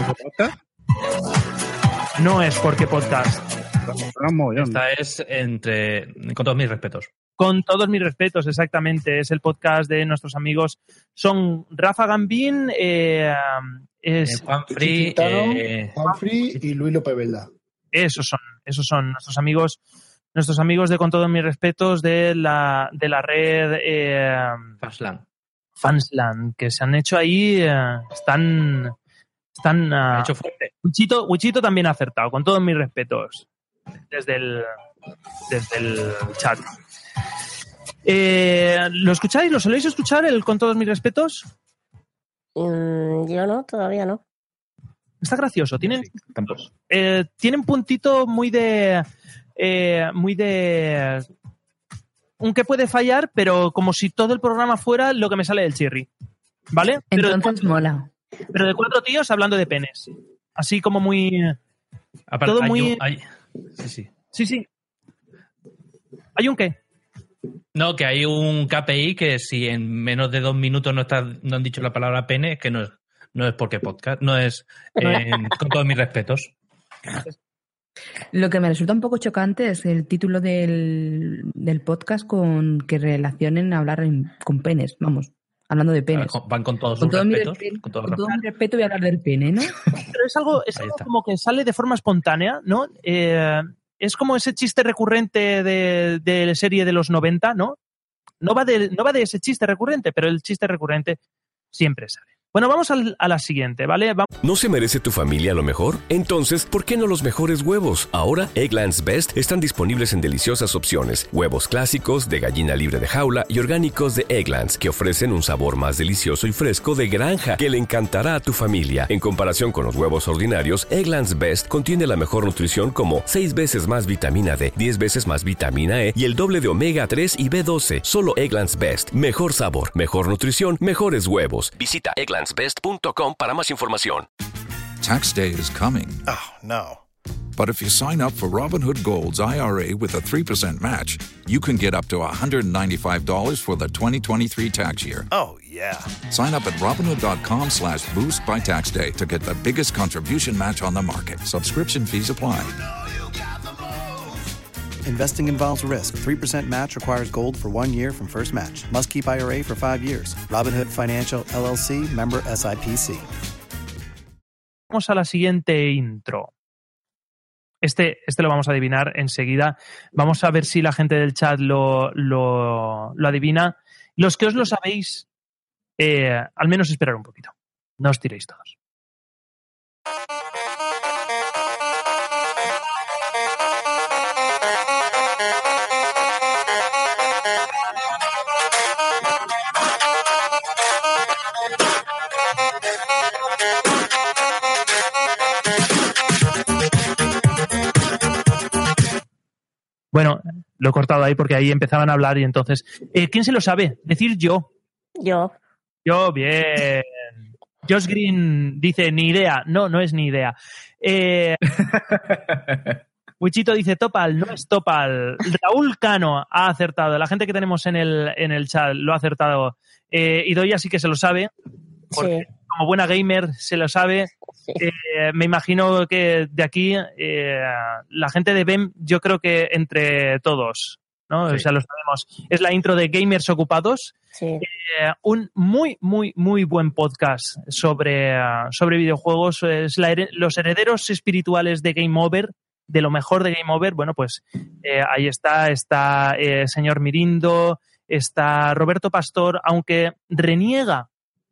[SPEAKER 3] No es porque podcast.
[SPEAKER 6] Esta es entre... Con todos mis respetos.
[SPEAKER 3] Con todos mis respetos, exactamente. Es el podcast de nuestros amigos. Son Rafa Gambín, eh, es
[SPEAKER 6] eh, Juan Free,
[SPEAKER 4] eh, Juan Free y Luis López Velda.
[SPEAKER 3] Esos son, esos son nuestros amigos, nuestros amigos de Con todos mis respetos de la, de la red eh,
[SPEAKER 6] Fansland.
[SPEAKER 3] Fansland, que se han hecho ahí, eh, están... Están, uh,
[SPEAKER 6] hecho fuerte.
[SPEAKER 3] Wichito, Wichito también ha acertado, con todos mis respetos, desde el, desde el chat. Eh, ¿Lo escucháis? ¿Lo soléis escuchar, el con todos mis respetos?
[SPEAKER 8] Mm, yo no, todavía no.
[SPEAKER 3] Está gracioso. Tienen, sí, eh, tienen puntito muy de... Eh, muy de... un que puede fallar, pero como si todo el programa fuera lo que me sale del chirri. ¿Vale?
[SPEAKER 9] Entonces pero, mola.
[SPEAKER 3] Pero de cuatro tíos hablando de penes. Así como muy...
[SPEAKER 6] Aparte,
[SPEAKER 3] todo
[SPEAKER 6] hay
[SPEAKER 3] muy...
[SPEAKER 6] Un, hay... Sí, sí.
[SPEAKER 3] Sí, sí. ¿Hay un qué?
[SPEAKER 6] No, que hay un K P I que si en menos de dos minutos no, está, no han dicho la palabra pene, es que no es, no es porque podcast, no es eh, con todos mis respetos.
[SPEAKER 9] Lo que me resulta un poco chocante es el título del, del podcast con que relacionen hablar en, con penes, vamos. Hablando de penes.
[SPEAKER 6] Van con todos
[SPEAKER 9] con
[SPEAKER 6] sus
[SPEAKER 9] todo
[SPEAKER 6] respetos.
[SPEAKER 9] Mi respeto,
[SPEAKER 6] con todo,
[SPEAKER 9] con todo mi respeto voy a hablar del pene, ¿no?
[SPEAKER 3] Pero es algo, es algo como que sale de forma espontánea, ¿no? Eh, es como ese chiste recurrente de, de la serie de los noventa, ¿no? No va, de, no va de ese chiste recurrente, pero el chiste recurrente siempre sale. Bueno, vamos al, a la siguiente, ¿vale? Vamos.
[SPEAKER 2] ¿No se merece tu familia lo mejor? Entonces, ¿por qué no los mejores huevos? Ahora, Eggland's Best están disponibles en deliciosas opciones. Huevos clásicos, de gallina libre de jaula y orgánicos de Eggland's, que ofrecen un sabor más delicioso y fresco de granja que le encantará a tu familia. En comparación con los huevos ordinarios, Eggland's Best contiene la mejor nutrición como seis veces más vitamina D, diez veces más vitamina E y el doble de omega tres y B doce. Solo Eggland's Best. Mejor sabor, mejor nutrición, mejores huevos. Visita egglands best punto com para más información.
[SPEAKER 12] Tax day is coming.
[SPEAKER 23] Oh, no.
[SPEAKER 12] But if you sign up for Robinhood Gold's I R A with a three percent match, you can get up to one hundred ninety-five dollars for the twenty twenty-three tax year.
[SPEAKER 23] Oh, yeah.
[SPEAKER 12] Sign up at Robinhood.com slash boost by tax day to get the biggest contribution match on the market. Subscription fees apply.
[SPEAKER 23] Investing involves risk. three percent match requires gold for one year from first match. Must keep I R A for five years. Robinhood Financial, L L C, member S I P C.
[SPEAKER 3] Vamos a la siguiente intro. Este, este lo vamos a adivinar enseguida. Vamos a ver si la gente del chat lo, lo, lo adivina. Los que os lo sabéis, eh, al menos esperar un poquito. No os tiréis todos. Bueno, lo he cortado ahí porque ahí empezaban a hablar y entonces... Eh, ¿Quién se lo sabe? Decir yo.
[SPEAKER 8] Yo.
[SPEAKER 3] Yo, bien. Josh Green dice, ni idea. No, no es ni idea. Eh, Wichito dice, Topal, no es Topal. Raúl Cano ha acertado. La gente que tenemos en el, en el chat lo ha acertado. Eh, Idoia sí que se lo sabe. Porque sí. Como buena gamer se lo sabe. Sí. Eh, me imagino que de aquí eh, la gente de B E M, yo creo que entre todos, ¿no? Sí. O sea, lo sabemos. Es la intro de Gamers Ocupados.
[SPEAKER 8] Sí.
[SPEAKER 3] Eh, un muy, muy, muy buen podcast sobre, uh, sobre videojuegos. Es la her- los herederos espirituales de Game Over, de lo mejor de Game Over. Bueno, pues eh, ahí está, está el eh, señor Mirindo, está Roberto Pastor, aunque reniega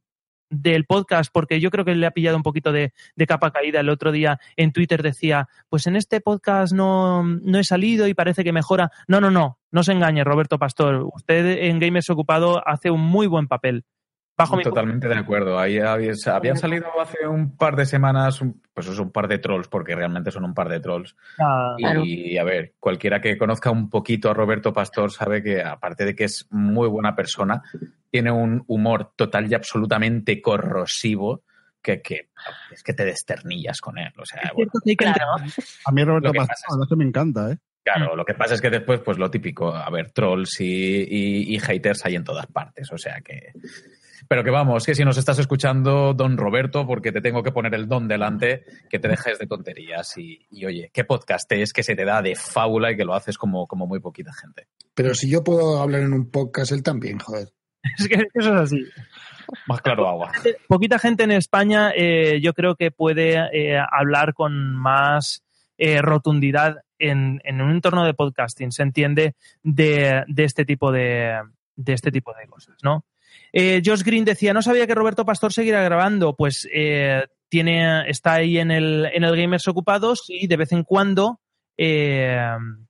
[SPEAKER 3] del podcast, porque yo creo que le ha pillado un poquito de, de capa caída. El otro día en Twitter decía, pues en este podcast no, no he salido y parece que mejora. No, no, no, no se engañe, Roberto Pastor. Usted en Gamers Ocupado hace un muy buen papel. Bajo
[SPEAKER 5] Totalmente
[SPEAKER 3] mi...
[SPEAKER 5] de acuerdo. Ahí había, habían salido hace un par de semanas, un, pues es un par de trolls, porque realmente son un par de trolls.
[SPEAKER 3] Ah,
[SPEAKER 5] y claro. A ver, cualquiera que conozca un poquito a Roberto Pastor sabe que, aparte de que es muy buena persona, tiene un humor total y absolutamente corrosivo que, que es que te desternillas con él. O sea, bueno,
[SPEAKER 8] claro.
[SPEAKER 7] A mí Roberto Pastor es... me encanta, ¿eh?
[SPEAKER 5] Claro, lo que pasa es que después, pues lo típico, a ver, trolls y, y, y haters hay en todas partes, o sea que... Pero que vamos, que si nos estás escuchando, don Roberto, porque te tengo que poner el don delante, que te dejes de tonterías y, y oye, qué podcast es que se te da de fábula y que lo haces como, como muy poquita gente.
[SPEAKER 4] Pero si yo puedo hablar en un podcast, él también, joder.
[SPEAKER 3] Es que eso es así.
[SPEAKER 5] Más claro agua.
[SPEAKER 3] Poquita gente en España eh, yo creo que puede eh, hablar con más eh, rotundidad en, en un entorno de podcasting, se entiende, de, de este tipo de, de este tipo de cosas, ¿no? Eh, Josh Green decía, no sabía que Roberto Pastor seguirá grabando. Pues eh, tiene, está ahí en el, en el Gamers Ocupados y de vez en cuando eh,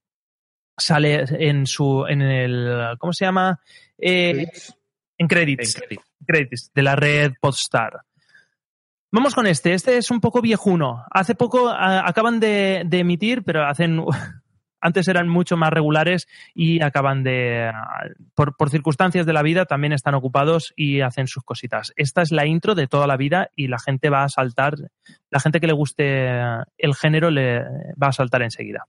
[SPEAKER 3] sale en su, en el, ¿cómo se llama? Eh, en credits, en credits de la red Podstar. Vamos con este. Este es un poco viejuno. Hace poco a, acaban de, de emitir, pero hacen... Antes eran mucho más regulares y acaban de... Por, por circunstancias de la vida también están ocupados y hacen sus cositas. Esta es la intro de toda la vida y la gente va a saltar... La gente que le guste el género le va a saltar enseguida.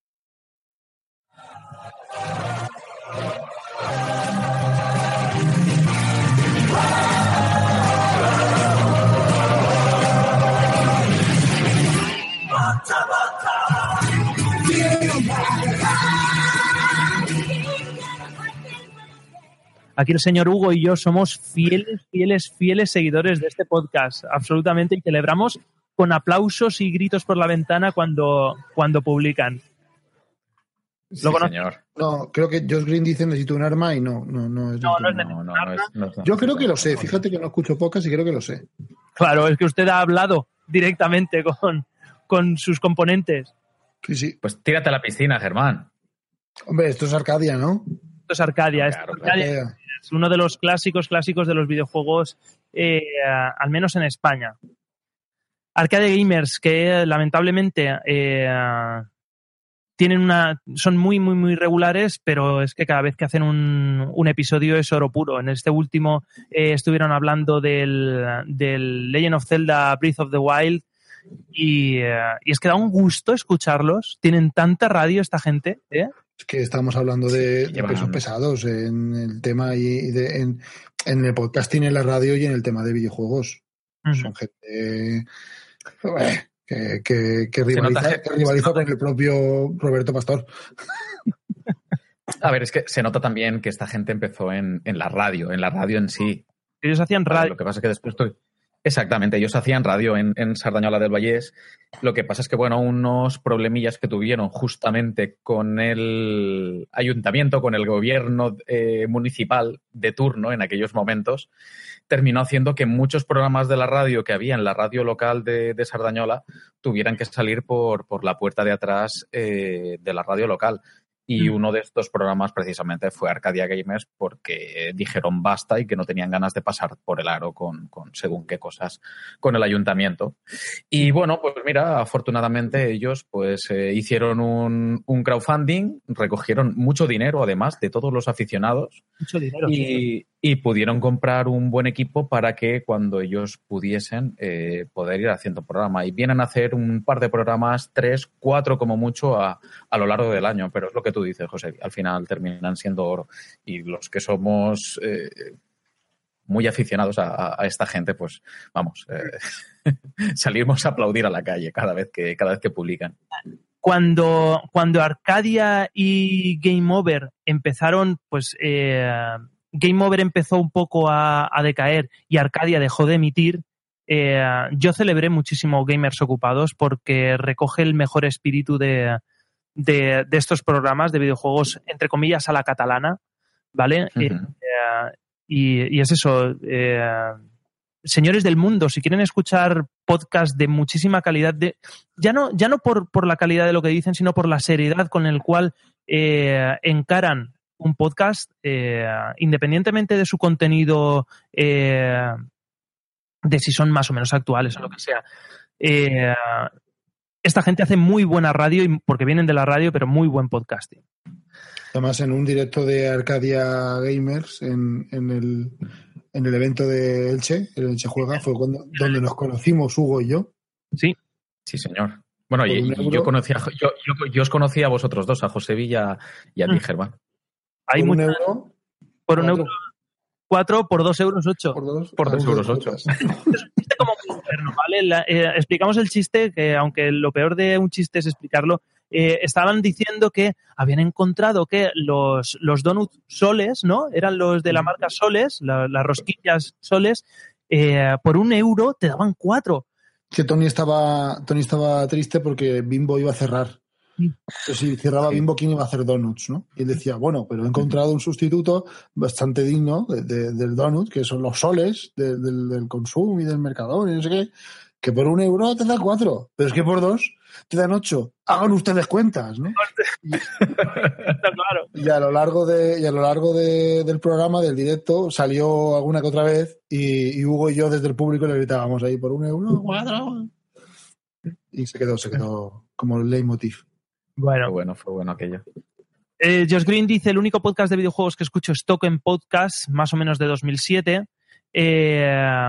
[SPEAKER 3] Aquí el señor Hugo y yo somos fieles, fieles, fieles seguidores de este podcast, absolutamente, y celebramos con aplausos y gritos por la ventana cuando, cuando publican.
[SPEAKER 5] Sí,
[SPEAKER 3] ¿Lo conoces?
[SPEAKER 5] señor.
[SPEAKER 4] No, creo que Josh Green dice necesito un arma y no, no, no es.
[SPEAKER 3] No, no es
[SPEAKER 5] No,
[SPEAKER 3] necesito
[SPEAKER 5] no,
[SPEAKER 3] un arma.
[SPEAKER 5] no es- no es-
[SPEAKER 4] Yo creo que lo sé. Fíjate que no escucho pocas y creo que lo sé.
[SPEAKER 3] Claro, es que usted ha hablado directamente con, con sus componentes.
[SPEAKER 4] Sí, sí.
[SPEAKER 5] Pues tírate a la piscina, Germán.
[SPEAKER 4] Hombre, esto es Arcadia, ¿no?
[SPEAKER 3] Esto es Arcadia. Esto es Arcadia.
[SPEAKER 4] Arcadia.
[SPEAKER 3] Es uno de los clásicos clásicos de los videojuegos, eh, al menos en España. Arcade Gamers, que lamentablemente eh, tienen una, son muy, muy, muy regulares, pero es que cada vez que hacen un, un episodio es oro puro. En este último eh, estuvieron hablando del, del Legend of Zelda Breath of the Wild y, eh, y es que da un gusto escucharlos. Tienen tanta radio esta gente, ¿eh?
[SPEAKER 4] Es que estamos hablando de, de
[SPEAKER 5] llevan-
[SPEAKER 4] pesos pesados en el tema y de, en, en el podcasting, en la radio y en el tema de videojuegos. Son gente eh, que, que, que rivaliza,
[SPEAKER 5] nota-
[SPEAKER 4] que rivaliza con el propio Roberto Pastor.
[SPEAKER 5] A ver, es que se nota también que esta gente empezó en, en la radio, en la radio en sí.
[SPEAKER 3] Ellos hacían
[SPEAKER 5] Vale,
[SPEAKER 3] radio.
[SPEAKER 5] Lo que pasa es que después... tu- Exactamente, ellos hacían radio en, en Sardañola del Vallés. Lo que pasa es que, bueno, unos problemillas que tuvieron justamente con el ayuntamiento, con el gobierno eh, municipal de turno en aquellos momentos, terminó haciendo que muchos programas de la radio que había en la radio local de, de Sardañola tuvieran que salir por, por la puerta de atrás eh, de la radio local. Y uno de estos programas precisamente fue Arcadia Gamers porque dijeron basta y que no tenían ganas de pasar por el aro con, con según qué cosas con el ayuntamiento. Y bueno, pues mira, afortunadamente ellos pues eh, hicieron un, un crowdfunding, recogieron mucho dinero además de todos los aficionados
[SPEAKER 3] Mucho dinero. sí.
[SPEAKER 5] y, y pudieron comprar un buen equipo para que cuando ellos pudiesen eh, poder ir haciendo programa. Y vienen a hacer un par de programas, tres, cuatro como mucho a, a lo largo del año. Pero es lo que tú dices, José, al final terminan siendo oro. Y los que somos eh, muy aficionados a, a esta gente, pues vamos, eh, salimos a aplaudir a la calle cada vez que, cada vez que publican.
[SPEAKER 3] Cuando, cuando Arcadia y Game Over empezaron, pues eh, Game Over empezó un poco a, a decaer y Arcadia dejó de emitir, eh, yo celebré muchísimo Gamers Ocupados porque recoge el mejor espíritu de, de, de estos programas de videojuegos, entre comillas, a la catalana, ¿vale?
[SPEAKER 5] Ujú.
[SPEAKER 3] Eh, eh, y, y es eso, eh, señores del mundo, si quieren escuchar podcast de muchísima calidad, de, ya no, ya no por, por la calidad de lo que dicen, sino por la seriedad con el cual eh, encaran un podcast, eh, independientemente de su contenido, eh, de si son más o menos actuales o lo que sea. Eh, esta gente hace muy buena radio, y, porque vienen de la radio, pero muy buen podcasting.
[SPEAKER 4] Además, en un directo de Arcadia Gamers, en, en, el, en el evento de Elche, el Elche Juega, fue cuando, donde nos conocimos Hugo y yo.
[SPEAKER 3] Sí.
[SPEAKER 5] Sí, señor. Bueno,
[SPEAKER 4] Por
[SPEAKER 5] y,
[SPEAKER 4] un
[SPEAKER 5] y
[SPEAKER 4] euro.
[SPEAKER 5] yo conocía, yo, yo, yo os conocía a vosotros dos, a José Villa y a ti,
[SPEAKER 3] Mm.
[SPEAKER 5] Germán.
[SPEAKER 3] Hay
[SPEAKER 4] Por un
[SPEAKER 3] mucha-
[SPEAKER 4] euro,
[SPEAKER 3] por un
[SPEAKER 4] cuatro.
[SPEAKER 3] euro cuatro, por dos euros ocho.
[SPEAKER 4] Por dos,
[SPEAKER 5] Por dos
[SPEAKER 4] hagamos
[SPEAKER 5] euros
[SPEAKER 4] dos
[SPEAKER 5] ocho.
[SPEAKER 4] cuotas.
[SPEAKER 3] Chiste como muy interno, ¿vale? La- eh, explicamos el chiste, que aunque lo peor de un chiste es explicarlo, eh, estaban diciendo que habían encontrado que los, los donuts Soles, ¿no? Eran los de la marca Soles, la- las rosquillas Soles, eh, por un euro te daban cuatro.
[SPEAKER 4] Que Tony estaba, Tony estaba triste porque Bimbo iba a cerrar. Entonces, si cerraba Bimbo, ¿quién iba a hacer donuts, no? Y él decía, bueno, pero he encontrado un sustituto bastante digno de- de- del donut, que son los soles de- del, del consumo y del Mercadona y no sé qué, que por un euro te da cuatro, pero es que por dos te dan ocho. Hagan ustedes cuentas, ¿no?
[SPEAKER 3] Está claro.
[SPEAKER 4] Y a lo largo de, y a lo largo de- del programa, del directo, salió alguna que otra vez y, y Hugo y yo desde el público le gritábamos ahí por un euro, cuatro. Y se quedó, se quedó como el leitmotiv.
[SPEAKER 3] Bueno,
[SPEAKER 5] Fue bueno, fue bueno aquello.
[SPEAKER 3] Eh, Josh Green dice, el único podcast de videojuegos que escucho es Token Podcast, más o menos de dos mil siete. Eh,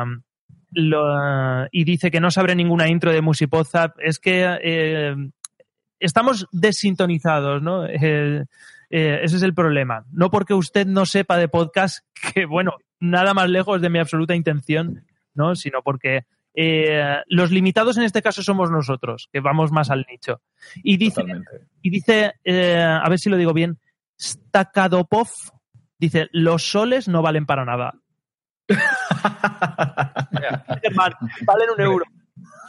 [SPEAKER 3] lo- y dice que no sabe ninguna intro de Musipozap. Es que eh, estamos desintonizados, ¿no? Eh, eh, ese es el problema. No porque usted no sepa de podcast, que bueno, nada más lejos de mi absoluta intención, ¿no? Sino porque eh, los limitados en este caso somos nosotros, que vamos más al nicho. Y dice,
[SPEAKER 5] Totalmente.
[SPEAKER 3] y dice eh, a ver si lo digo bien, Stakadopov, dice, los soles no valen para nada. Germán, valen un euro.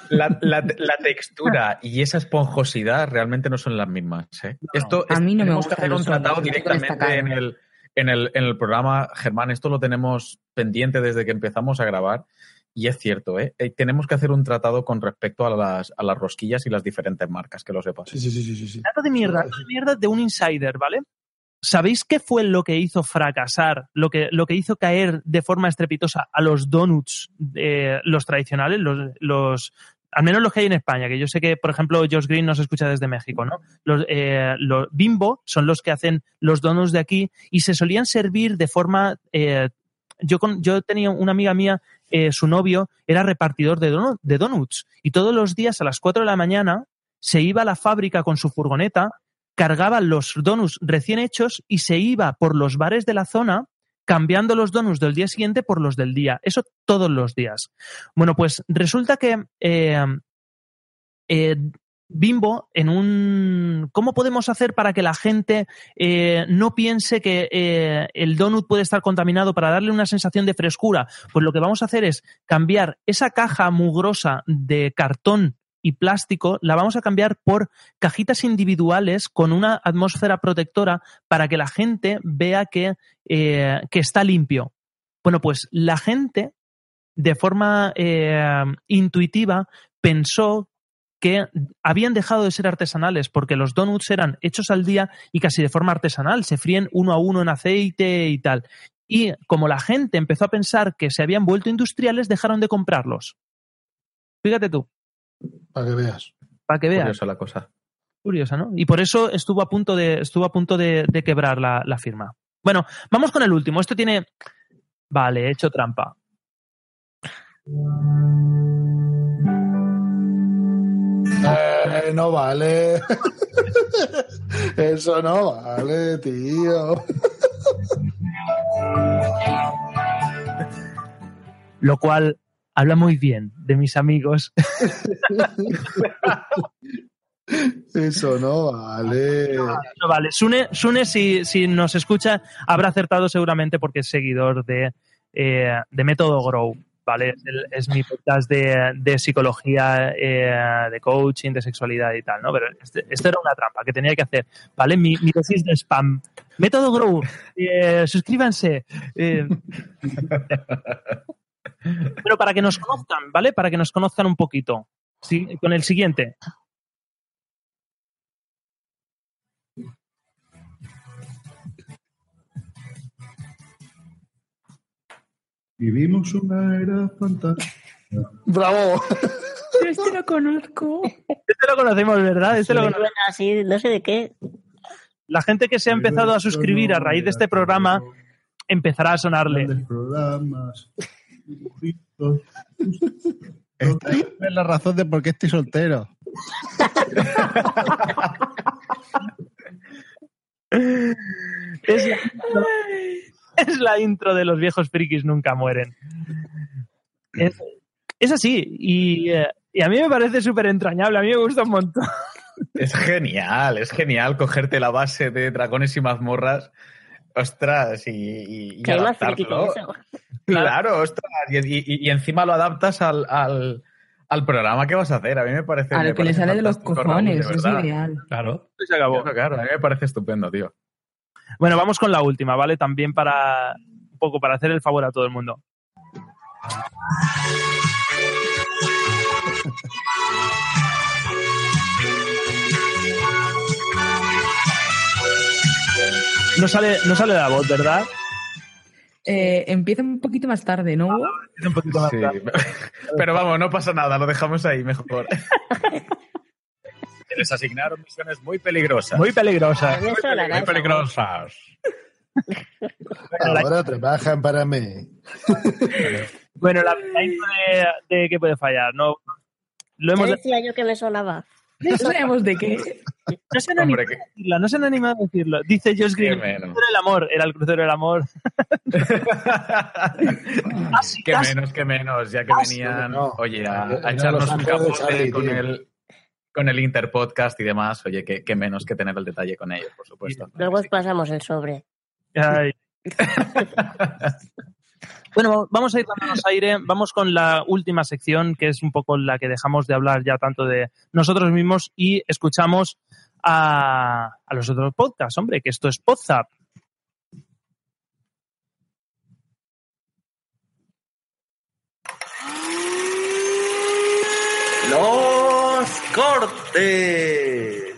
[SPEAKER 5] La, la, la textura y esa esponjosidad realmente no son las mismas. ¿eh?
[SPEAKER 9] No,
[SPEAKER 5] esto
[SPEAKER 9] a
[SPEAKER 5] es,
[SPEAKER 9] mí no me
[SPEAKER 5] tenemos que
[SPEAKER 9] gustan
[SPEAKER 5] hacer un
[SPEAKER 9] los
[SPEAKER 5] tratado
[SPEAKER 9] donuts,
[SPEAKER 5] directamente en el, en, el, en el programa. Germán, esto lo tenemos pendiente desde que empezamos a grabar. Y es cierto, ¿eh? Eh, tenemos que hacer un tratado con respecto a las, a las rosquillas y las diferentes marcas, que lo sepas.
[SPEAKER 4] Sí, sí, sí, sí, sí.
[SPEAKER 3] Dato de mierda, dato de mierda de un insider, ¿vale? ¿Sabéis qué fue lo que hizo fracasar, lo que, lo que hizo caer de forma estrepitosa a los donuts, eh, los tradicionales, los, los, al menos los que hay en España? Que yo sé que, por ejemplo, Josh Green nos escucha desde México, ¿no? Los, eh, los Bimbo son los que hacen los donuts de aquí y se solían servir de forma... Eh, yo, con, yo tenía una amiga mía, eh, su novio era repartidor de, donut, de donuts y todos los días a las cuatro de la mañana se iba a la fábrica con su furgoneta, cargaba los donuts recién hechos y se iba por los bares de la zona cambiando los donuts del día siguiente por los del día. Eso todos los días. Bueno, pues resulta que eh, eh, Bimbo en un... ¿Cómo podemos hacer para que la gente eh, no piense que eh, el donut puede estar contaminado para darle una sensación de frescura? Pues lo que vamos a hacer es cambiar esa caja mugrosa de cartón y plástico, la vamos a cambiar por cajitas individuales con una atmósfera protectora para que la gente vea que, eh, que está limpio. Bueno, pues la gente de forma eh, intuitiva pensó que habían dejado de ser artesanales porque los donuts eran hechos al día y casi de forma artesanal, se fríen uno a uno en aceite y tal. Y como la gente empezó a pensar que se habían vuelto industriales, dejaron de comprarlos. Fíjate tú.
[SPEAKER 4] Para que veas.
[SPEAKER 3] Para que veas.
[SPEAKER 5] Curiosa la cosa.
[SPEAKER 3] Curiosa, ¿no? Y por eso estuvo a punto de, estuvo a punto de, de quebrar la, la firma. Bueno, vamos con el último. Esto tiene... Vale, he hecho trampa.
[SPEAKER 4] Eh, no vale. Eso no vale, tío.
[SPEAKER 3] Lo cual habla muy bien de mis amigos.
[SPEAKER 4] Eso no vale.
[SPEAKER 3] No vale. Sune, Sune si, si nos escucha, habrá acertado seguramente porque es seguidor de, eh, de Método Grow. ¿Vale? Es, el, es mi podcast de, de psicología, eh, de coaching, de sexualidad y tal, ¿no? Pero este, esto era una trampa que tenía que hacer, ¿vale? Mi, mi dosis de spam. Método Grow, eh, suscríbanse. Eh. Pero para que nos conozcan, ¿vale? Para que nos conozcan un poquito. Sí, con el siguiente.
[SPEAKER 1] Vivimos una era fantástica.
[SPEAKER 4] ¡Bravo!
[SPEAKER 9] Este lo conozco.
[SPEAKER 3] Este lo conocemos, ¿verdad? Este
[SPEAKER 8] Sí,
[SPEAKER 3] lo
[SPEAKER 8] me
[SPEAKER 3] conocemos.
[SPEAKER 8] suena así, no sé de qué.
[SPEAKER 3] La gente que se ha empezado a suscribir a raíz de este programa empezará a sonarle.
[SPEAKER 1] Grandes programas, dibujitos.
[SPEAKER 7] Esta es la razón de por qué estoy soltero.
[SPEAKER 3] Es la, intro, es la intro de Los viejos frikis nunca mueren. Es, es así. Y, eh, y a mí me parece súper entrañable. A mí me gusta un montón.
[SPEAKER 5] Es genial, es genial cogerte la base de Dragones y Mazmorras, ostras, y, y, y
[SPEAKER 8] ¿Qué hay más friki que
[SPEAKER 5] adaptarlo.
[SPEAKER 8] eso?
[SPEAKER 5] Claro, ostras, y, y, y encima lo adaptas al, al, al programa que vas a hacer. A mí me parece...
[SPEAKER 9] A
[SPEAKER 5] me
[SPEAKER 9] lo que le
[SPEAKER 5] parece
[SPEAKER 9] sale de los
[SPEAKER 5] fantástico, Raúl, de
[SPEAKER 9] cojones, es
[SPEAKER 5] verdad.
[SPEAKER 9] ideal.
[SPEAKER 6] Claro.
[SPEAKER 3] Se acabó.
[SPEAKER 5] Claro, claro, a mí me parece estupendo, tío.
[SPEAKER 3] Bueno, vamos con la última, ¿vale? También para un poco para hacer el favor a todo el mundo. No sale, no sale la voz, ¿verdad?
[SPEAKER 9] Eh, empieza un poquito más tarde, ¿no? Hugo?
[SPEAKER 3] Un poquito más
[SPEAKER 5] Sí,
[SPEAKER 3] tarde.
[SPEAKER 5] pero vamos, no pasa nada, lo dejamos ahí mejor. Les asignaron misiones muy peligrosas.
[SPEAKER 3] Muy peligrosa.
[SPEAKER 8] Me suena
[SPEAKER 5] Muy
[SPEAKER 8] eso.
[SPEAKER 5] peligrosas.
[SPEAKER 4] Ahora trabajan para mí.
[SPEAKER 3] Bueno, la, la intro de, de qué puede fallar, ¿no? Lo
[SPEAKER 8] Ya
[SPEAKER 3] hemos
[SPEAKER 8] decía yo que me sonaba.
[SPEAKER 9] No sabemos de qué.
[SPEAKER 3] no se han animado
[SPEAKER 5] Hombre,
[SPEAKER 3] a decirlo, no se han animado a decirlo. Dice Josh Green, el
[SPEAKER 5] Qué menos.
[SPEAKER 3] crucero del amor, era el crucero del amor. Casi,
[SPEAKER 5] que
[SPEAKER 3] casi.
[SPEAKER 5] menos, que menos, ya que
[SPEAKER 3] Casi,
[SPEAKER 5] venían,
[SPEAKER 4] no.
[SPEAKER 5] oye, a,
[SPEAKER 4] Era
[SPEAKER 5] a echarnos
[SPEAKER 4] los
[SPEAKER 5] un
[SPEAKER 4] ángeles de
[SPEAKER 5] capote
[SPEAKER 4] Charlie,
[SPEAKER 5] con
[SPEAKER 4] tío.
[SPEAKER 5] el, con el Interpodcast y demás, oye, que, que menos que tener el detalle con ellos, por supuesto.
[SPEAKER 8] Luego os pasamos el sobre.
[SPEAKER 3] Ay. Bueno, vamos a ir dándonos aire, vamos con la última sección, que es un poco la que dejamos de hablar ya tanto de nosotros mismos y escuchamos a, a los otros podcasts, hombre, que esto es Podzap.
[SPEAKER 11] Los cortes.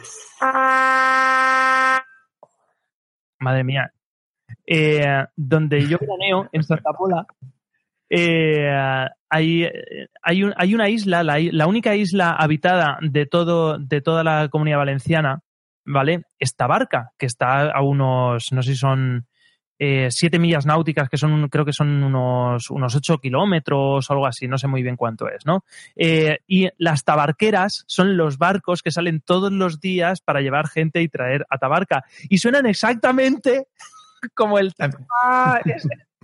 [SPEAKER 3] Madre mía. Eh, donde yo planeo, en Santa Pola, eh, hay, hay, un, hay una isla, la, la única isla habitada de todo de toda la Comunidad Valenciana, ¿vale? Es Tabarca, que está a unos, no sé si son eh, siete millas náuticas, que son, creo que son unos, unos ocho kilómetros o algo así, no sé muy bien cuánto es, ¿no? Eh, y las tabarqueras son los barcos que salen todos los días para llevar gente y traer a Tabarca. Y suenan exactamente como el... Ah, ese.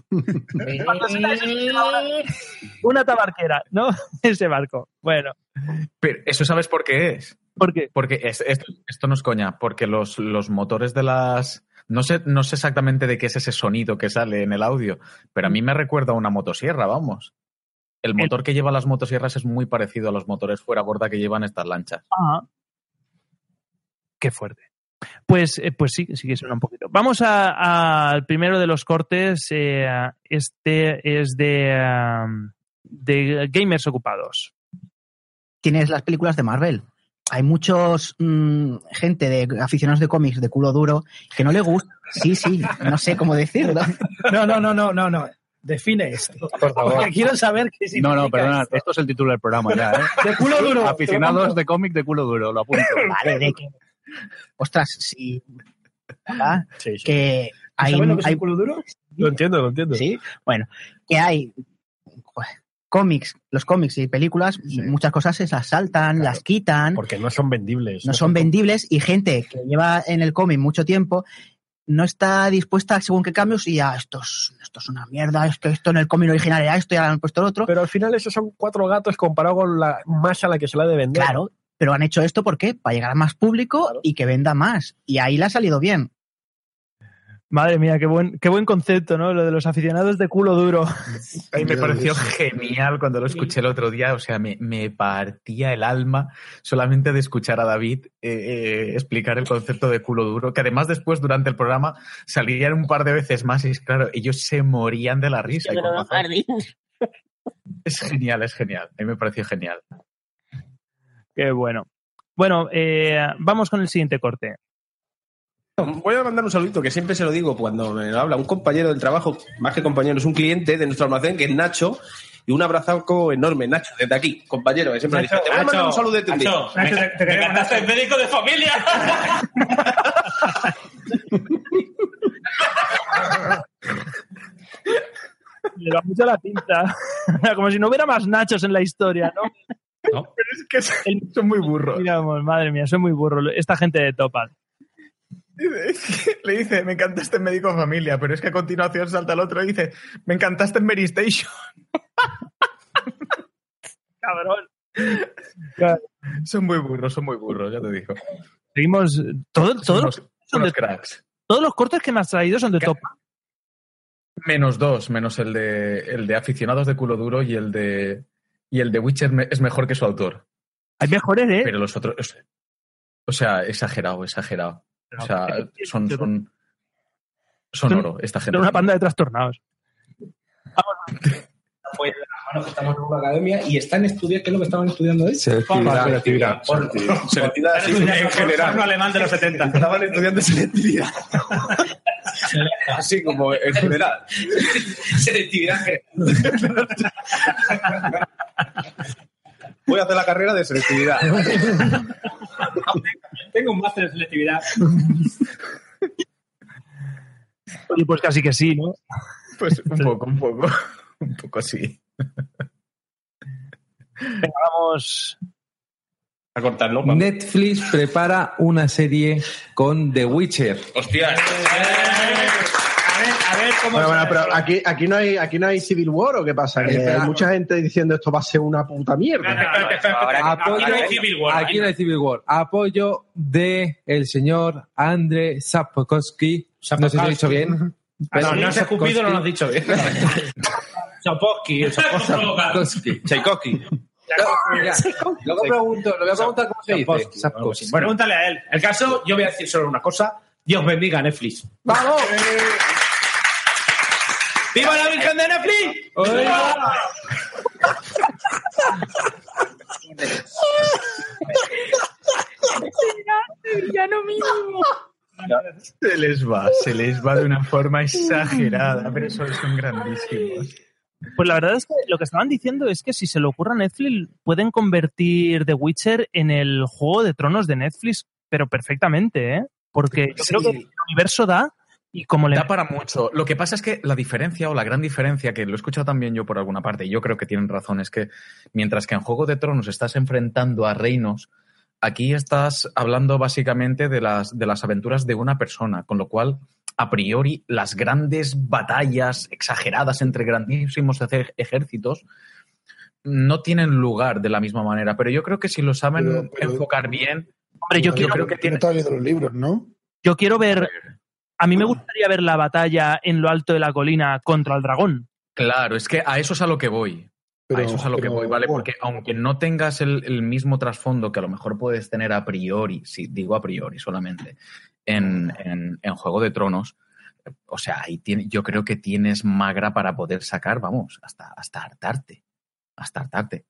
[SPEAKER 3] Una tabarquera, ¿no? Ese barco. Bueno.
[SPEAKER 5] Pero ¿eso sabes por qué es?
[SPEAKER 3] ¿Por qué?
[SPEAKER 5] Porque es, esto, esto no es coña, porque los, los motores de las... No sé, no sé exactamente de qué es ese sonido que sale en el audio, pero a mí me recuerda a una motosierra, vamos. El motor que lleva las motosierras es muy parecido a los motores fuera borda que llevan estas lanchas.
[SPEAKER 3] Ah. Qué fuerte. Pues, eh, pues sí, sí que suena un poquito. Vamos al primero de los cortes. Eh, este es de, um, de Gamers Ocupados.
[SPEAKER 14] Tienes las películas de Marvel. Hay muchos mmm, gente de aficionados de cómics de culo duro que no le gusta. Sí, sí, no sé cómo decirlo.
[SPEAKER 17] No, no, no, no, no, no. Define esto. Por favor. Porque quiero saber qué significa.
[SPEAKER 7] No, no, perdona,
[SPEAKER 17] esto.
[SPEAKER 7] esto es el título del programa ya, ¿eh?
[SPEAKER 17] De culo duro.
[SPEAKER 7] Aficionados de cómic de culo duro, lo apunto.
[SPEAKER 14] Vale, de que... Ostras, sí. ¿Verdad?
[SPEAKER 17] Sí, sí.
[SPEAKER 14] Que hay,
[SPEAKER 17] ¿Sabes lo que es
[SPEAKER 14] hay...
[SPEAKER 17] un culo duro?
[SPEAKER 24] Lo entiendo, lo entiendo.
[SPEAKER 14] Sí, bueno, que hay pues, cómics, los cómics y películas, sí. Muchas cosas se las saltan, claro, las quitan.
[SPEAKER 24] Porque no son vendibles.
[SPEAKER 14] No, no son vendibles y gente que lleva en el cómic mucho tiempo no está dispuesta según qué cambios y ya esto es, esto es una mierda, es que esto en el cómic original era esto y ahora han puesto el otro.
[SPEAKER 24] Pero al final esos son cuatro gatos comparado con la masa a la que se la ha de vender.
[SPEAKER 14] Claro. Pero han hecho esto ¿por qué? Para llegar a más público, claro, y que venda más. Y ahí le ha salido bien.
[SPEAKER 3] Madre mía, qué buen, qué buen concepto, ¿no? Lo de los aficionados de culo duro.
[SPEAKER 5] A mí me pareció genial cuando lo escuché el otro día. O sea, me, me partía el alma solamente de escuchar a David eh, eh, explicar el concepto de culo duro, que además después, durante el programa, salían un par de veces más y, claro, ellos se morían de la risa. Y con es genial, es genial. A mí me pareció genial.
[SPEAKER 3] Qué bueno. Bueno, eh, vamos con el siguiente corte.
[SPEAKER 25] Voy a mandar un saludito que siempre se lo digo cuando me habla un compañero del trabajo, más que compañero, es un cliente de nuestro almacén, que es Nacho, y un abrazo enorme, Nacho, desde aquí, compañero, que siempre
[SPEAKER 18] Nacho,
[SPEAKER 25] le dice, te voy a mandar
[SPEAKER 18] Nacho,
[SPEAKER 25] un saludo de tu día.
[SPEAKER 18] Nacho, Nacho, te, te, te cantaste el médico de familia.
[SPEAKER 3] Le da mucho la pinta. Como si no hubiera más Nachos en la historia, ¿no?
[SPEAKER 5] No, pero es que son, son muy burros.
[SPEAKER 3] Miramos, madre mía, son muy burros. Esta gente de Topaz.
[SPEAKER 5] Le dice, me encantaste en Médico Familia, pero es que a continuación salta el otro y dice, me encantaste en Mary Station.
[SPEAKER 3] Cabrón.
[SPEAKER 5] Son muy burros, son muy burros, ya te digo.
[SPEAKER 3] Seguimos. Todo, todos
[SPEAKER 5] unos,
[SPEAKER 3] los,
[SPEAKER 5] unos
[SPEAKER 3] de,
[SPEAKER 5] cracks.
[SPEAKER 3] Todos los cortes que me has traído son de Topaz.
[SPEAKER 5] Menos dos, menos el de, el de aficionados de culo duro y el de... Y el de Witcher es mejor que su autor.
[SPEAKER 3] Hay mejores, ¿eh?
[SPEAKER 5] Pero los otros... O sea, exagerado, exagerado. O sea, son, son, son oro, esta gente.
[SPEAKER 3] Son una panda de trastornados.
[SPEAKER 25] Pues estamos en una academia y están estudiando... ¿Qué es lo que estaban estudiando ahí?
[SPEAKER 24] Selectividad.
[SPEAKER 25] Selectividad. Selectividad, sí, en general.
[SPEAKER 18] Un alemán de los setenta.
[SPEAKER 25] Estaban estudiando selectividad. Así como en general. Selectividad general. Voy a hacer la carrera de selectividad.
[SPEAKER 18] Tengo un máster en selectividad.
[SPEAKER 3] Oye, pues casi que sí, ¿no?
[SPEAKER 5] Pues un poco, un poco. Un poco sí.
[SPEAKER 3] Venga, vamos
[SPEAKER 25] a cortarlo.
[SPEAKER 26] Netflix prepara una serie con The Witcher.
[SPEAKER 25] ¡Hostias!
[SPEAKER 18] A ver, a ver cómo...
[SPEAKER 24] Bueno, bueno, pero aquí, aquí, no hay, aquí no hay Civil War, ¿o qué pasa? Que hay mucha gente diciendo esto va a ser una puta mierda.
[SPEAKER 18] Espérate, espérate, espérate. Aquí no hay Civil War.
[SPEAKER 26] Aquí no hay Civil War. Apoyo de el señor Andrzej Sapkowski. No sé si lo he dicho bien.
[SPEAKER 18] Ah, no, no has escupido, no lo has dicho bien.
[SPEAKER 26] Tchaikovsky, esa cosa.
[SPEAKER 25] Tchaikovsky.
[SPEAKER 26] Luego pregunto, le voy a preguntar cómo se dice.
[SPEAKER 25] Sapkowski.
[SPEAKER 26] Bueno,
[SPEAKER 25] Pregúntale a él. El caso, yo voy a decir solo una cosa. Dios bendiga a Netflix.
[SPEAKER 26] ¡Vamos!
[SPEAKER 25] ¡Viva la Virgen de Netflix! ¡Viva!
[SPEAKER 9] Villano mínimo.
[SPEAKER 10] Se les va, se les va de una forma exagerada, pero esos son grandísimos.
[SPEAKER 3] Pues la verdad es que lo que estaban diciendo es que si se le ocurre a Netflix pueden convertir The Witcher en el Juego de Tronos de Netflix, pero perfectamente, ¿eh? Porque yo
[SPEAKER 5] Sí.
[SPEAKER 3] creo que el universo da y como le...
[SPEAKER 5] Da para mucho. Lo que pasa es que la diferencia o la gran diferencia, que lo he escuchado también yo por alguna parte, y yo creo que tienen razón, es que mientras que en Juego de Tronos estás enfrentando a reinos, aquí estás hablando básicamente de las, de las aventuras de una persona, con lo cual, a priori, las grandes batallas exageradas entre grandísimos ej- ejércitos no tienen lugar de la misma manera, pero yo creo que si lo saben
[SPEAKER 4] Pero- pero-
[SPEAKER 5] enfocar bien...
[SPEAKER 3] Hombre, yo quiero,
[SPEAKER 5] creo que tiene...
[SPEAKER 4] No te has leído los libros, ¿no?
[SPEAKER 3] yo quiero ver... A mí me gustaría ver la batalla en lo alto de la colina contra el dragón.
[SPEAKER 5] Claro, es que a eso es a lo que voy.
[SPEAKER 4] Pero-
[SPEAKER 5] a eso es a lo
[SPEAKER 4] pero-
[SPEAKER 5] que voy, ¿vale? Porque aunque no tengas el, el mismo trasfondo que a lo mejor puedes tener a priori, si digo a priori solamente, en, en, en Juego de Tronos, o sea, ahí tiene, yo creo que tienes magra para poder sacar, vamos, hasta, hasta hartarte. Hasta hartarte.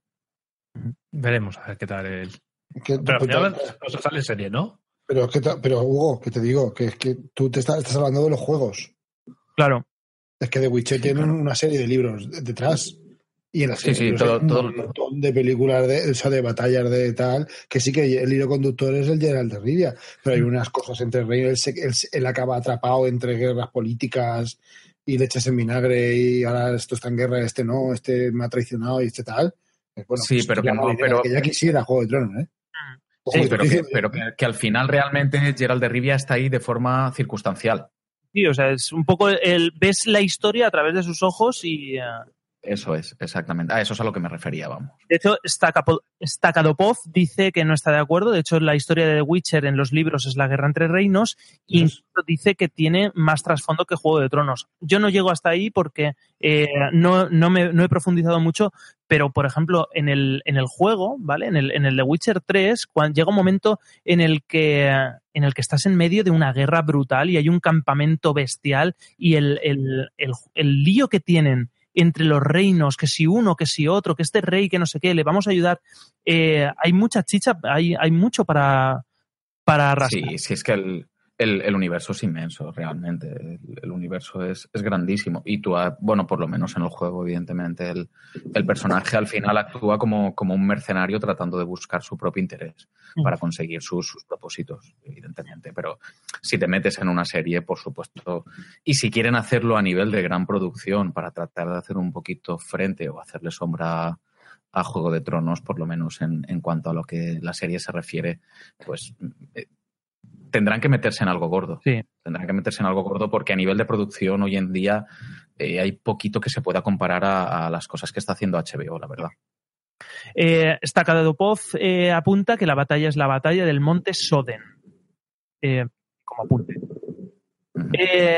[SPEAKER 6] Veremos a ver qué tal el...
[SPEAKER 4] Que-
[SPEAKER 6] Pero al
[SPEAKER 4] pero-
[SPEAKER 6] final no se sale en serie, ¿no?
[SPEAKER 4] Pero, ¿qué ta- pero Hugo, que te digo, que es que tú te estás, estás hablando de los juegos.
[SPEAKER 3] Claro.
[SPEAKER 4] Es que The Witcher tiene una serie de libros de- detrás. Y en la
[SPEAKER 5] Sí,
[SPEAKER 4] serie
[SPEAKER 5] sí,
[SPEAKER 4] de libros
[SPEAKER 5] todo-
[SPEAKER 4] hay un
[SPEAKER 5] todo-
[SPEAKER 4] montón de películas, de, o sea, de batallas de tal, que sí que el hilo conductor es el Geralt de Rivia, pero hay unas cosas entre reinos, él, se- él, él acaba atrapado entre guerras políticas y le echas en vinagre y ahora esto está en guerra, este no, este me ha traicionado y este tal. Pues bueno,
[SPEAKER 5] Sí,
[SPEAKER 4] pues
[SPEAKER 5] pero
[SPEAKER 4] esto
[SPEAKER 5] que
[SPEAKER 4] ya
[SPEAKER 5] no,
[SPEAKER 4] idea,
[SPEAKER 5] pero-
[SPEAKER 4] que ya quisiera Juego de Tronos, ¿eh? Ojo,
[SPEAKER 5] Sí,
[SPEAKER 4] que
[SPEAKER 5] pero,
[SPEAKER 4] te
[SPEAKER 5] que,
[SPEAKER 4] digo-
[SPEAKER 5] pero que, que al final realmente Geralt de Rivia está ahí de forma circunstancial.
[SPEAKER 3] Sí, o sea, es un poco el... Ves la historia a través de sus ojos y... eh,
[SPEAKER 5] Eso es, exactamente. A eso es a lo que me refería, vamos.
[SPEAKER 3] De hecho, Stakapo- Stakadopov dice que no está de acuerdo. De hecho, la historia de The Witcher en los libros es la guerra entre reinos. E incluso dice que tiene más trasfondo que Juego de Tronos. Yo no llego hasta ahí porque eh, no, no, me, no he profundizado mucho, pero, por ejemplo, en el, en el juego, ¿vale? En el, en el The Witcher tres, cuando llega un momento en el que en el que estás en medio de una guerra brutal y hay un campamento bestial y el, el, el, el lío que tienen entre los reinos, que si uno, que si otro, que este rey, que no sé qué, le vamos a ayudar. Eh, hay mucha chicha, hay, hay mucho para, para arrastrar.
[SPEAKER 5] Sí, sí, es que el, el, el universo es inmenso, realmente. El, el universo es, es grandísimo. Y tú, ha- bueno, por lo menos en el juego, evidentemente, el, el personaje al final actúa como, como un mercenario tratando de buscar su propio interés para conseguir sus, sus propósitos, evidentemente. Pero si te metes en una serie, por supuesto, y si quieren hacerlo a nivel de gran producción para tratar de hacer un poquito frente o hacerle sombra a Juego de Tronos, por lo menos en, en cuanto a lo que la serie se refiere, pues eh, tendrán que meterse en algo gordo.
[SPEAKER 3] Sí.
[SPEAKER 5] Tendrán que meterse en algo gordo porque a nivel de producción hoy en día eh, hay poquito que se pueda comparar a, a las cosas que está haciendo H B O, la verdad.
[SPEAKER 3] Eh, Stakadopov eh, apunta que la batalla es la batalla del monte Soden. Eh, como apunte. Eh,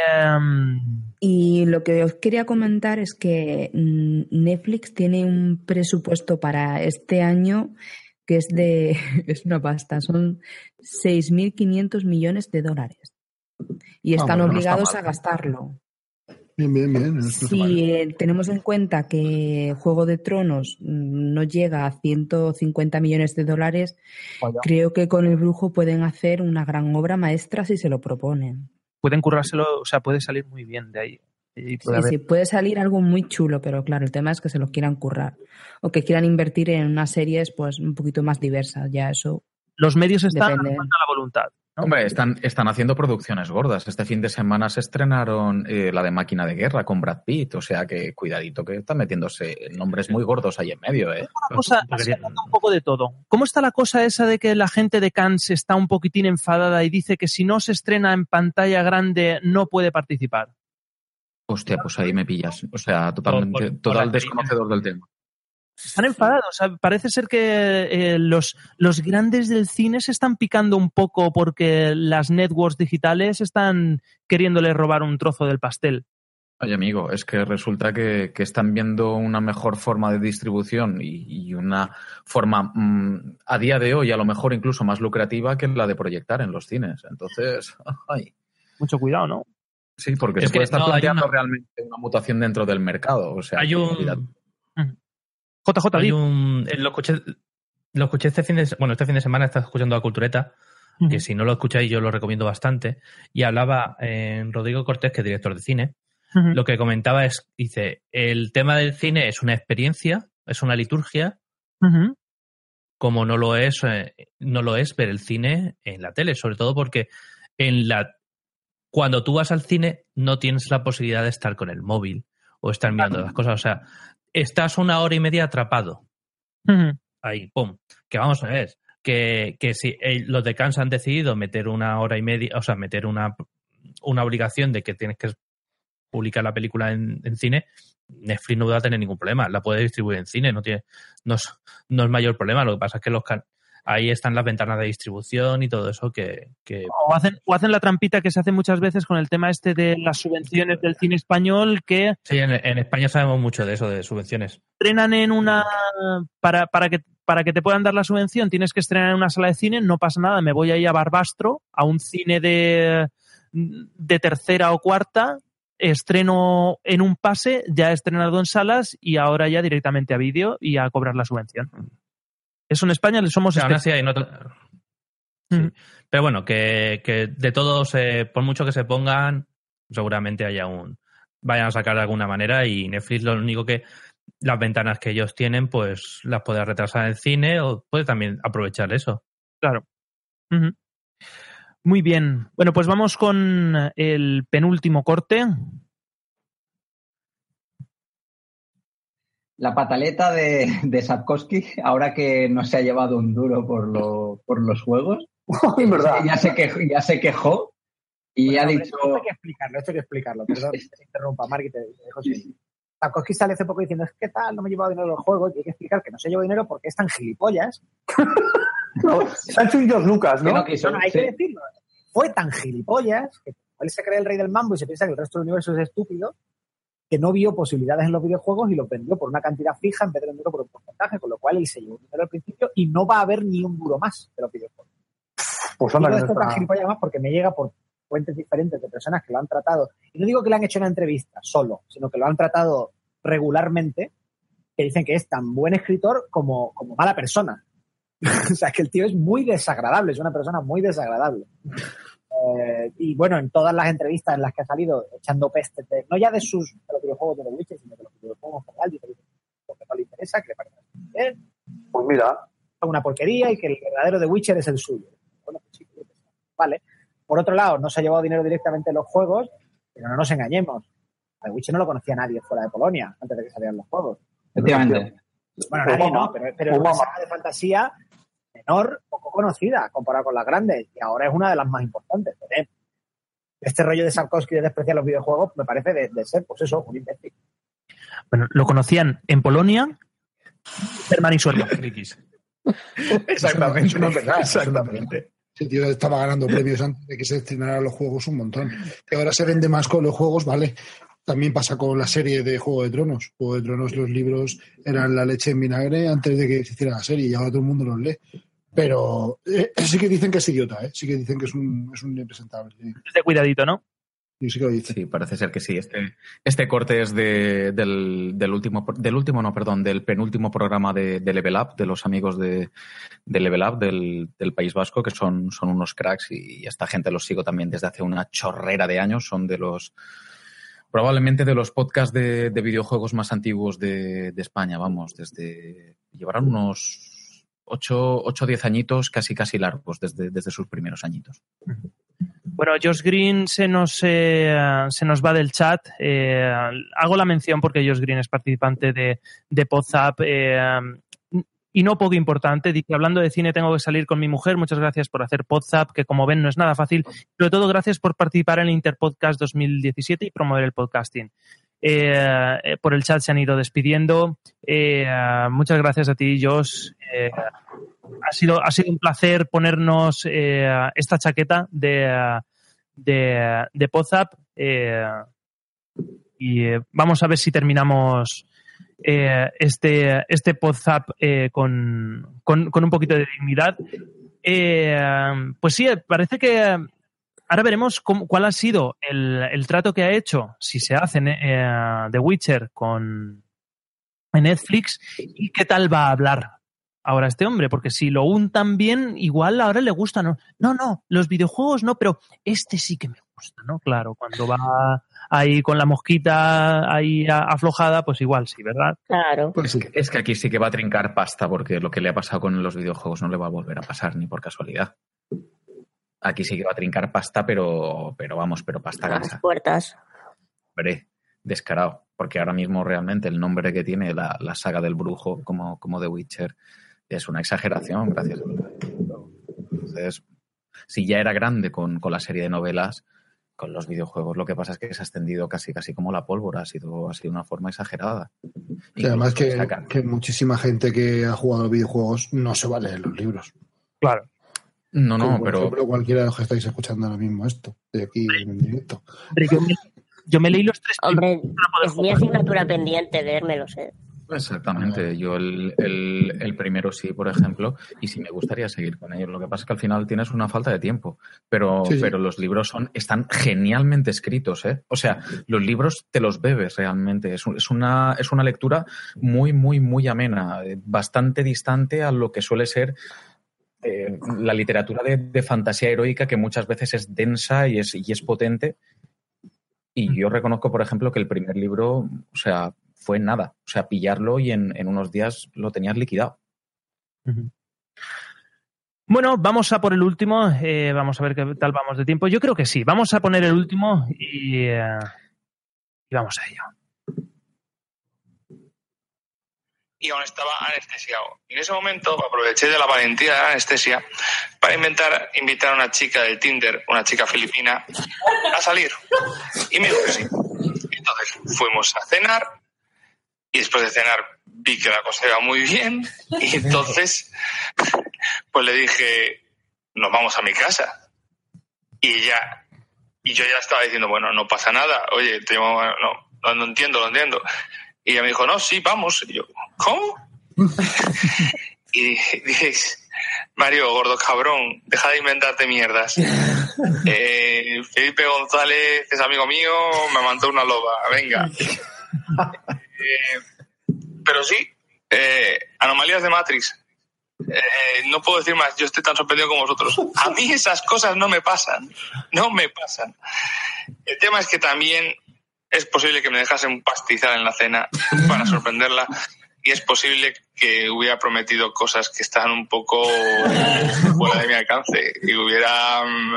[SPEAKER 9] Y lo que os quería comentar es que mm, Netflix tiene un presupuesto para este año que es de es una pasta, son seis mil quinientos millones de dólares. Y
[SPEAKER 4] Ah,
[SPEAKER 9] están
[SPEAKER 4] bueno, no está
[SPEAKER 9] obligados
[SPEAKER 4] mal.
[SPEAKER 9] a gastarlo.
[SPEAKER 4] Bien, bien, bien. no está mal.
[SPEAKER 9] Si eh, tenemos en cuenta que Juego de Tronos mm, no llega a ciento cincuenta millones de dólares,
[SPEAKER 3] Vaya.
[SPEAKER 9] creo que con El Brujo pueden hacer una gran obra maestra si se lo proponen.
[SPEAKER 3] pueden currárselo, o sea, puede salir muy bien de ahí. Y puede
[SPEAKER 9] Sí,
[SPEAKER 3] haber-
[SPEAKER 9] sí, puede salir algo muy chulo, pero claro, el tema es que se lo quieran currar. O que quieran invertir en unas series pues un poquito más diversas, ya eso.
[SPEAKER 3] Los medios están,
[SPEAKER 9] depende.
[SPEAKER 3] falta la voluntad. ¿no?
[SPEAKER 5] Hombre, están, están haciendo producciones gordas. Este fin de semana se estrenaron eh, la de Máquina de Guerra con Brad Pitt, o sea que cuidadito que están metiéndose nombres muy gordos ahí en medio, ¿eh?
[SPEAKER 3] Una cosa, así hablando un poco de todo. ¿Cómo está la cosa esa de que la gente de Cannes está un poquitín enfadada y dice que si no se estrena en pantalla grande no puede participar?
[SPEAKER 5] Hostia, pues ahí me pillas. O sea, totalmente,
[SPEAKER 3] Por- por-
[SPEAKER 5] total
[SPEAKER 3] por la
[SPEAKER 5] desconocedor del tema.
[SPEAKER 3] Están enfadados. O sea, parece ser que eh, los, los grandes del cine se están picando un poco porque las networks digitales están queriéndole robar un trozo del pastel.
[SPEAKER 5] Oye, amigo, es que resulta que, que están viendo una mejor forma de distribución y, y una forma mmm, a día de hoy a lo mejor incluso más lucrativa que la de proyectar en los cines. Entonces, ay.
[SPEAKER 3] Mucho cuidado, ¿no?
[SPEAKER 5] Sí, porque
[SPEAKER 6] Es
[SPEAKER 5] se
[SPEAKER 6] que
[SPEAKER 5] puede estar
[SPEAKER 6] no, hay
[SPEAKER 5] planteando
[SPEAKER 6] una-
[SPEAKER 5] realmente una mutación dentro del mercado. O sea,
[SPEAKER 6] Hay
[SPEAKER 5] que,
[SPEAKER 6] un-
[SPEAKER 5] cuidado.
[SPEAKER 3] J J,
[SPEAKER 6] Hay
[SPEAKER 3] di.
[SPEAKER 6] un, eh, lo escuché, lo escuché este fin de bueno, este fin de semana estás escuchando a Cultureta,
[SPEAKER 3] Ujú.
[SPEAKER 6] que si no lo escucháis yo lo recomiendo bastante, y hablaba en Rodrigo Cortés, que es director de cine,
[SPEAKER 3] Ujú.
[SPEAKER 6] lo que comentaba es, dice, el tema del cine es una experiencia, es una liturgia,
[SPEAKER 3] Ujú.
[SPEAKER 6] como no lo es, eh, no lo es ver el cine en la tele, sobre todo porque en la cuando tú vas al cine no tienes la posibilidad de estar con el móvil o estar mirando las cosas, o sea, estás una hora y media atrapado.
[SPEAKER 3] Ujú.
[SPEAKER 6] Ahí, pum. Que vamos a ver, que, que si eh, los de Cannes han decidido meter una hora y media, o sea, meter una, una obligación de que tienes que publicar la película en, en cine, Netflix no va a tener ningún problema, la puede distribuir en cine, no tiene, no es, no es mayor problema, lo que pasa es que los can- ahí están las ventanas de distribución y todo eso que, que
[SPEAKER 3] O hacen, o hacen la trampita que se hace muchas veces con el tema este de las subvenciones del cine español, que
[SPEAKER 6] sí, en, en España sabemos mucho de eso, de subvenciones.
[SPEAKER 3] estrenan en una... Para, para, que, para que te puedan dar la subvención tienes que estrenar en una sala de cine, no pasa nada, me voy ahí a Barbastro, a un cine de, de tercera o cuarta, estreno en un pase, ya he estrenado en salas y ahora ya directamente a vídeo y a cobrar la subvención. Eso en España le somos...
[SPEAKER 6] O sea, aún así
[SPEAKER 3] espe-
[SPEAKER 6] hay nota- Sí. Pero bueno, que, que de todos, eh, por mucho que se pongan, seguramente haya un vayan a sacar de alguna manera y Netflix lo único que las ventanas que ellos tienen pues las puede retrasar en el cine o puede también aprovechar eso.
[SPEAKER 3] Claro. Ujú. Muy bien. Bueno, pues vamos con el penúltimo corte.
[SPEAKER 13] La pataleta de, de Sapkowski, ahora que no se ha llevado un duro por, lo, por los juegos,
[SPEAKER 4] Es verdad.
[SPEAKER 13] ya, se quejó, ya se quejó y
[SPEAKER 17] Bueno,
[SPEAKER 13] ha
[SPEAKER 17] hombre,
[SPEAKER 13] dicho...
[SPEAKER 17] Esto hay que explicarlo, esto hay que explicarlo. Perdón, que te interrumpa, Mark, y te, te dejo seguir. Sapkowski sale hace poco diciendo, es que tal, no me he llevado dinero de los juegos, y hay que explicar que no se llevó dinero porque es tan gilipollas.
[SPEAKER 4] No, se ha hecho un George Lucas, ¿no?
[SPEAKER 13] Que no quiso,
[SPEAKER 17] No, no, hay
[SPEAKER 13] sí.
[SPEAKER 17] que decirlo. Fue tan gilipollas que él se cree el rey del mambo y se piensa que el resto del universo es estúpido, que no vio posibilidades en los videojuegos y los vendió por una cantidad fija en vez de venderlo por un porcentaje, con lo cual él se llevó dinero al principio y no va a haber ni un duro más de los videojuegos.
[SPEAKER 4] Pues
[SPEAKER 17] Digo
[SPEAKER 4] anda, que no
[SPEAKER 17] esto tan
[SPEAKER 4] está-
[SPEAKER 17] gilipollas más porque me llega por fuentes diferentes de personas que lo han tratado, y no digo que le han hecho una entrevista solo, sino que lo han tratado regularmente, que dicen que es tan buen escritor como, como mala persona. O sea, que el tío es muy desagradable, es una persona muy desagradable. Eh, y bueno, en todas las entrevistas en las que ha salido echando pestes, de, no ya de sus de los videojuegos de The Witcher, sino de los videojuegos en general, dice lo que no le interesa, que le parece bien,
[SPEAKER 4] Pues mira,
[SPEAKER 17] una porquería y que el verdadero The Witcher es el suyo. Bueno, pues sí, vale. Por otro lado, no se ha llevado dinero directamente en los juegos, pero no nos engañemos. A The Witcher no lo conocía nadie fuera de Polonia antes de que salieran los juegos.
[SPEAKER 13] Efectivamente.
[SPEAKER 17] Bueno, nadie no, pero, pero es una saga de fantasía menor, poco conocida, comparada con las grandes, y ahora es una de las más importantes. ¿Eh? Este rollo de Sapkowski de despreciar los videojuegos me parece de, de ser, pues eso, un imbécil.
[SPEAKER 3] Bueno, lo conocían en Polonia, Herman y Suerlo.
[SPEAKER 25] Exactamente.
[SPEAKER 4] Eso no es verdad, eso no es
[SPEAKER 25] Exactamente.
[SPEAKER 4] Ese tío estaba ganando premios antes de que se estrenaran los juegos un montón. Y ahora se vende más con los juegos, vale. También pasa con la serie de Juego de Tronos. Juego de Tronos, los libros eran la leche en vinagre antes de que se hiciera la serie y ahora todo el mundo los lee. Pero eh, sí que dicen que es idiota, ¿eh? Sí que dicen que es un, es un impresentable. Sí.
[SPEAKER 3] De cuidadito, ¿no?
[SPEAKER 4] Sí, sí que lo dicen.
[SPEAKER 5] Sí, parece ser que sí. Este, este corte es de, del, del último, del último, no, perdón, del penúltimo programa de, de Level Up, de los amigos de, de Level Up del, del País Vasco, que son, son unos cracks y esta gente los sigo también desde hace una chorrera de años. Son de los, probablemente de los podcasts de, de videojuegos más antiguos de, de España, vamos, desde, llevarán unos ocho o diez añitos casi casi largos desde, desde sus primeros añitos.
[SPEAKER 3] Bueno, Josh Green se nos, eh, se nos va del chat. Eh, hago la mención porque Josh Green es participante de, de Podzap. Eh, y no poco importante, dice, hablando de cine tengo que salir con mi mujer. Muchas gracias por hacer Podzap, que como ven no es nada fácil. Sobre todo gracias por participar en el Interpodcast dos mil diecisiete y promover el podcasting. Eh, eh, por el chat se han ido despidiendo. Eh, muchas gracias a ti, Josh. Eh, ha sido, ha sido un placer ponernos eh, esta chaqueta de, de, de Podzap. Eh, y eh, vamos a ver si terminamos eh, este, este Podzap eh, con, con, con un poquito de dignidad. Eh, pues sí, parece que ahora veremos cómo, cuál ha sido el, el trato que ha hecho, si se hace eh, The Witcher con Netflix, y qué tal va a hablar ahora este hombre, porque si lo untan bien, igual ahora le gusta, ¿no? No, no, los videojuegos no, pero este sí que me gusta, ¿no? Claro, cuando va ahí con la mosquita ahí aflojada, pues igual sí, ¿verdad?
[SPEAKER 8] Claro.
[SPEAKER 5] Pues es, que, es que aquí sí que va a trincar pasta, porque lo que le ha pasado con los videojuegos no le va a volver a pasar ni por casualidad. Aquí sí que va a trincar pasta, pero, pero vamos, pero pasta
[SPEAKER 8] Las
[SPEAKER 5] gasa.
[SPEAKER 8] puertas.
[SPEAKER 5] Hombre, descarado, porque ahora mismo realmente el nombre que tiene la, la saga del brujo como, como The Witcher es una exageración, gracias a Dios. Entonces, si ya era grande con, con la serie de novelas, con los videojuegos lo que pasa es que se ha extendido casi casi como la pólvora, ha sido, ha sido una forma exagerada.
[SPEAKER 4] Y además que, que muchísima gente que ha jugado a los videojuegos no se va a leer los libros.
[SPEAKER 3] Claro.
[SPEAKER 5] No, no,
[SPEAKER 4] como por
[SPEAKER 5] pero...
[SPEAKER 4] ejemplo, cualquiera de los que estáis escuchando ahora mismo esto, de aquí en directo.
[SPEAKER 3] Yo me, yo me leí los tres.
[SPEAKER 8] Hombre, es mi asignatura pendiente leérmelos, ¿eh?
[SPEAKER 5] Exactamente, yo el, el, el primero sí, por ejemplo, y sí me gustaría seguir con ellos. Lo que pasa es que al final tienes una falta de tiempo, pero, sí, sí. pero los libros son están genialmente escritos, ¿eh? O sea, los libros te los bebes realmente. Es, es, una, es una lectura muy, muy, muy amena, bastante distante a lo que suele ser eh, la literatura de, de fantasía heroica, que muchas veces es densa y es, y es potente. Y yo reconozco, por ejemplo, que el primer libro, o sea, fue nada. O sea, pillarlo y en, en unos días lo tenías liquidado.
[SPEAKER 3] Uh-huh. Bueno, vamos a por el último. Eh, vamos a ver qué tal vamos de tiempo. Yo creo que sí. Vamos a poner el último y, eh, y vamos a ello.
[SPEAKER 15] Y aún estaba anestesiado. Y en ese momento aproveché de la valentía de la anestesia para inventar, invitar a una chica de Tinder, una chica filipina, a salir. Y me dijo que sí. Entonces fuimos a cenar y después de cenar vi que la cosa iba muy bien y entonces pues le dije, nos vamos a mi casa. Y ella, y yo ya estaba diciendo, bueno, no pasa nada, oye, te, no, no, no entiendo, lo entiendo. Y ella me dijo, no, sí, vamos. Y yo, ¿cómo? Y dices, Mario, gordo cabrón, deja de inventarte mierdas. Eh, Felipe González es amigo mío, me mandó una loba, venga. Eh, pero sí, eh, anomalías de Matrix. Eh, no puedo decir más, yo estoy tan sorprendido como vosotros. A mí esas cosas no me pasan, no me pasan. El tema es que también es posible que me dejase un pastizal en la cena para sorprenderla y es posible que hubiera prometido cosas que estaban un poco fuera de mi alcance y hubiera um,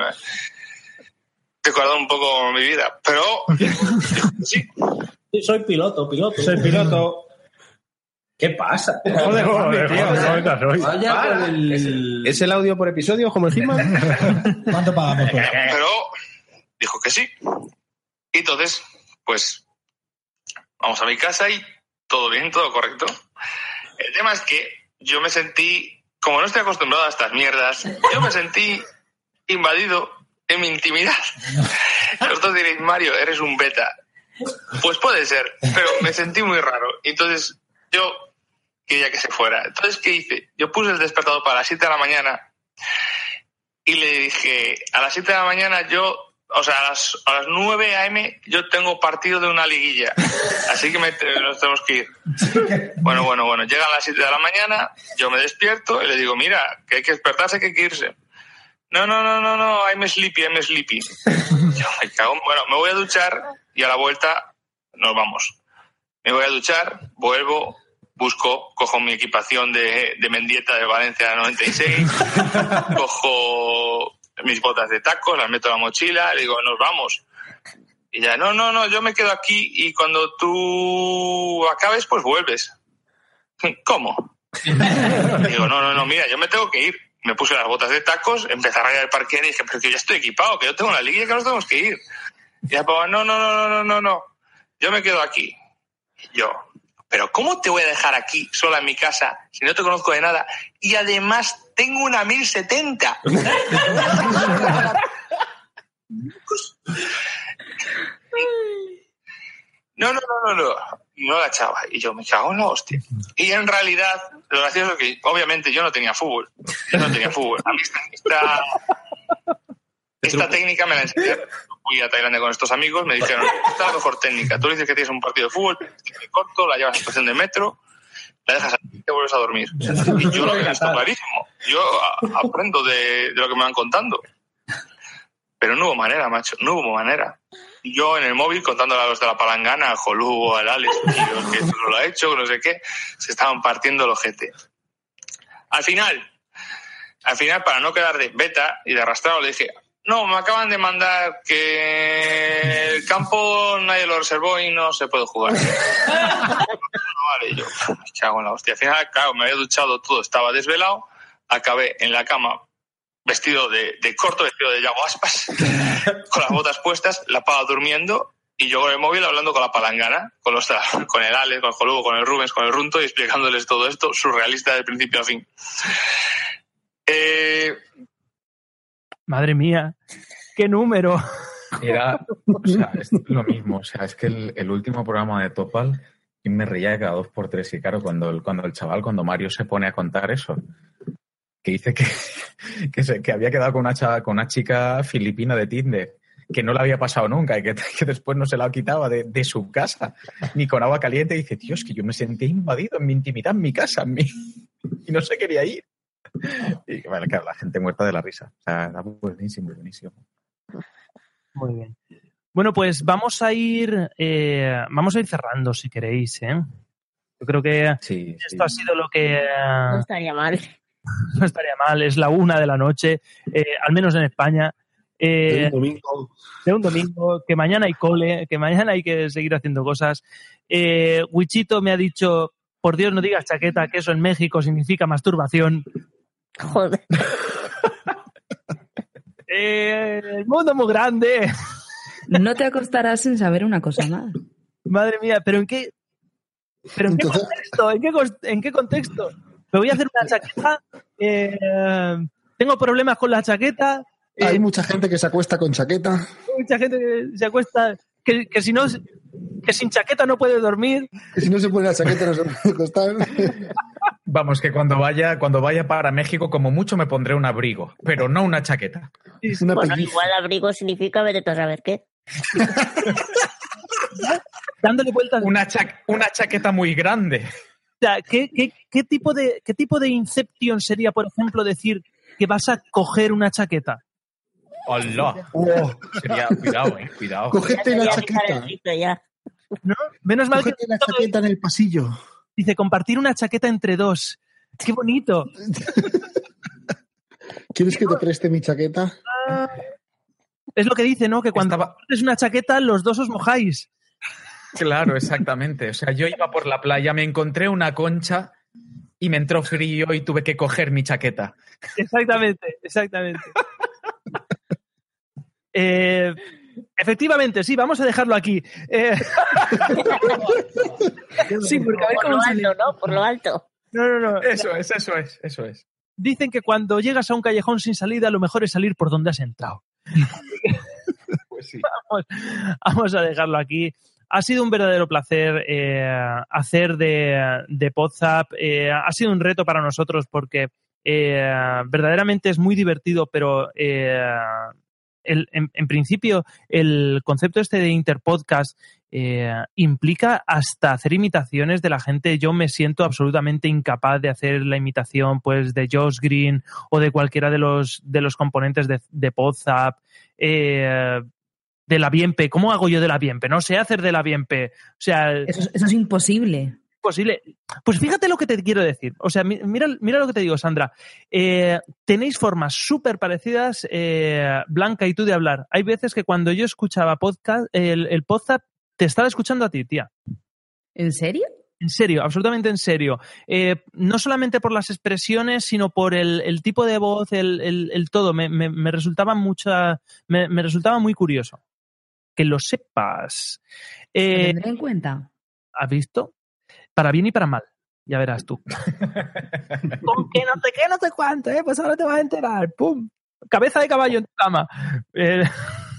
[SPEAKER 15] decorado un poco mi vida, pero sí.
[SPEAKER 16] Sí, soy piloto, piloto.
[SPEAKER 25] Soy piloto.
[SPEAKER 16] ¿Qué pasa?
[SPEAKER 25] Joder, joder, tío.
[SPEAKER 16] Vaya por el...
[SPEAKER 25] ¿Es, ¿Es el audio por episodio como el He-Man?
[SPEAKER 16] ¿Cuánto pagamos por eso?
[SPEAKER 15] Pero dijo que sí. Y entonces, pues, vamos a mi casa y todo bien, todo correcto. El tema es que yo me sentí, como no estoy acostumbrado a estas mierdas, yo me sentí invadido en mi intimidad. Vosotros diréis, Mario, eres un beta. Pues puede ser, pero me sentí muy raro. Entonces yo quería que se fuera. Entonces, ¿qué hice? Yo puse el despertador para las siete de la mañana y le dije, a las siete de la mañana yo, o sea, a las, a las nueve a eme yo tengo partido de una liguilla. Así que me, nos tenemos que ir. Bueno, bueno, bueno. Llegan las siete de la mañana, yo me despierto y le digo, mira, que hay que despertarse, que hay que irse. No, no, no, no, no, I'm sleepy, I'm sleepy. Yo me cago. Bueno, me voy a duchar y a la vuelta nos vamos. Me voy a duchar, vuelvo, busco, cojo mi equipación de, de Mendieta de Valencia noventa y seis, cojo mis botas de tacos, las meto en la mochila, le digo, nos vamos. Y ya, no, no, no, yo me quedo aquí y cuando tú acabes, pues vuelves. ¿Cómo? Digo, no, no, no, mira, yo me tengo que ir. Me puse las botas de tacos, empecé a rayar el parque y dije, pero que ya estoy equipado, que yo tengo una liguilla, que nos tenemos que ir. Y la pava, no, no, no, no, no, no, no, yo me quedo aquí. Y yo, pero ¿cómo te voy a dejar aquí, sola en mi casa, si no te conozco de nada? Y además tengo una mil setenta. no, no, no, no, no, no la echaba. Y yo me cago en la hostia. Y en realidad, lo gracioso es que, obviamente, yo no tenía fútbol. Yo no tenía fútbol. A mí esta, esta, esta técnica me la enseñaron. Fui a Tailandia con estos amigos, me dijeron, esta es la mejor técnica. Tú le dices que tienes un partido de fútbol, te corto, la llevas a la estación de metro, la dejas aquí y te vuelves a dormir. Y yo lo he visto clarísimo. Yo a- aprendo de, de lo que me van contando. Pero no hubo manera, macho, no hubo manera. Yo en el móvil, contándole a los de la palangana, a Jolú, al Alex, tío, que esto no lo ha hecho, que no sé qué, se estaban partiendo el ojete. Al final, al final, para no quedar de beta y de arrastrado, le dije, no, me acaban de mandar que el campo nadie lo reservó y no se puede jugar. No, vale, yo, me cago en la hostia. Al final, claro, me había duchado todo, estaba desvelado, acabé en la cama vestido de, de corto, vestido de Yago Aspas, con las botas puestas, la pava durmiendo y yo con el móvil hablando con la palangana, con los con el Alex, con el Jolugo, con el Rubens, con el Runto y explicándoles todo esto, surrealista de principio a fin. Eh,
[SPEAKER 3] Madre mía, qué número.
[SPEAKER 5] Era, o sea, es lo mismo. O sea, es que el, el último programa de Topal, y me reía de cada dos por tres. Y claro, cuando el, cuando el chaval, cuando Mario se pone a contar eso, que dice que, que, se, que había quedado con una, chava, con una chica filipina de Tinder, que no le había pasado nunca y que, que después no se la quitaba de, de su casa, ni con agua caliente. Y dice, tío, es que yo me sentía invadido en mi intimidad, en mi casa, en mi... y no se quería ir. Y bueno, claro, la gente muerta de la risa. O sea, era buenísimo, buenísimo.
[SPEAKER 3] Muy bien. Bueno, pues vamos a ir eh, vamos a ir cerrando si queréis, ¿eh? Yo creo que
[SPEAKER 5] sí,
[SPEAKER 3] esto
[SPEAKER 5] sí.
[SPEAKER 3] ha sido lo que...
[SPEAKER 8] No estaría mal.
[SPEAKER 3] No estaría mal, es la una de la noche, eh, al menos en España. Eh,
[SPEAKER 4] De un domingo.
[SPEAKER 3] De un domingo, que mañana hay cole, que mañana hay que seguir haciendo cosas. Eh, Wichito me ha dicho, por Dios no digas chaqueta, que eso en México significa masturbación.
[SPEAKER 8] Joder.
[SPEAKER 3] Eh, el mundo es muy grande.
[SPEAKER 9] No te acostarás sin saber una cosa más.
[SPEAKER 3] Madre mía, pero ¿en qué, pero en qué
[SPEAKER 4] Entonces-
[SPEAKER 3] contexto? ¿En qué, cos- en qué contexto? Me voy a hacer una chaqueta, eh, tengo problemas con la chaqueta, eh,
[SPEAKER 4] Hay mucha gente que se acuesta con chaqueta.
[SPEAKER 3] hay mucha gente que se acuesta, que, que si no, que sin chaqueta no puede dormir.
[SPEAKER 4] Que si no se pone la chaqueta no se puede acostar.
[SPEAKER 5] Vamos, que cuando vaya, cuando vaya para México, como mucho me pondré un abrigo, pero no una chaqueta.
[SPEAKER 4] Una
[SPEAKER 8] Bueno,
[SPEAKER 4] pelliza.
[SPEAKER 8] igual abrigo significa vete tú a saber qué.
[SPEAKER 3] Dándole vueltas.
[SPEAKER 5] Una, cha- una chaqueta muy grande.
[SPEAKER 3] O sea, ¿qué, qué, qué tipo de, ¿qué tipo de inception sería, por ejemplo, decir que vas a coger una chaqueta?
[SPEAKER 5] ¡Hola!
[SPEAKER 4] Oh,
[SPEAKER 5] Sería, cuidado, eh, cuidado.
[SPEAKER 4] cogete la
[SPEAKER 8] Ya te voy a quitar el
[SPEAKER 4] chaqueta.
[SPEAKER 8] rifle ya.
[SPEAKER 3] ¿No? Menos mal que
[SPEAKER 4] Cógete la chaqueta en el pasillo.
[SPEAKER 3] dice compartir una chaqueta entre dos. ¡Qué bonito!
[SPEAKER 4] ¿Quieres que te preste mi chaqueta?
[SPEAKER 3] Es lo que dice, ¿no? Que cuando
[SPEAKER 5] Estaba-
[SPEAKER 3] compartes una chaqueta, los dos os mojáis.
[SPEAKER 5] Claro, exactamente. O sea, yo iba por la playa, me encontré una concha y me entró frío y tuve que coger mi chaqueta.
[SPEAKER 3] Exactamente, exactamente. Eh, efectivamente, sí, vamos a dejarlo aquí. Eh,
[SPEAKER 9] Sí, porque a ver
[SPEAKER 8] Por
[SPEAKER 9] cómo
[SPEAKER 8] lo
[SPEAKER 9] sale.
[SPEAKER 8] alto, ¿no? Por lo alto.
[SPEAKER 3] no, no, no.
[SPEAKER 5] Eso es, eso es, eso es.
[SPEAKER 3] Dicen que cuando llegas a un callejón sin salida, lo mejor es salir por donde has entrado.
[SPEAKER 5] Pues sí.
[SPEAKER 3] Vamos, vamos a dejarlo aquí. Ha sido un verdadero placer eh, hacer de, de Podzap. Eh, ha sido un reto para nosotros porque eh, verdaderamente es muy divertido, pero eh, el- en, en principio el concepto este de Interpodcast eh, implica hasta hacer imitaciones de la gente. Yo me siento absolutamente incapaz de hacer la imitación pues de Josh Green o de cualquiera de los, de los componentes de, de Podzap. Eh, de la Bienpe. ¿Cómo hago yo de la Bienpe? No sé hacer de la Bienpe. O sea, es
[SPEAKER 9] Eso, es- eso es imposible.
[SPEAKER 3] posible. Pues fíjate lo que te quiero decir. O sea, mi- mira, mira lo que te digo, Sandra. Eh, tenéis formas súper parecidas, eh, Blanca y tú, de hablar. Hay veces que cuando yo escuchaba podcast, el, el Podzap, te estaba escuchando a ti, tía.
[SPEAKER 9] ¿En serio?
[SPEAKER 3] En serio, absolutamente en serio. Eh, no solamente por las expresiones, sino por el, el tipo de voz, el, el- el todo. Me, me- me resultaba mucha, me, me resultaba muy curioso. Que lo sepas.
[SPEAKER 9] Lo
[SPEAKER 3] Eh,
[SPEAKER 9] tendré en cuenta.
[SPEAKER 3] ¿Has visto? Para bien y para mal. Ya verás tú. Con que no te qué, no te cuánto, ¿eh? Pues ahora te vas a enterar. ¡Pum! Cabeza de caballo en tu cama. Eh,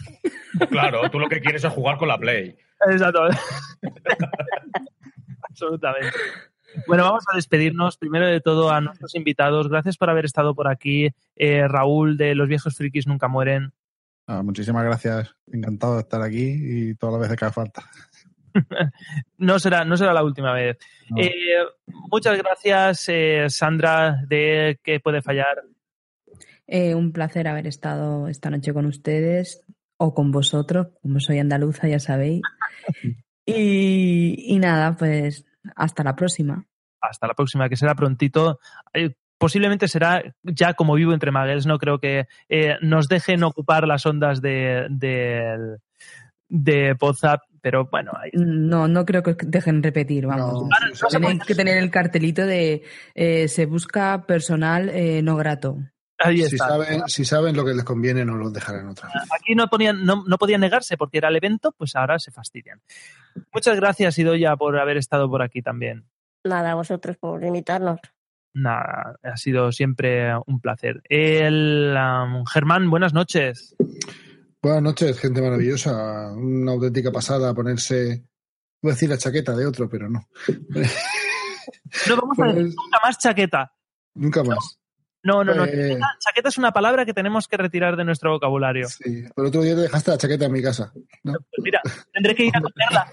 [SPEAKER 5] Claro, tú lo que quieres es jugar con la Play.
[SPEAKER 3] Exacto. Absolutamente. Bueno, vamos a despedirnos. Primero de todo a nuestros invitados. Gracias por haber estado por aquí. Eh, Raúl, de Los Viejos Frikis Nunca Mueren.
[SPEAKER 7] Ah, muchísimas gracias. Encantado de estar aquí y todas las veces que haga falta.
[SPEAKER 3] No será, no será la última vez.
[SPEAKER 7] No.
[SPEAKER 3] Eh, muchas gracias, eh, Sandra, de ¿Qué puede fallar?
[SPEAKER 9] Eh, un placer haber estado esta noche con ustedes o con vosotros, como soy andaluza, ya sabéis. y, y nada, pues hasta la próxima.
[SPEAKER 3] Hasta la próxima, que será prontito. Eh, posiblemente será ya como Vivo entre Muggles. No creo que eh, nos dejen ocupar las ondas de, de, de Podzap, pero bueno. Ahí...
[SPEAKER 9] No, no creo que dejen repetir, vamos.
[SPEAKER 3] No, no, no
[SPEAKER 9] Tienen
[SPEAKER 3] se
[SPEAKER 9] que tener el cartelito de eh, se busca personal eh, no grato.
[SPEAKER 3] Ahí
[SPEAKER 4] Si
[SPEAKER 3] está.
[SPEAKER 4] saben, si saben lo que les conviene, no los dejarán otra vez.
[SPEAKER 3] Aquí no, ponían, no, no podían negarse porque era el evento, pues ahora se fastidian. Muchas gracias, Idoia, por haber estado por aquí también.
[SPEAKER 8] Nada, a vosotros por invitarnos.
[SPEAKER 3] Nada, ha sido siempre un placer. El um, Germán, buenas noches.
[SPEAKER 4] Buenas noches, gente maravillosa. Una auténtica pasada ponerse... Voy a decir la chaqueta de otro, pero no.
[SPEAKER 3] No vamos a decir nunca más chaqueta.
[SPEAKER 4] Nunca más.
[SPEAKER 3] No, no, no.
[SPEAKER 4] Eh,
[SPEAKER 3] Chaqueta, chaqueta es una palabra que tenemos que retirar de nuestro vocabulario.
[SPEAKER 4] Sí, el otro día te dejaste la chaqueta en mi casa, ¿no?
[SPEAKER 3] Pues mira, tendré que ir a cogerla.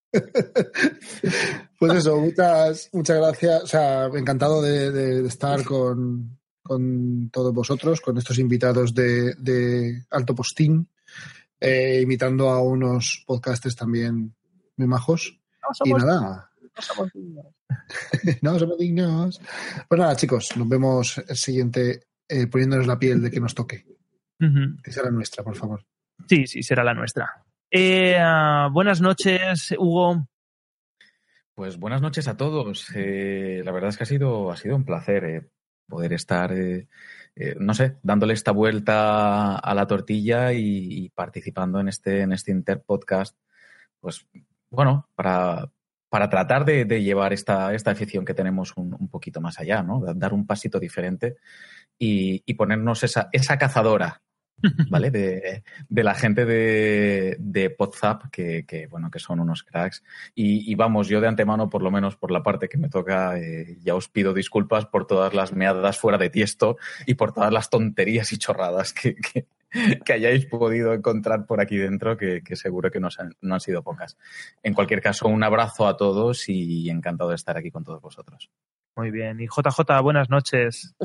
[SPEAKER 4] Pues eso, muchas, muchas gracias. O sea, encantado de, de- de estar con, con todos vosotros, con estos invitados de, de Alto Postín, eh, imitando a unos podcasters también muy majos.
[SPEAKER 3] No
[SPEAKER 4] Y
[SPEAKER 3] somos,
[SPEAKER 4] nada,
[SPEAKER 3] no somos dignos.
[SPEAKER 4] no somos dignos. Pues nada, chicos, nos vemos el siguiente eh, poniéndonos la piel de que nos toque.
[SPEAKER 3] Ujú.
[SPEAKER 4] Que será nuestra, por favor.
[SPEAKER 3] Sí, sí, será la nuestra. Eh, ah, buenas noches, Hugo.
[SPEAKER 5] Pues buenas noches a todos. Eh, la verdad es que ha sido, ha sido un placer eh, poder estar, eh, eh, no sé, dándole esta vuelta a la tortilla y, y participando en este, en este Interpodcast. Pues bueno, para, para tratar de, de llevar esta, esta afición que tenemos un, un poquito más allá, ¿no? Dar un pasito diferente y, y ponernos esa, esa cazadora, ¿vale? De, de la gente de, de Podzap, que, que, bueno, que son unos cracks. Y, y vamos, yo de antemano, por lo menos por la parte que me toca, eh, ya os pido disculpas por todas las meadas fuera de tiesto y por todas las tonterías y chorradas que, que, que hayáis podido encontrar por aquí dentro, que, que seguro que no, han, no han sido pocas. En cualquier caso, un abrazo a todos y encantado de estar aquí con todos vosotros.
[SPEAKER 3] Muy bien. Y J J, buenas noches.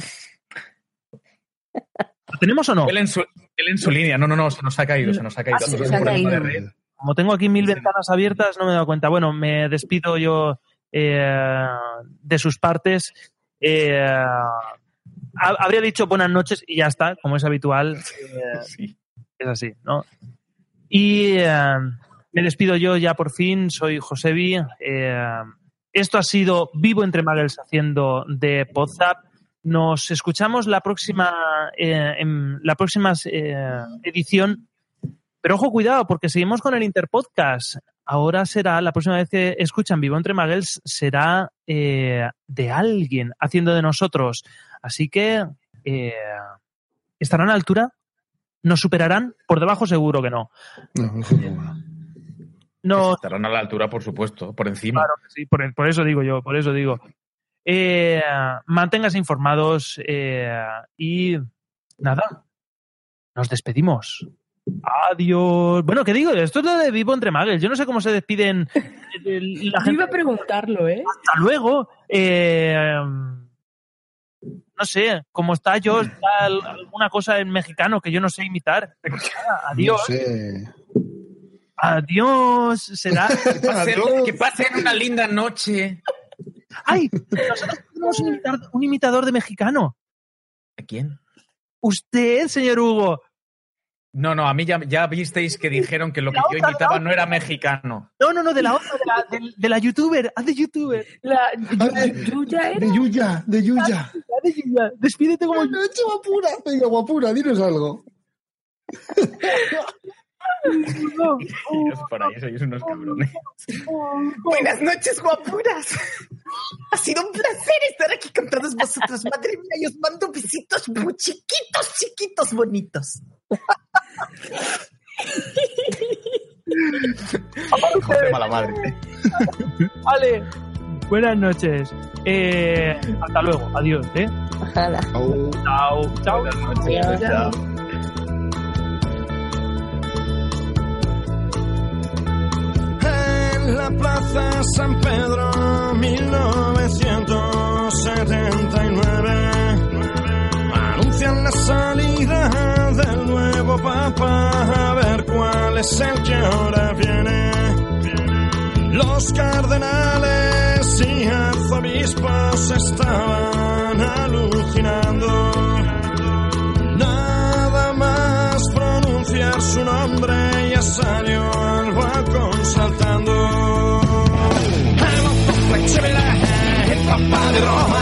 [SPEAKER 3] ¿Lo tenemos o no?
[SPEAKER 5] Él en, su, él en su línea. No, no, no, se nos ha caído, se nos ha caído.
[SPEAKER 3] Ah, sí,
[SPEAKER 5] Ha sido
[SPEAKER 3] se ha
[SPEAKER 5] un problema
[SPEAKER 3] caído.
[SPEAKER 5] de red.
[SPEAKER 3] Como tengo aquí mil ventanas abiertas, no me he dado cuenta. Bueno, me despido yo eh, de sus partes. Eh, ha- habría dicho buenas noches y ya está, como es habitual. Eh, Es así, ¿no? Y eh, me despido yo ya por fin. Soy Josebi. Eh, esto ha sido Vivo entre Muggles haciendo de Podzap. Nos escuchamos la próxima, eh, en la próxima eh, edición. Pero ojo, cuidado, porque seguimos con el Interpodcast. Ahora será, la próxima vez que escuchan Vivo entre Muggles, será eh, de alguien haciendo de nosotros. Así que, eh, ¿estarán a la altura? ¿Nos superarán? Por debajo seguro que no. No,
[SPEAKER 5] Estarán a la altura, por supuesto, por encima.
[SPEAKER 3] claro que sí, por, por eso digo yo, por eso digo. Eh, manténganse informados eh, y nada, nos despedimos. Adiós. Bueno, ¿qué digo? Esto es lo de Vivo entre Muggles. Yo no sé cómo se despiden eh, la
[SPEAKER 9] Yo
[SPEAKER 3] gente.
[SPEAKER 9] iba a preguntarlo, ¿eh?
[SPEAKER 3] Hasta luego. Eh, no sé, como está yo, está al- alguna cosa en mexicano que yo no sé imitar. Adiós.
[SPEAKER 4] No sé.
[SPEAKER 3] Adiós. Será.
[SPEAKER 5] Que pasen, que pasen una linda noche.
[SPEAKER 3] ¡Ay! Nosotros tenemos un imitador, un imitador de mexicano.
[SPEAKER 5] ¿A quién?
[SPEAKER 3] Usted, señor Hugo.
[SPEAKER 5] No, no, a mí ya, ya visteis que dijeron que lo que
[SPEAKER 3] La
[SPEAKER 5] yo
[SPEAKER 3] otra,
[SPEAKER 5] imitaba
[SPEAKER 3] la
[SPEAKER 5] no era mexicano.
[SPEAKER 3] No, no, no, de la otra, de la, de, de la youtuber. Haz de youtuber.
[SPEAKER 9] La,
[SPEAKER 4] Ah,
[SPEAKER 9] Yuya era.
[SPEAKER 4] De Yuya, de Yuya.
[SPEAKER 3] Haz de Yuya. Despídete como
[SPEAKER 4] Buenas noches, guapura. Venga, guapura, dinos algo.
[SPEAKER 5] Ellos por ahí sois unos cabrones.
[SPEAKER 2] Buenas noches, guapuras. Ha sido un placer estar aquí con todos vosotros. Madre mía, y os mando besitos muy chiquitos, chiquitos, bonitos.
[SPEAKER 3] Joder,
[SPEAKER 25] mala madre.
[SPEAKER 3] Vale. Buenas noches. Eh, hasta luego. Adiós, ¿eh?
[SPEAKER 8] Ojalá.
[SPEAKER 3] Chao. Chao.
[SPEAKER 8] Adiós.
[SPEAKER 25] Chao.
[SPEAKER 12] En la Plaza San Pedro, mil novecientos setenta y nueve, anuncian la salida del nuevo Papa, a ver cuál es el que ahora viene. Los cardenales y arzobispos estaban alucinando. Nada más pronunciar su nombre ya salió al balcón saltando. È molto flexibile il Papa di Roma,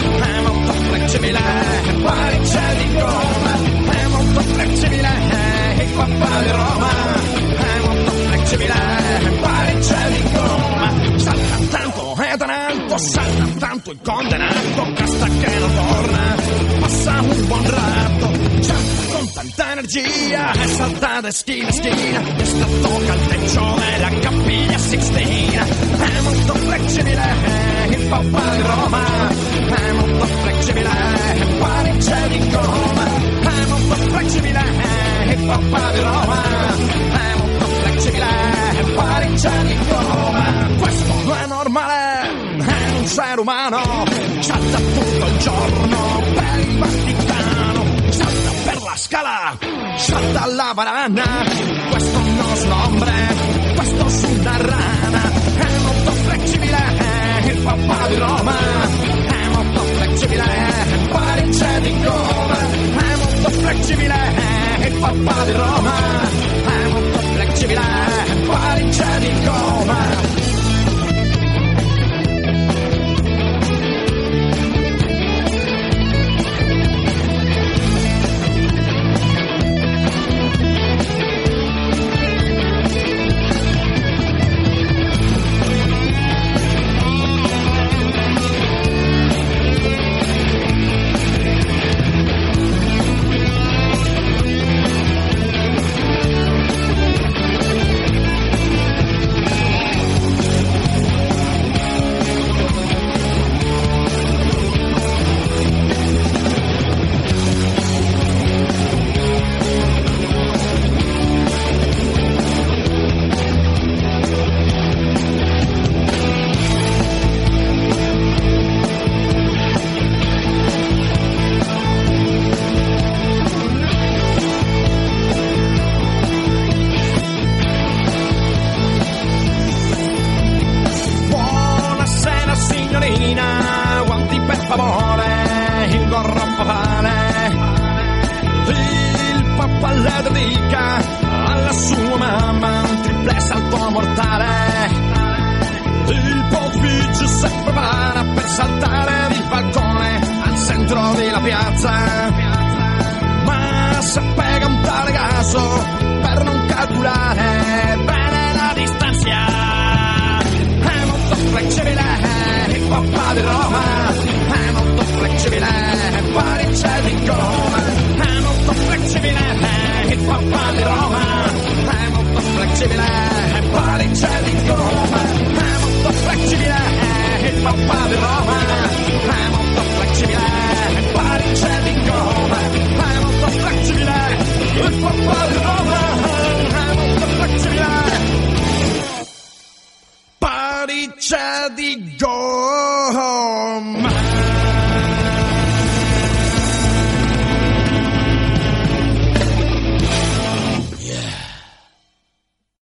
[SPEAKER 12] è molto flexibile il Parigi di Roma, è molto flexibile il Papa di Roma, è molto flexibile il Parigi di Roma. Salta tanto e tan alto, salta tanto il condenato, hasta che non torna, passa un buon rato, salta con tanta energia e salta da schina a schina, e sta tocca il techo della Cappella Sixtina. È molto flexibile il Papa di Roma, è molto flexibile il Parigi di Roma, è molto flexibile il Papa di Roma, è molto flexibile il Parigi di Roma. Questo non è normale, è un essere umano, salta tutto il giorno per il Vaticano, salta per la scala, salta alla barana, questo non è un hombre, questo è una rana. È molto flexibile il Papa di Roma, è molto flexibile il Parigi di Roma, è molto flexibile il Papa di Roma, è molto flexibile il Parigi di Roma. Piazza